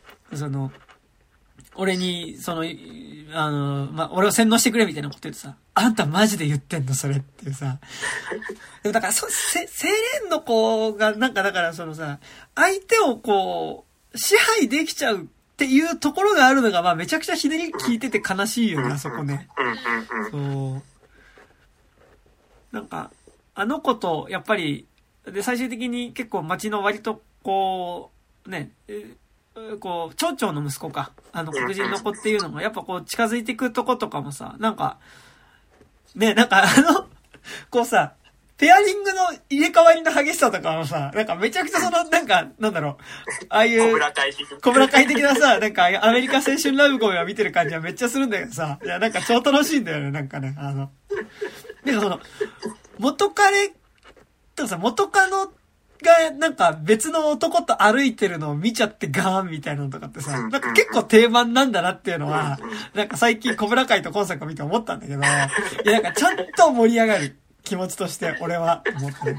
俺に、俺を洗脳してくれみたいなこと言ってさ、あんたマジで言ってんのそれっていうさ。でもだから、精霊の子が、だから相手をこう、支配できちゃうっていうところがあるのが、めちゃくちゃひねり聞いてて悲しいよね、あそこね。そう。あの子と、やっぱり、で、最終的に結構街の割と、こう、ね、こう、町長の息子か。黒人の子っていうのも、やっぱこう、近づいていくとことかもさ、こうさ、ペアリングの入れ替わりの激しさとかもさ、めちゃくちゃああいう、小村会的なさ、アメリカ青春ラブコメを見てる感じはめっちゃするんだけどさ、いや、超楽しいんだよね、元彼とさ、元カノが別の男と歩いてるのを見ちゃってガーンみたいなのとかってさ、結構定番なんだなっていうのは、最近小村会と今作を見て思ったんだけど、いやちゃんと盛り上がる気持ちとして俺は思って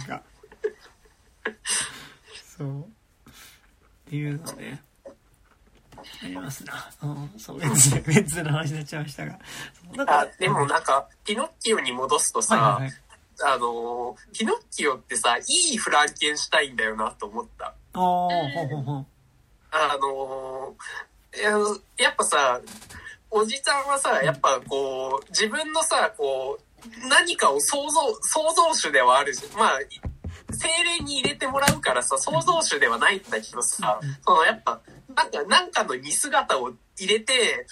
そう。っていうのね。ありますな。そう、ベンツの話になっちゃいましたが。 でもピノッキオに戻すとさ、ピノッキオってさ、いいフランケンシュタインだよなと思った。やっぱさ、おじちゃんはさ、やっぱこう、自分のさ、こう、何かを創造主ではあるし、精霊に入れてもらうからさ、創造主ではないんだけどさ、やっぱ、なんかの似姿を入れて、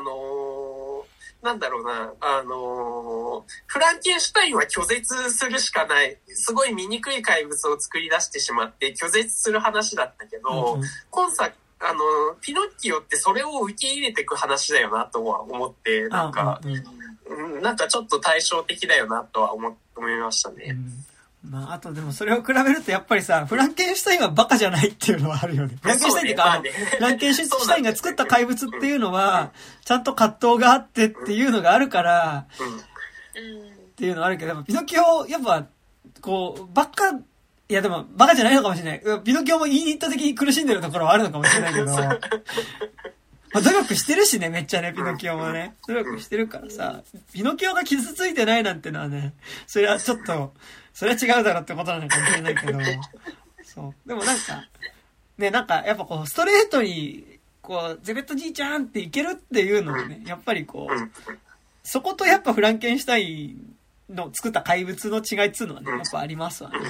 フランケンシュタインは拒絶するしかない。すごい醜い怪物を作り出してしまって拒絶する話だったけど、今作、ピノッキオってそれを受け入れていく話だよなとは思って、ちょっと対照的だよなとは思いましたね。 あとでもそれを比べるとやっぱりさ、フランケンシュタインはバカじゃないっていうのはあるよね。フランケンシュタインっていうか、フランケンシュタインが作った怪物っていうのは、ちゃんと葛藤があってっていうのがあるから、っていうのはあるけど、ピノキオ、やっぱ、こう、いやでもバカじゃないのかもしれない。ピノキオもインニット的に苦しんでるところはあるのかもしれないけど、努力してるしね、めっちゃね、ピノキオもね。努力してるからさ、ピノキオが傷ついてないなんてのはね、それはちょっと、それは違うだろうってことなのかもしれないけど、そう。でもやっぱこう、ストレートに、こう、ゼベットじいちゃんっていけるっていうのをね、やっぱりこう、そことやっぱフランケンシュタインの作った怪物の違いっつうのはね、やっぱありますわね、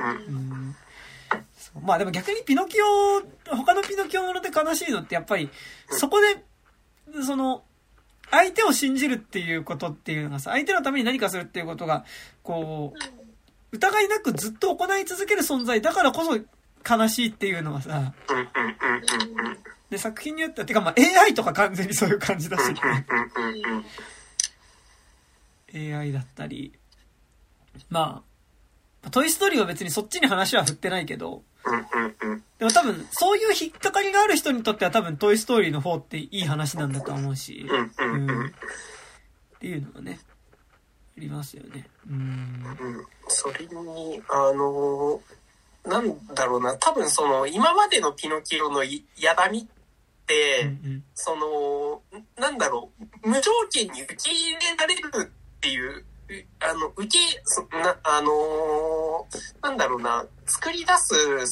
でも逆に他のピノキオもので悲しいのってやっぱり、そこで、相手を信じるっていうことっていうのがさ、相手のために何かするっていうことが、こう、疑いなくずっと行い続ける存在だからこそ悲しいっていうのはさ、で、作品によっては、てかAI とか完全にそういう感じだし、AI だったり、トイストーリーは別にそっちに話は振ってないけど、でも多分そういう引っかかりがある人にとっては多分トイストーリーの方っていい話なんだと思うし、っていうのはね、ありますよね。 それに、多分今までのピノキオのやだみって、無条件に受け入れられるっていう、作り出す、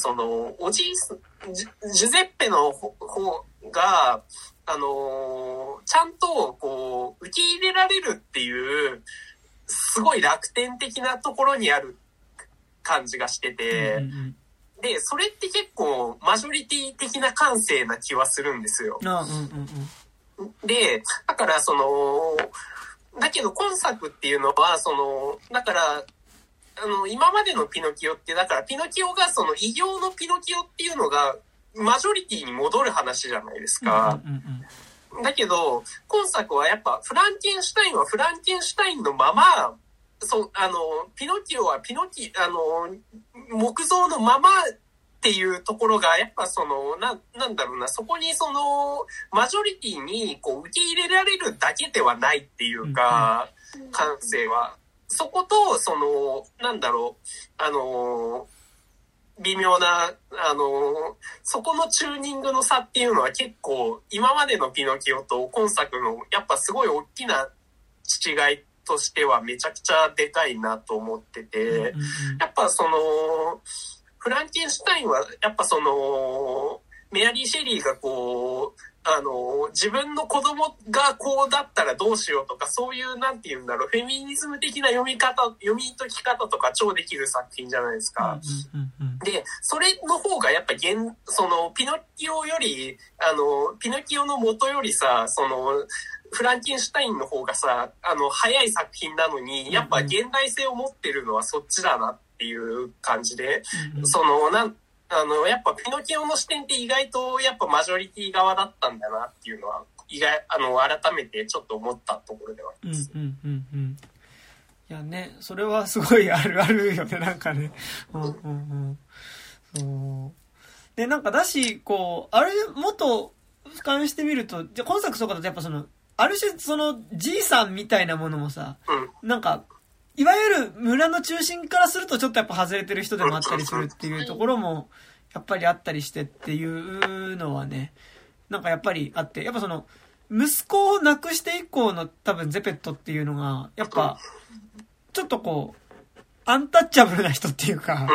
ジュゼッペの方が、ちゃんと、こう、受け入れられるっていう、すごい楽天的なところにある感じがしてて、で、それって結構、マジョリティ的な感性な気はするんですよ。で、だからだけど今作っていうのは、今までのピノキオって、だからピノキオが異形のピノキオっていうのが、マジョリティに戻る話じゃないですか。だけど、今作はやっぱ、フランケンシュタインはフランケンシュタインのまま、ピノキオは木造のままっっていうところが、やっぱなんだろうな、そこにマジョリティにこう受け入れられるだけではないっていうか、感性は。そこと、なんだろう、微妙な、そこのチューニングの差っていうのは結構、今までのピノキオと今作の、やっぱすごい大きな違いとしてはめちゃくちゃでかいなと思ってて、やっぱフランケンシュタインは、やっぱメアリー・シェリーがこう、自分の子供がこうだったらどうしようとか、そういう、なんて言うんだろう、フェミニズム的な読み解き方とか超できる作品じゃないですか。で、それの方がやっぱピノキオより、ピノキオの元よりさ、フランケンシュタインの方がさ、早い作品なのに、やっぱ現代性を持ってるのはそっちだなっていう感じで、やっぱピノキオの視点って意外とやっぱマジョリティ側だったんだなっていうのは、改めてちょっと思ったところではあります。 いやね、それはすごいあるよね、なんかね。そう。で、なんかだし、こう、あれ、もっと俯瞰してみると、じゃ今作とかだとやっぱある種じいさんみたいなものもさ、なんか、いわゆる村の中心からするとちょっとやっぱ外れてる人でもあったりするっていうところも、やっぱりあったりしてっていうのはね、なんかやっぱりあって、やっぱ息子を亡くして以降の多分ゼペットっていうのが、やっぱ、ちょっとこう、アンタッチャブルな人っていうか、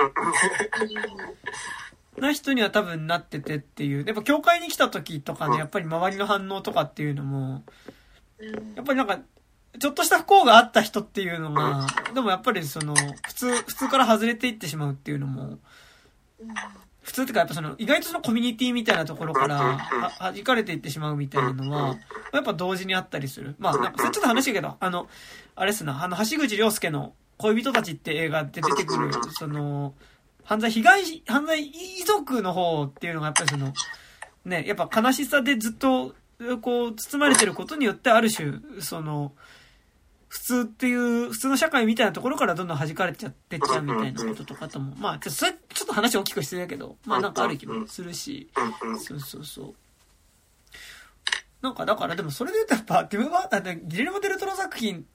な人には多分なっててっていう、やっぱ教会に来た時とかね、やっぱり周りの反応とかっていうのも、やっぱりなんか、ちょっとした不幸があった人っていうのが、でもやっぱり普通から外れていってしまうっていうのも、普通ってかやっぱ意外とコミュニティみたいなところから弾かれていってしまうみたいなのは、やっぱ同時にあったりする。まあ、なんかそれちょっと話だけど、あれっすな、橋口亮介の恋人たちって映画で出てくる、犯罪遺族の方っていうのがやっぱりね、やっぱ悲しさでずっと、こう、包まれてることによってある種、普通の社会みたいなところからどんどん弾かれちゃってっちゃうみたいなこととかとも、まあ、それ、ちょっと話大きくしてるけど、まあなんかある気もするし、そう。なんかだからでもそれで言うとやっぱ、ギレルモ・デルトロ作品って、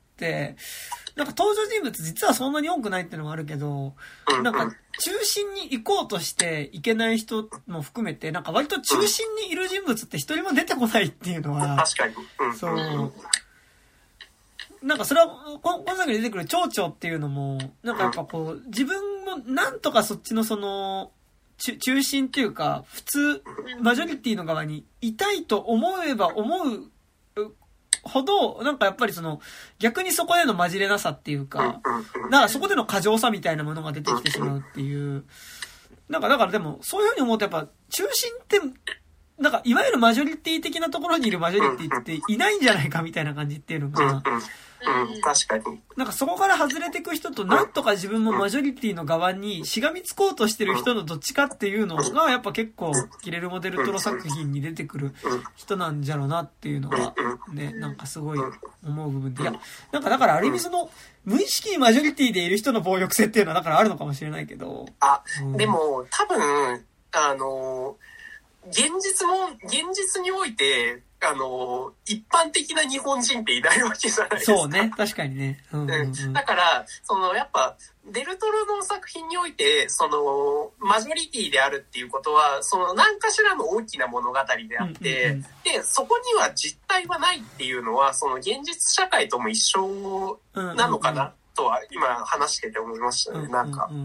なんか登場人物実はそんなに多くないっていうのもあるけど、なんか中心に行こうとしていけない人も含めて、なんか割と中心にいる人物って一人も出てこないっていうのは、 確かに。 そう。なんかそれは、今作に出てくる蝶々っていうのも、なんかやっぱこう、自分もなんとかそっちの中心っていうか、普通、マジョリティの側にいたいと思えば思うほど、なんかやっぱり逆にそこでの混じれなさっていうか、だからそこでの過剰さみたいなものが出てきてしまうっていう。なんかだからでも、そういうふうに思うとやっぱ、中心って、なんかいわゆるマジョリティ的なところにいるマジョリティっていないんじゃないかみたいな感じっていうのが、 確かに。 なんかそこから外れていく人と、なんとか自分もマジョリティの側にしがみつこうとしてる人のどっちかっていうのが、やっぱ結構、ギレルモ・デルトロ作品に出てくる人なんじゃろうなっていうのは、ね、なんかすごい思う部分で。いや、なんかだからある意味無意識にマジョリティでいる人の暴力性っていうのはだからあるのかもしれないけど。 でも、多分、現実において、一般的な日本人っていないわけじゃないですか。 そうね、確かにね。 だから、やっぱ、デルトロの作品において、マジョリティであるっていうことは、何かしらの大きな物語であって、で、そこには実態はないっていうのは、現実社会とも一緒なのかな、とは、今話してて思いましたね、なんか。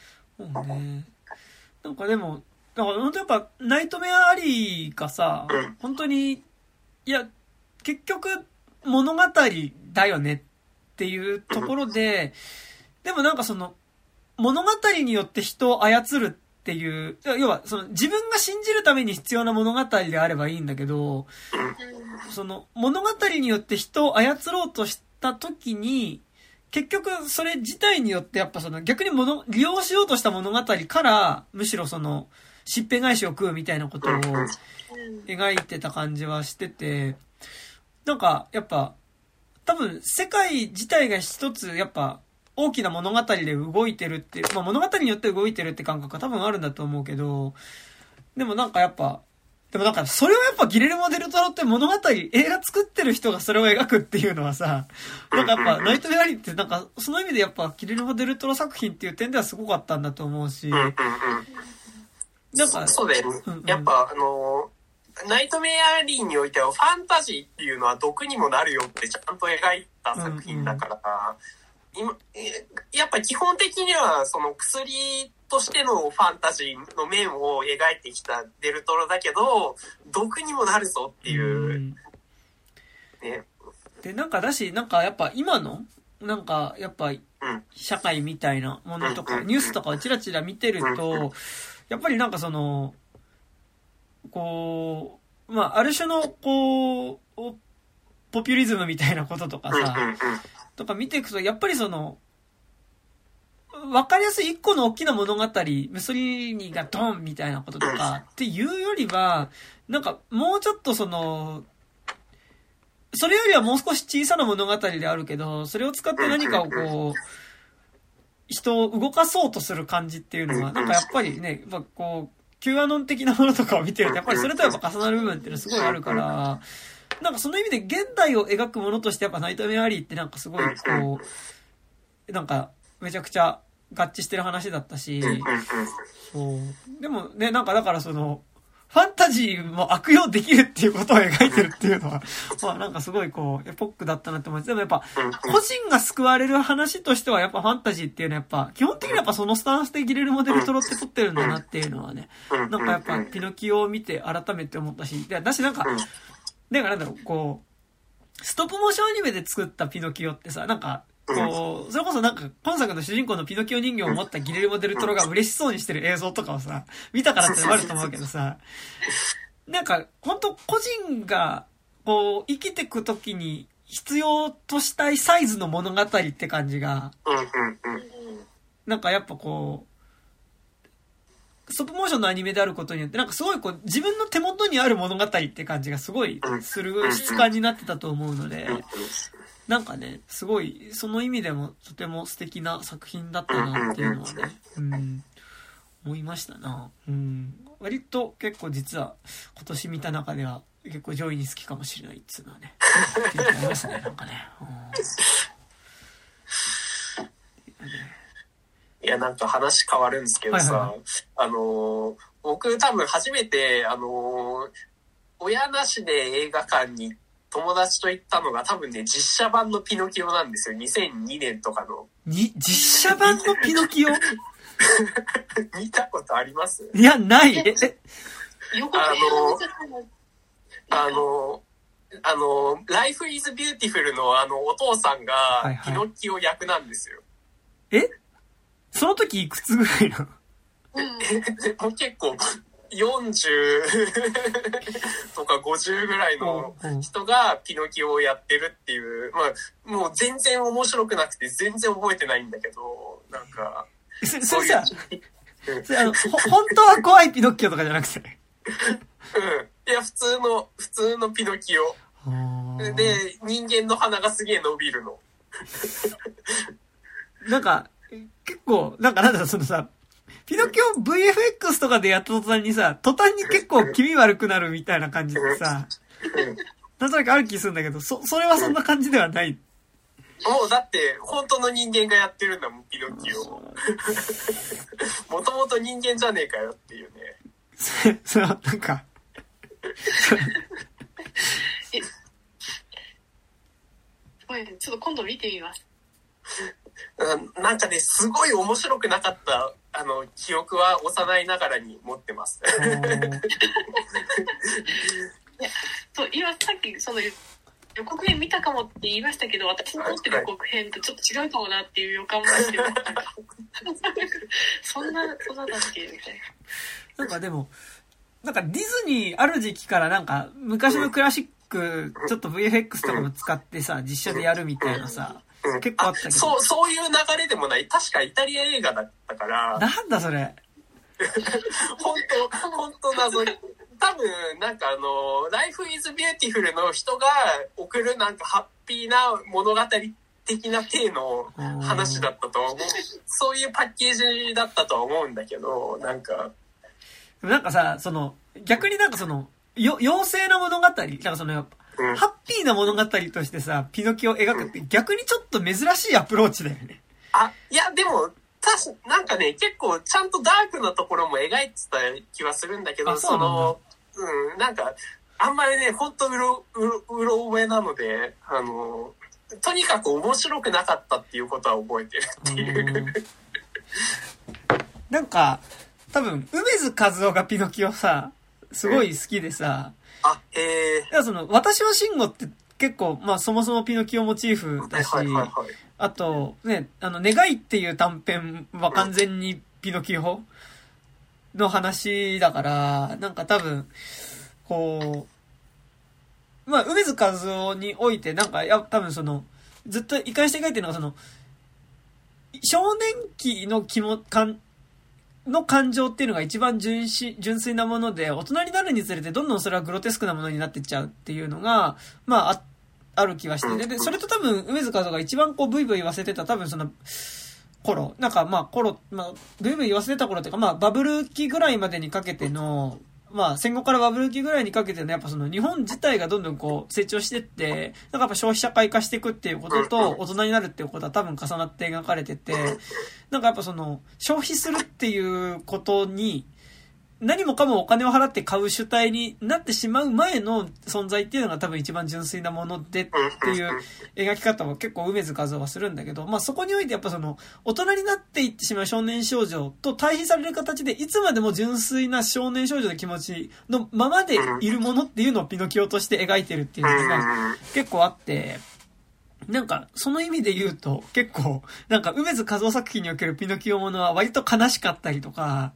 なんかでも、だから本当やっぱ、ナイトメアアリーがさ、本当に、いや、結局、物語だよねっていうところで、でもなんか物語によって人を操るっていう、要は自分が信じるために必要な物語であればいいんだけど、物語によって人を操ろうとした時に、結局それ自体によってやっぱ逆に利用しようとした物語から、むしろしっぺ返しを食うみたいなことを描いてた感じはしてて、なんかやっぱ多分世界自体が一つやっぱ大きな物語で動いてるっていう、まあ物語によって動いてるって感覚は多分あるんだと思うけど、でもなんかやっぱ、でもなんかそれをやっぱギレルモ・デルトロって物語、映画作ってる人がそれを描くっていうのはさ、なんかやっぱナイトメアリーってなんかその意味でやっぱギレルモ・デルトロ作品っていう点ではすごかったんだと思うし、なんかそうだよね。やっぱナイトメアリーにおいてはファンタジーっていうのは毒にもなるよってちゃんと描いた作品だから、やっぱ基本的にはその薬としてのファンタジーの面を描いてきたデルトロだけど、毒にもなるぞっていう。ね。 で、なんかだし、なんかやっぱ今の、なんかやっぱ社会みたいなものとか、ニュースとかをチラチラ見てると、やっぱりなんかその、こう、まあ、ある種の、こう、ポピュリズムみたいなこととかさ、とか見ていくと、やっぱりその、わかりやすい一個の大きな物語、ムソリーニがドンみたいなこととかっていうよりは、なんかもうちょっとその、それよりはもう少し小さな物語であるけど、それを使って何かをこう、人を動かそうとする感じっていうのは、なんかやっぱりね、やっぱこう、Q アノン的なものとかを見てると、やっぱりそれとやっぱ重なる部分っていうのはすごいあるから、なんかその意味で現代を描くものとしてやっぱナイトメアリーってなんかすごいこう、なんかめちゃくちゃ合致してる話だったし、そう。でもね、なんかだからその、ファンタジーも悪用できるっていうことを描いてるっていうのは、まあなんかすごいこう、エポックだったなって思います。でもやっぱ、個人が救われる話としてはやっぱファンタジーっていうのはやっぱ、基本的にやっぱそのスタンスでギレルモ・デルトロって撮ってるんだなっていうのはね、なんかやっぱピノキオを見て改めて思ったし、だしなんか、だからなんだろう、こう、ストップモーションアニメで作ったピノキオってさ、なんか、こう、それこそなんか、今作の主人公のピノキオ人形を持ったギレルモ・デルトロが嬉しそうにしてる映像とかをさ、見たからってあると思うけどさ、なんか、本当個人が、こう、生きてくときに必要としたいサイズの物語って感じが、なんかやっぱこう、ストップモーションのアニメであることによって、なんかすごいこう、自分の手元にある物語って感じがすごいする質感になってたと思うので、なんかね、すごい、その意味でもとても素敵な作品だったなっていうのはね、思いましたな。割と結構実は今年見た中では結構上位に好きかもしれないっていうのはね、っていうのありますね、なんかね。 いや、なんか話変わるんですけどさ、僕多分初めて、親なしで映画館に友達と行ったのが多分ね、実写版のピノキオなんですよ。2002年とかの。 実写版のピノキオ見たことあります？ いや、ない。 Life is Beautiful のお父さんがピノキオ役なんですよ。 その時いくつぐらいなの？ もう結構40とか50ぐらいの人がピノキオをやってるっていう、まあもう全然面白くなくて全然覚えてないんだけど、なんかそれさ、本当は怖いピノキオとかじゃなくて、 いや普通のピノキオで人間の鼻がすげえ伸びるの。なんか結構なんだそのさ。ピノキオ VFX とかでやった途端にさ、途端に結構気味悪くなるみたいな感じでさ、なんとなくある気するんだけど、それはそんな感じではない。 もうだって、本当の人間がやってるんだもん、ピノキオ。もともと人間じゃねえかよっていうね。 それはなんか、 ちょっと今度見てみます。 なんかね、すごい面白くなかった記憶は幼いながらに持ってます。 いや、今さっきその予告編見たかもって言いましたけど、私の持ってる予告編とちょっと違うかもなっていう予感もあって、そんなだっけみたいな。なんかでも、なんかディズニーある時期からなんか昔のクラシック、ちょっと VFX とかも使ってさ、実写でやるみたいなさ、結構あったけど。 そういう流れでもない。確かイタリア映画だったから。 なんだそれ。 本当謎。多分、なんかLife is Beautiful の人が送るなんかハッピーな物語っ的な体の話だったと思う。そういうパッケージだったとは思うんだけど、なんかさ、逆に妖精の物語、ハッピーな物語としてさ、ピノキオを描くって逆にちょっと珍しいアプローチだよね。 いや、でも、なんかね、結構ちゃんとダークなところも描いてた気はするんだけど、なんか、あんまりね、ほんとうろ覚えなので、とにかく面白くなかったっていうことは覚えてるっていう。 なんか、多分、梅津和夫がピノキオさ、すごい好きでさ、私は慎吾って結構、まあそもそもピノキオモチーフだし、あと、ね、願いっていう短編は完全にピノキオの話だから、なんか多分、こう、まあ、梅津和夫において、なんか、多分ずっと一貫して描いてるのが、少年期の感情っていうのが一番純粋なもので、大人になるにつれてどんどんそれはグロテスクなものになっていっちゃうっていうのが、まあ、ある気はしてね。で、それと多分、梅津和夫が一番ブイブイ言わせてた、多分頃、なんかブイブイ言わせてた頃っていうか、まあ、バブル期ぐらいまでにかけての、まあ、戦後からバブル期ぐらいにかけての、やっぱ日本自体がどんどん成長してって、なんかやっぱ消費社会化していくっていうことと、大人になるっていうことは多分重なって描かれてて、なんかやっぱ消費するっていうことに、何もかもお金を払って買う主体になってしまう前の存在っていうのが多分一番純粋なものでっていう描き方を結構梅津和夫はするんだけど、まあそこにおいてやっぱ大人になっていってしまう少年少女と対比される形でいつまでも純粋な少年少女の気持ちのままでいるものっていうのをピノキオとして描いてるっていうのが結構あって、なんか、その意味で言うと、結構、なんか、梅津和夫作品におけるピノキオものは割と悲しかったりとか、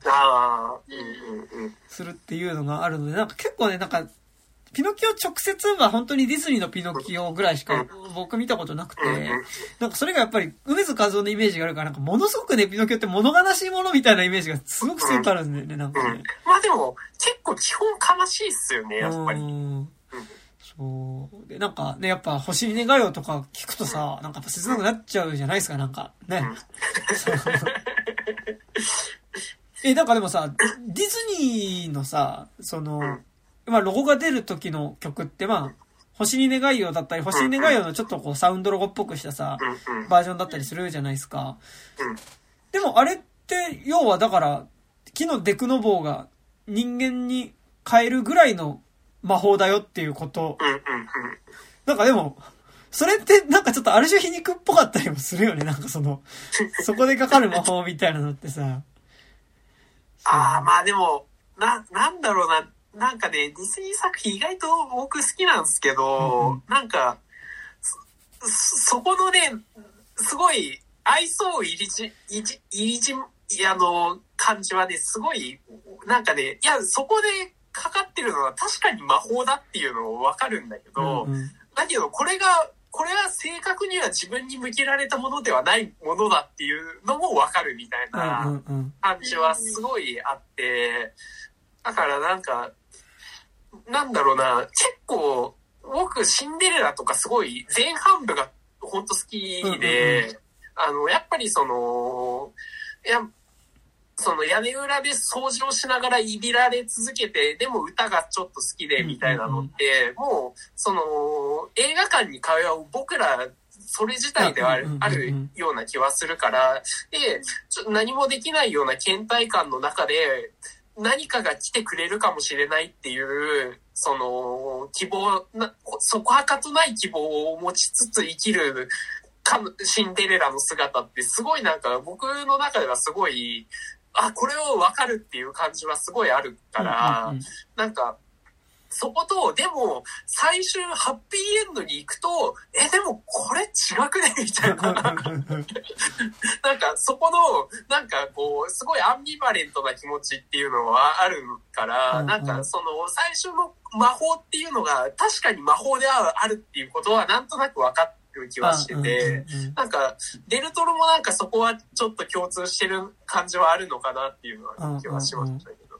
するっていうのがあるので、なんか結構ね、なんか、ピノキオ直接は本当にディズニーのピノキオぐらいしか僕見たことなくて、なんかそれがやっぱり、梅津和夫のイメージがあるから、なんかものすごくね、ピノキオって物悲しいものみたいなイメージがすごく強くあるんだよね、なんかね。 まあでも、結構基本悲しいっすよね、やっぱり。 そうで、なんかね、やっぱ星に願いをとか聞くとさ、なんかやっぱ切なくなっちゃうじゃないですか、なんかね。なんかでもさ、ディズニーのさ、まあロゴが出る時の曲ってまあ、星に願いをだったり、星に願いをのちょっとサウンドロゴっぽくしたさ、バージョンだったりするじゃないですか。でもあれって、要はだから、木のデクノボーが人間に変えるぐらいの魔法だよっていうこと。なんかでも、それってなんかちょっとある種皮肉っぽかったりもするよね。なんかそこでかかる魔法みたいなのってさ。 まあでも、なんだろうな。なんかね、ディズニー作品意外と僕好きなんですけど、なんか、そこのね、すごい愛想感じはね、すごい、なんかね、いや、そこでかかってるのは確かに魔法だっていうのもわかるんだけど、だけどこれは正確には自分に向けられたものではないものだっていうのもわかるみたいな感じはすごいあって、だからなんか、なんだろうな、結構僕シンデレラとかすごい前半部がほんと好きで、やっぱり屋根裏で掃除をしながらいびられ続けて、でも歌がちょっと好きでみたいなのって、もう、映画館に通う僕ら、それ自体ではあるような気はするから、で、何もできないような倦怠感の中で、何かが来てくれるかもしれないっていう、希望、そこはかとない希望を持ちつつ生きるシンデレラの姿ってすごいなんか僕の中ではすごい、これを分かるっていう感じはすごいあるから、なんか、そこと、でも、最終ハッピーエンドに行くと、でもこれ違くねみたいな。なんか、そこの、なんかすごいアンビバレントな気持ちっていうのはあるから、なんか最初の魔法っていうのが、確かに魔法であるっていうことはなんとなく分かって、気はしてて、なんかデルトロもなんかそこはちょっと共通してる感じはあるのかなっていうのは気はしましたけど、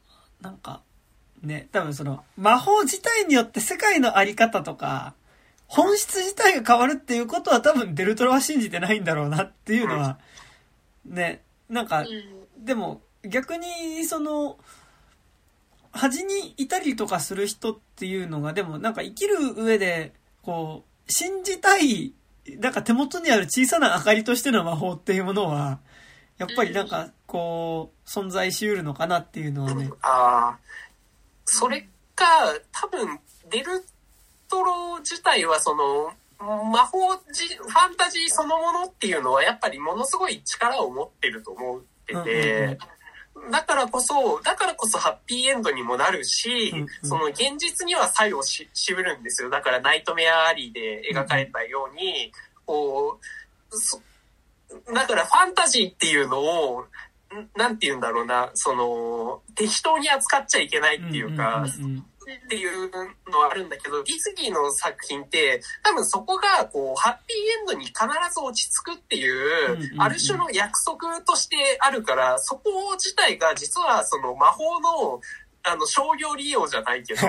なんかね、多分魔法自体によって世界のあり方とか本質自体が変わるっていうことは多分デルトロは信じてないんだろうなっていうのは、ね、なんか、でも逆にその、端にいたりとかする人っていうのが、でもなんか生きる上で、こう、信じたい、なんか手元にある小さな明かりとしての魔法っていうものは、やっぱりなんか、こう、存在しうるのかなっていうのはね。 それか、多分、デルトロ自体はその、魔法ファンタジーそのものっていうのはやっぱりものすごい力を持ってると思ってて、だからこそハッピーエンドにもなるし、その現実には作用しうるんですよ。だからナイトメアアリーで描かれたように、こう、だからファンタジーっていうのを、なんて言うんだろうな、その、適当に扱っちゃいけないっていうか、っていうのはあるんだけど、ディズニーの作品って多分そこがこうハッピーエンドに必ず落ち着くっていうある種の約束としてあるから、そこ自体が実はその魔法の商業利用じゃないけど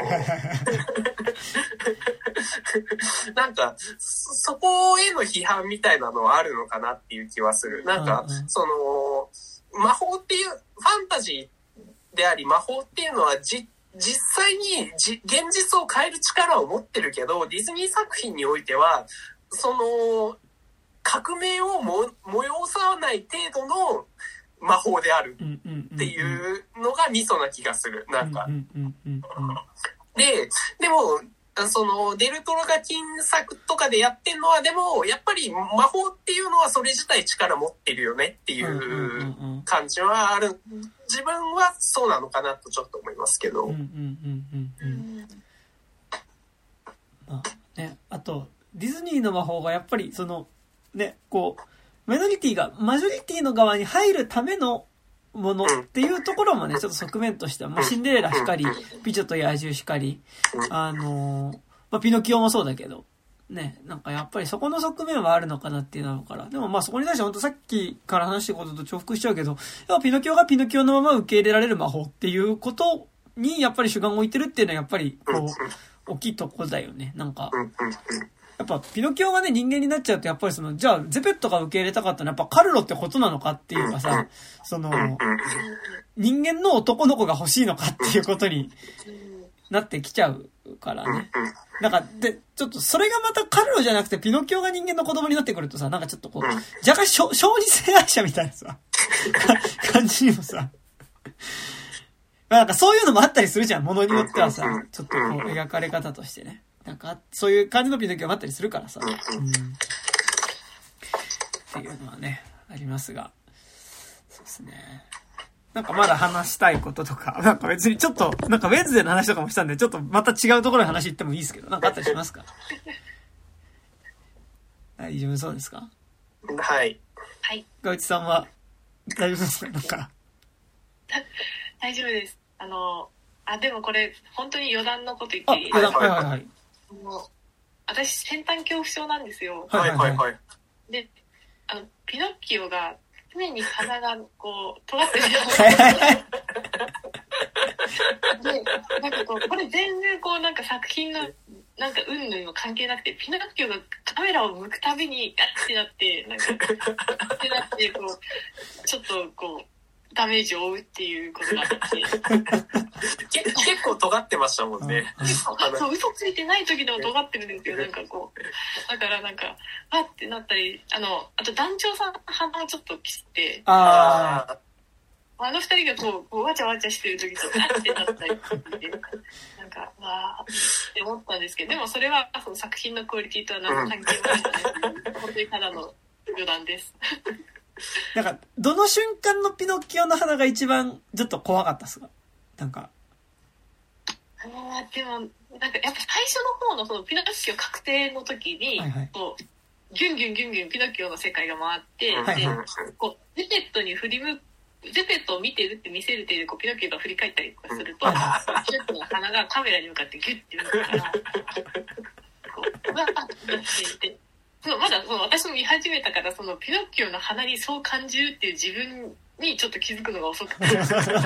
なんかそこへの批判みたいなのはあるのかなっていう気はする。なんかその魔法っていうファンタジーであり魔法っていうのは実際に現実を変える力を持ってるけど、ディズニー作品においてはその革命を催さない程度の魔法であるっていうのがミソな気がする。なんかでもそのデルトロが金作とかでやってんのは、でもやっぱり魔法っていうのはそれ自体力持ってるよねっていう感じはある。自分はそうなのかなとちょっと思いますけど。 まあね、あとディズニーの魔法がやっぱりそのね、こうマジョリティの側に入るためのものっていうところもね、ちょっと側面としては、まあ、シンデレラしかり、美女と野獣しかり、まあ、ピノキオもそうだけど、ね、なんかやっぱりそこの側面はあるのかなっていうのから、でもまあそこに対して本当さっきから話してることと重複しちゃうけど、やっぱピノキオがピノキオのまま受け入れられる魔法っていうことにやっぱり主眼を置いてるっていうのはやっぱりこう、大きいとこだよね。なんか、やっぱピノキオがね人間になっちゃうとやっぱりそのじゃあゼペットが受け入れたかったのはやっぱカルロってことなのかっていうかさ、その人間の男の子が欲しいのかっていうことになってきちゃうからね。なんかでちょっとそれがまたカルロじゃなくてピノキオが人間の子供になってくるとさ、なんかちょっとこう若干小児性愛者みたいなさ感じにもさ、まあなんかそういうのもあったりするじゃん、ものによってはさ、ちょっとこう描かれ方としてね。なんかそういう感じのピノキオがあったりするからさ、っていうのはねありますが、そうですね。なんかまだ話したいこととか、なんか別にちょっとなんかウェンズデーの話とかもしたんで、ちょっとまた違うところに話行ってもいいですけど、なんかあったりしますか？大丈夫そうですか？ はいガウチさんは大丈夫ですか？なんか大丈夫です。でもこれ本当に余談のこと言っていい？ はい私先端恐怖症なんですよ。で、ピノッキオが常に鼻がこう尖ってるじゃないで、なんかこうこれ全然こうなんか作品のなんか云々も関係なくて、ピノッキオがカメラを向くたびにガッてなってなんかってなってこうちょっとこうダメージを負うっていうことがあって結構尖ってましたもんね。 そう、嘘ついてない時でも尖ってるんですよ。なんかこうだからなんかあってなったり、あと団長さん鼻をちょっと切って、あの二人がこうわちゃわちゃしてる時とあってなったりってなんかわーって思ったんですけど、でもそれはその作品のクオリティとは何の関係もないので、本当にただの余談ですなんかどの瞬間のピノッキオの鼻が一番ちょっと怖かったっすか？なんかでもなんかやっぱ最初の方のそのピノッキオ確定の時に、こうギュンギュンピノッキオの世界が回って、でこうゼペットにゼペットを見てるって見せる程度でこうピノッキオが振り返ったりとかすると、ピノッキオの鼻がカメラに向かってギュッて見るからこううわっってまだその私も見始めたから、そのピノッキオの鼻にそう感じるっていう自分にちょっと気づくのが遅くて後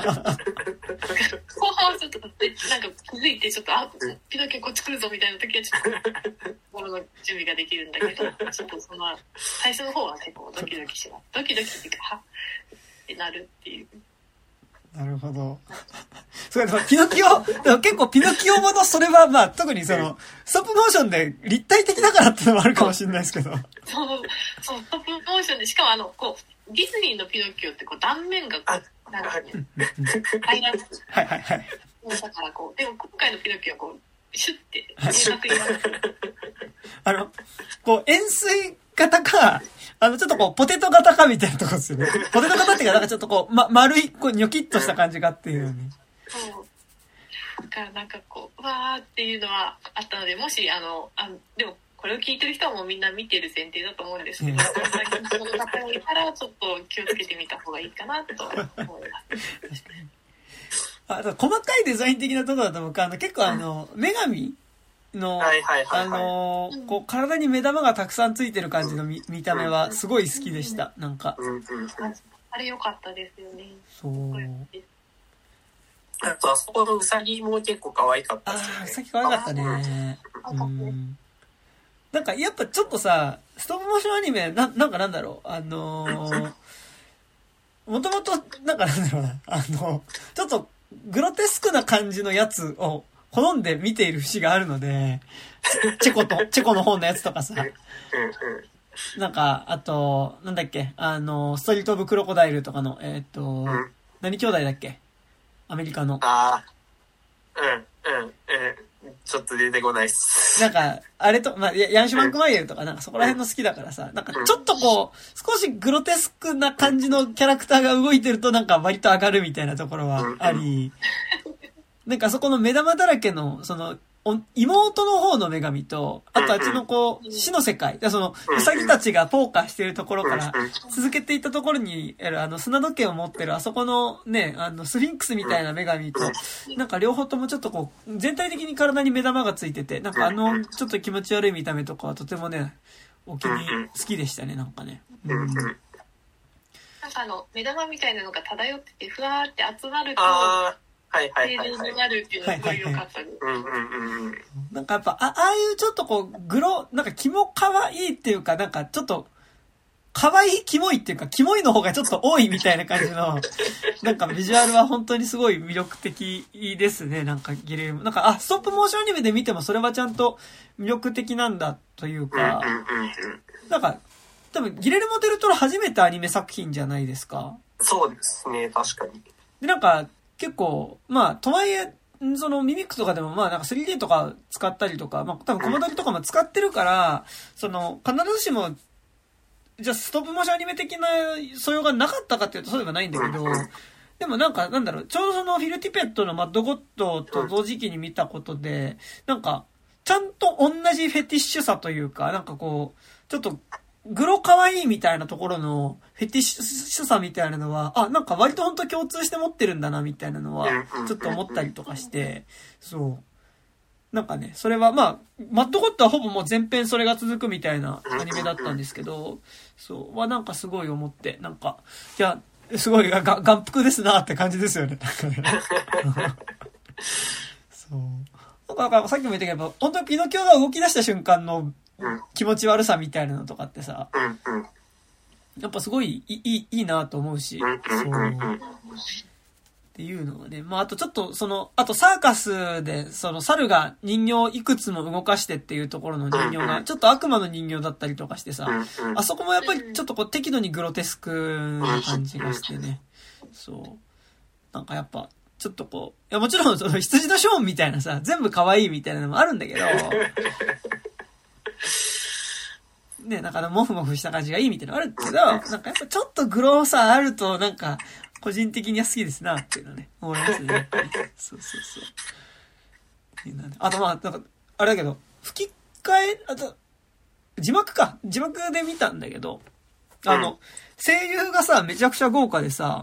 半はちょっとなんか気づいてちょっとピノキオこっち来るぞみたいな時はちょっと心の準備ができるんだけどちょっとその最初の方は結構ドキドキします。ドキドキっていうかはっってなるっていう。 なるほど。そうか、ピノキオ、結構ピノキオものそれはまあ特にその、ストップモーションで立体的だからっていうのもあるかもしれないですけど。 そう、ストップモーションで、しかもこう、ディズニーのピノキオってこう断面がこう、なんかね、平ら。 はいはいはい。 だからこう、でも今回のピノキオはこう、シュッて、明確になる。 こう、円錐型か、ちょっとこう、ポテト型かみたいなとこですよね。ポテト型っていうか、なんかちょっとこう、丸い、こう、ニョキッとした感じかっていうのに。 そう。だからなんかこう、わーっていうのはあったので、もし、でも、これを聞いてる人はもうみんな見てる前提だと思うんですけど、その方がいたらちょっと気をつけてみた方がいいかなと思います。確かに。 細かいデザイン的なところだと僕結構女神の、こう体に目玉がたくさんついてる感じの見た目はすごい好きでした。なんか。 あれ良かったですよね。 そう。 あとあそこのウサギも結構可愛かったですね。 ウサギ可愛かったね。なんかやっぱちょっとさ、ストップモーションアニメ、なんかなんだろう、もともと、なんかなんだろうな、ちょっとグロテスクな感じのやつを好んで見ている節があるので、チェコの方のやつとかさ、なんか、あと、なんだっけ、ストリートオブクロコダイルとかの、何兄弟だっけ？アメリカの。 ちょっと出てこないっす。 なんか、あれと、まあ、ヤンシュ・マンクマイエルとか、なんかそこら辺の好きだからさ、なんかちょっとこう、少しグロテスクな感じのキャラクターが動いてるとなんか割と上がるみたいなところはあり、なんかそこの目玉だらけの、その、妹の方の女神と、あとあっちのこう、死の世界、その、ウサギたちがポーカーしてるところから続けていったところに、砂時計を持ってるあそこのね、スフィンクスみたいな女神と、なんか両方ともちょっとこう、全体的に体に目玉がついてて、なんかちょっと気持ち悪い見た目とかはとてもね、好きでしたね、なんかね。 なんか目玉みたいなのが漂ってて、ふわーって集まると、 はいはいはい、 になるっていうのがすごい良かったです。 なんかやっぱ、ああいうちょっとこう、なんかキモ可愛いっていうか、なんかちょっと、可愛いキモいっていうか、キモいの方がちょっと多いみたいな感じの、なんかビジュアルは本当にすごい魅力的ですね、なんかギレルモ。なんか、ストップモーションアニメで見てもそれはちゃんと魅力的なんだというか、なんか、多分ギレルモ・デルトロ初めてアニメ作品じゃないですか。 そうですね、確かに。 で、なんか、結構、まあ、とはいえ、そのミミックとかでもまあなんか 3D とか使ったりとか、まあ多分コマ撮りとかも使ってるから、その必ずしも、じゃあストップモーションアニメ的な素養がなかったかっていうとそうではないんだけど、でもなんかなんだろう、ちょうどそのフィル・ティペットのマッドゴッドと同時期に見たことで、なんか、ちゃんと同じフェティッシュさというか、なんかこう、ちょっと、グロ可愛いみたいなところのフェティッシュさみたいなのは、なんか割と本当共通して持ってるんだなみたいなのは、ちょっと思ったりとかして、そう。なんかね、それはまあ、マッドゴッドはほぼもう全編それが続くみたいなアニメだったんですけど、そう、はなんかすごい思って、なんか、いや、すごい眼福ですなって感じですよね、なんかね。そう。なんかさっきも言ったけど、本当にピノキオが動き出した瞬間の気持ち悪さみたいなのとかってさ、やっぱすごいいいなと思うし、そう。っていうのはね、まああとちょっとあとサーカスで、猿が人形いくつも動かしてっていうところの人形が、ちょっと悪魔の人形だったりとかしてさ、あそこもやっぱりちょっとこう適度にグロテスクな感じがしてね、そう。なんかやっぱ、ちょっとこう、いやもちろん羊のショーンみたいなさ、全部可愛いみたいなのもあるんだけど、ね、なんかモフモフした感じがいいみたいなのあるけど、なんかやっぱちょっとグロさあると、なんか、個人的には好きですな、っていうのね、思いますね、やっぱり。そうそうそう。あとまあ、なんか、あれだけど、吹き替え、あと、字幕で見たんだけど、声優がさ、めちゃくちゃ豪華でさ、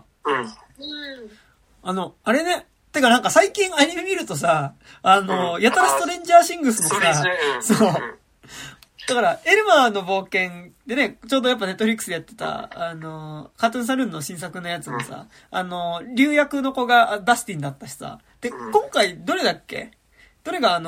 あれね、てかなんか最近アニメ見るとさ、やたらストレンジャーシングスもさ、そう、 だから、エルマーの冒険でね、ちょうどやっぱネットフリックスでやってた、カートゥーンサルーンの新作のやつもさ、竜役の子がダスティンだったしさ。で、今回、どれだっけ？どれが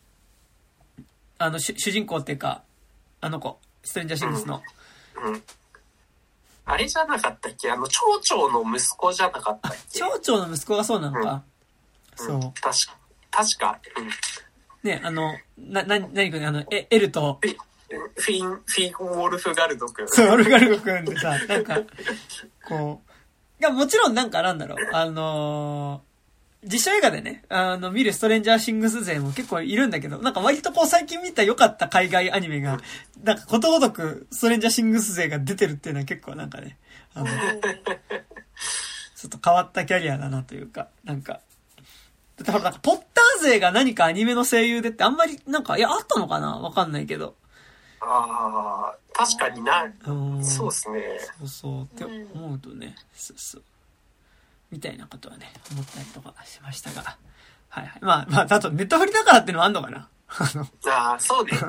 主人公っていうか、あの子、ストレンジャーシングスの。 あれじゃなかったっけ？町長の息子じゃなかったっけ？ 町長の息子がそうなのか。そう。 確か。 ね、何くん、エルと、 フィン・ウォルフガルドくん。 そう、ウォルフガルドくんでさ、なんか、こう、いや、もちろんなんかなんだろう、実写映画でね、見るストレンジャーシングス勢も結構いるんだけど、なんか割とこう最近見た良かった海外アニメが、なんかことごとくストレンジャーシングス勢が出てるっていうのは結構なんかね、ちょっと変わったキャリアだなというか、なんか、だからなんかポッター勢が何かアニメの声優でってあんまりなんか、いや、あったのかな？わかんないけど。 ああ、確かにな。そうですね。 そうって思うとね、そう。みたいなことはね、思ったりとかしましたが。はいはい。まあ、あとネットフリだからっていうのもあんのかな？ そうね。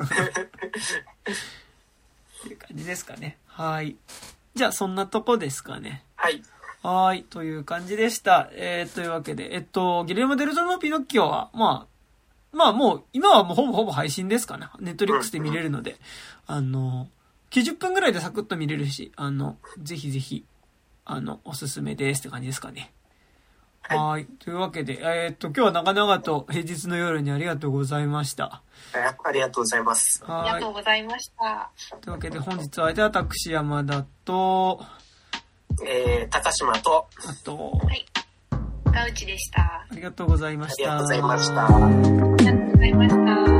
っていう感じですかね。はい。じゃあ、そんなとこですかね。 はい。 はい。という感じでした。というわけで、ギレルモ・デルトロのピノッキオは、まあもう、今はもうほぼ配信ですかね。ネットリックスで見れるので、90分ぐらいでサクッと見れるし、ぜひぜひ、おすすめですって感じですかね。はい。というわけで、今日は長々と平日の夜にありがとうございました。 ありがとうございます。 ありがとうございました。 というわけで、本日は相手は私、山田と、 高島と、 あと、 はい。ガウチでした。 ありがとうございました。 ありがとうございました。 ありがとうございました。